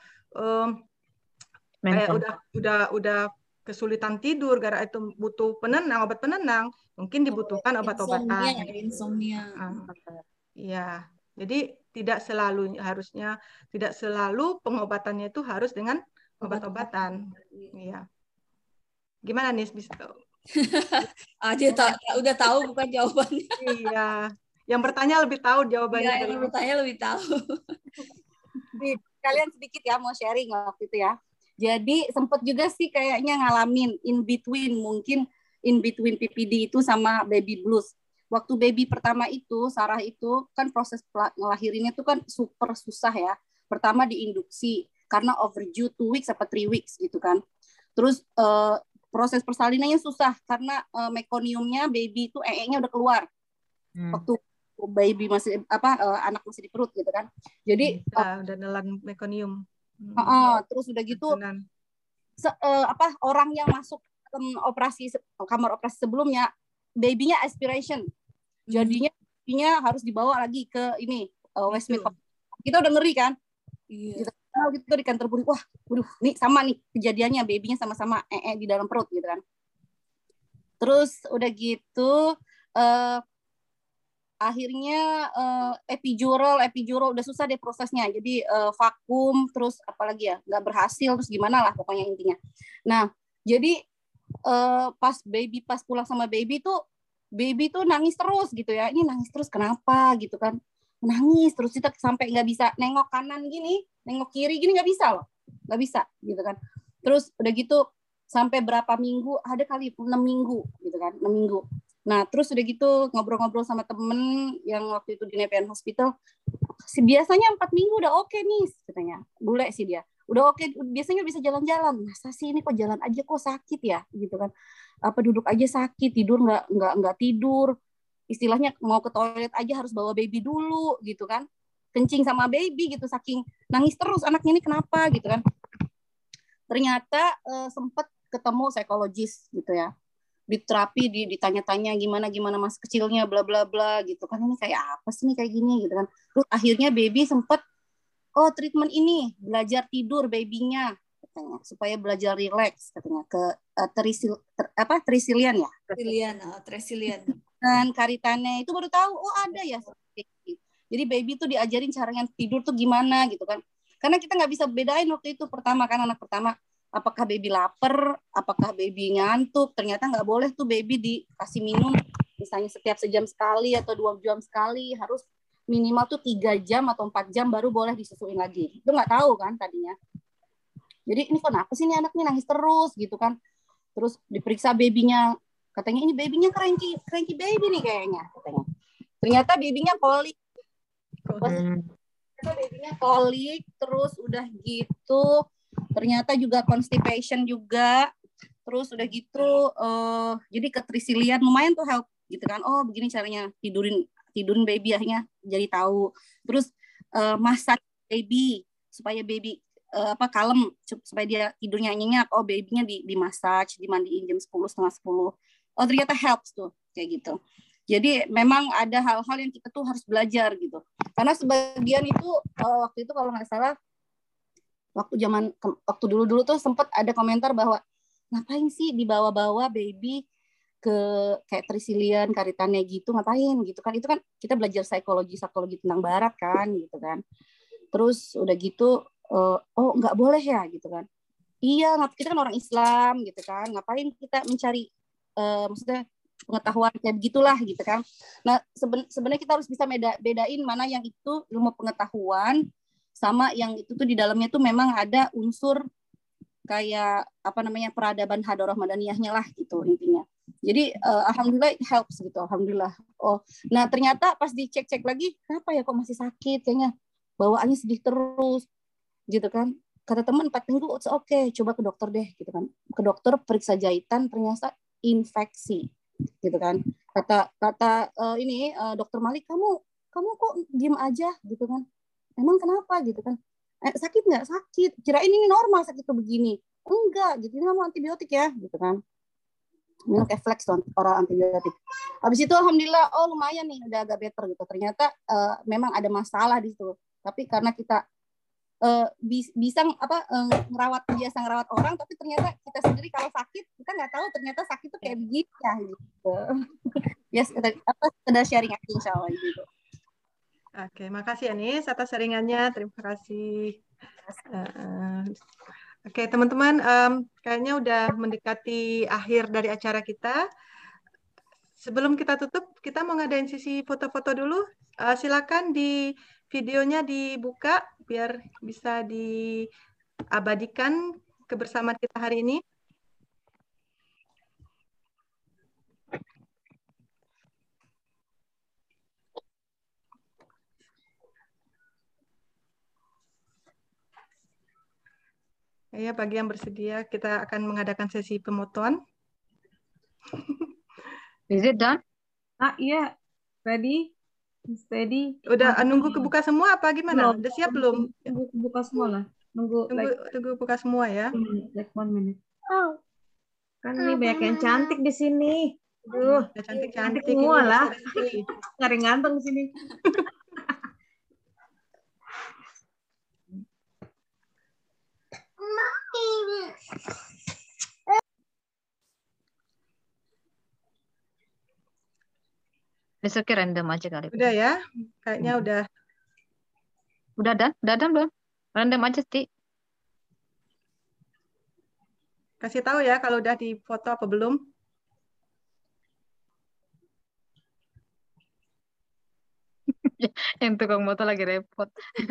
kayak udah kesulitan tidur gara itu butuh penenang, obat penenang, mungkin dibutuhkan obat-obatan. Insomnia. Iya. Jadi harusnya tidak selalu pengobatannya itu harus dengan obat-obatan. Iya. Gimana nih bisa? Dia udah tahu bukan jawabannya. Iya. Yang bertanya lebih tahu jawabannya. Iya, yang bertanya lebih tahu. Kalian sedikit ya mau sharing waktu itu ya. Jadi sempat juga sih kayaknya ngalamin in between PPD itu sama baby blues. Waktu baby pertama itu, Sarah itu kan proses ngelahirinnya itu kan super susah ya. Pertama diinduksi karena overdue 2 weeks apa 3 weeks gitu kan. Terus proses persalinannya susah karena mekoniumnya baby itu nya udah keluar. Waktu baby masih anak masih di perut gitu kan. Jadi udah nelan mekonium. Terus udah gitu orang yang masuk kamar operasi sebelumnya babynya aspiration. Jadinya babynya harus dibawa lagi ke ini Westmead. Kita udah ngeri kan? Iya. Gitu di kantor buri, waduh, nih sama nih kejadiannya, babynya sama-sama di dalam perut gitu kan. Terus udah gitu akhirnya epidural udah susah deh prosesnya. Jadi vakum terus apalagi ya nggak berhasil terus gimana lah pokoknya intinya. Nah jadi pas pulang sama baby tuh nangis terus gitu ya. Ini nangis terus kenapa gitu kan? Nangis terus kita sampai nggak bisa nengok kanan gini, nengok kiri gini nggak bisa loh, nggak bisa gitu kan. Terus udah gitu sampai berapa minggu, ada kali 6 minggu gitu kan, 6 minggu. Nah terus udah gitu ngobrol-ngobrol sama temen yang waktu itu di Nepean Hospital, biasanya 4 minggu udah oke nih katanya, bule sih dia, udah oke, biasanya bisa jalan-jalan. Masa sih ini kok jalan aja kok sakit ya gitu kan? Apa duduk aja sakit, tidur nggak tidur. Istilahnya mau ke toilet aja harus bawa baby dulu gitu kan, kencing sama baby gitu, saking nangis terus anaknya ini kenapa gitu kan. Ternyata sempat ketemu psikologis gitu ya, di terapi ditanya-tanya gimana masa kecilnya bla bla bla gitu kan, ini kayak apa sih nih kayak gini gitu kan. Terus akhirnya baby sempat treatment ini belajar tidur babynya katanya supaya belajar relax katanya ke Trisilian ya. Trisilian. Dan Karitane itu baru tahu ada ya. Jadi baby tuh diajarin caranya tidur tuh gimana gitu kan. Karena kita nggak bisa bedain waktu itu pertama kan, anak pertama apakah baby lapar, apakah baby ngantuk. Ternyata nggak boleh tuh baby dikasih minum misalnya setiap sejam sekali atau 2 jam sekali, harus minimal tuh 3 jam atau 4 jam baru boleh disusuin lagi. Itu nggak tahu kan tadinya. Jadi ini kenapa sih ini anak nih nangis terus gitu kan. Terus diperiksa babynya, katanya ini babynya cranky baby nih kayaknya katanya. Ternyata babynya kolik. babynya kolik, terus udah gitu ternyata juga constipation juga, terus udah gitu jadi ketersilian lumayan tuh help gitu kan. Oh begini caranya tidurin baby, akhirnya jadi tahu. Terus masak baby supaya baby kalem, supaya dia tidurnya nyenyak. Oh babynya dimassage, dimandiin jam 10, setengah 10. Oh ternyata helps tuh kayak gitu. Jadi memang ada hal-hal yang kita tuh harus belajar gitu. Karena sebagian itu waktu itu kalau nggak salah, waktu dulu tuh sempat ada komentar bahwa ngapain sih dibawa-bawa baby ke kayak trisilian, karitannya gitu, ngapain gitu kan. Itu kan kita belajar psikologi tentang barat kan gitu kan. Terus udah gitu oh nggak boleh ya gitu kan. Iya, kita kan orang Islam gitu kan. Ngapain kita mencari maksudnya pengetahuan kayak begitulah gitu kan. Nah, sebenarnya kita harus bisa bedain mana yang itu ilmu pengetahuan sama yang itu tuh di dalamnya tuh memang ada unsur kayak peradaban Hadharah Madaniyahnya lah gitu intinya. Jadi alhamdulillah it helps gitu, alhamdulillah. Oh, nah ternyata pas dicek-cek lagi, kenapa ya kok masih sakit, kayaknya bawaannya sedih terus gitu kan. Kata teman 4 minggu oke, coba ke dokter deh gitu kan. Ke dokter periksa jahitan, ternyata infeksi gitu kan. Kata dokter Malik, kamu kok diem aja gitu kan. Emang kenapa gitu kan? Sakit nggak? Sakit. Kirain ini normal sakit tuh begini. Enggak gitu, ini mau antibiotik ya gitu kan. Minum Keflex tuh oral antibiotik. Habis itu alhamdulillah lumayan nih udah agak better gitu. Ternyata memang ada masalah di situ. Tapi karena kita biasa ngerawat orang, tapi ternyata kita sendiri kalau sakit kita nggak tahu ternyata sakit tuh kayak begini ya gitu. Ya sekedar sharing aja insyaallah gitu. Oke, makasih Anis atas sharingannya. Terima kasih. Oke, teman-teman, kayaknya udah mendekati akhir dari acara kita. Sebelum kita tutup, kita mau ngadain sisi foto-foto dulu. Silakan di videonya dibuka biar bisa diabadikan kebersamaan kita hari ini. Ya, bagi yang bersedia, kita akan mengadakan sesi pemotoan. Is it done? Iya. Ready? Steady. Udah nunggu kebuka semua apa gimana? Udah siap belum? Nunggu kebuka semua lah. Nunggu buka semua ya. Like 1 minute. Kan ini banyak yang cantik di sini. Aduh, cantik semua lah. Cari nganteng di sini. Besoknya random aja kali. Udah ya, kayaknya udah. Udah belum? Random aja sih. Kasih tahu ya kalau udah difoto apa belum. Yang tukang motor lagi repot.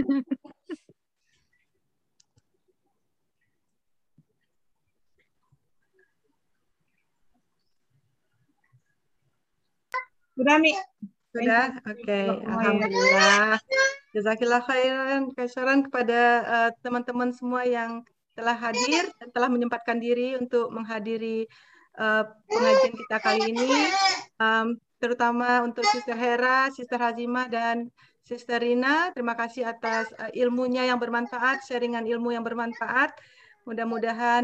Sudah, Mi. Sudah? Oke. Alhamdulillah. Jazakillah khairan, kaisaran kepada teman-teman semua yang telah hadir, telah menyempatkan diri untuk menghadiri pengajian kita kali ini. Terutama untuk Sister Hera, Sister Hazimah, dan Sister Rina. Terima kasih atas ilmunya yang bermanfaat, sharingan ilmu yang bermanfaat. Mudah-mudahan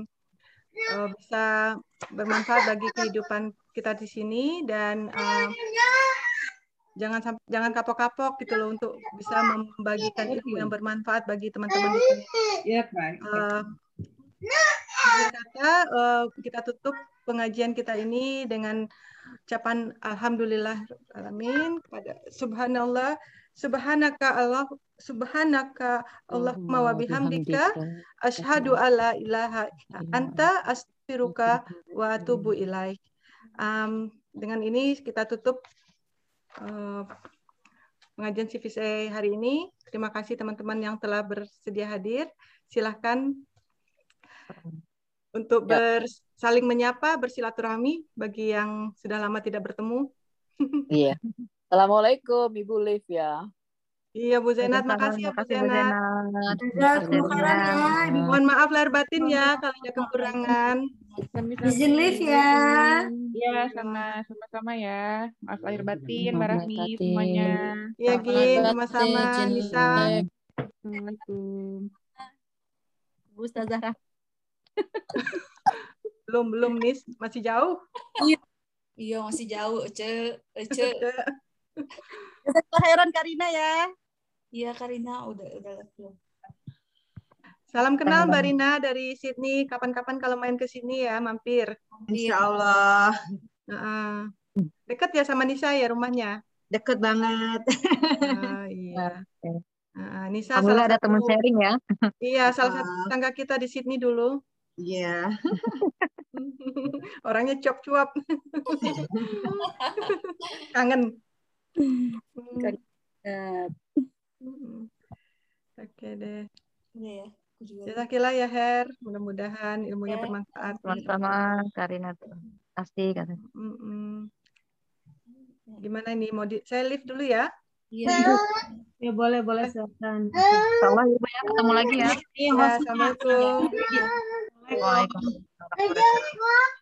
bisa bermanfaat bagi kehidupan kita di sini, dan jangan kapok-kapok gitu loh untuk bisa membagikan ilmu yang bermanfaat bagi teman-teman di sini. Kita tutup pengajian kita ini dengan ucapan alhamdulillah alamin kepada subhanallah, subhanaka Allahumma wa bihamdika asyhadu alla ilaha anta astaghfiruka wa atubu ilaik. Dengan ini kita tutup pengajian CVC hari ini. Terima kasih teman-teman yang telah bersedia hadir. Silahkan untuk saling menyapa, bersilaturahmi bagi yang sudah lama tidak bertemu. Iya. Assalamualaikum Ibu Liv ya. Iya Bu Zainat, makasih ya Bu Zainat. Jazakumullah khairan ya. Mohon maaf lahir batin ya kalau ada kekurangan. Izin live ya. Iya, sama-sama ya. Maaf lahir batin, Mbak Rahmi semuanya. Iya Gin, sama-sama Nisa. Assalamualaikum. Bu Ustazah. Belum Nis, masih jauh. Iya, masih jauh, Ece. Jazakumullah khairan Karina ya. Iya, Karina udah belum. Salam kenal Mbak Rina dari Sydney. Kapan-kapan kalau main ke sini ya, mampir. Insya Allah. Dekat ya sama Nisa ya rumahnya? Deket banget. Iya. Nisa Alhamdulillah salah ada teman satu, sharing ya. Iya, salah satu tetangga kita di Sydney dulu. Iya. Orangnya cuap-cuap. Kangen. Oke deh. Iya ya. Jazakallah ya Her, mudah-mudahan ilmunya bermanfaat. Sama-sama Karina pasti kan. Gimana ini mau saya live dulu ya? Iya. Ya boleh silakan. Insyaallah Ibu ya, ketemu lagi ya. Iya, assalamualaikum. Waalaikumsalam.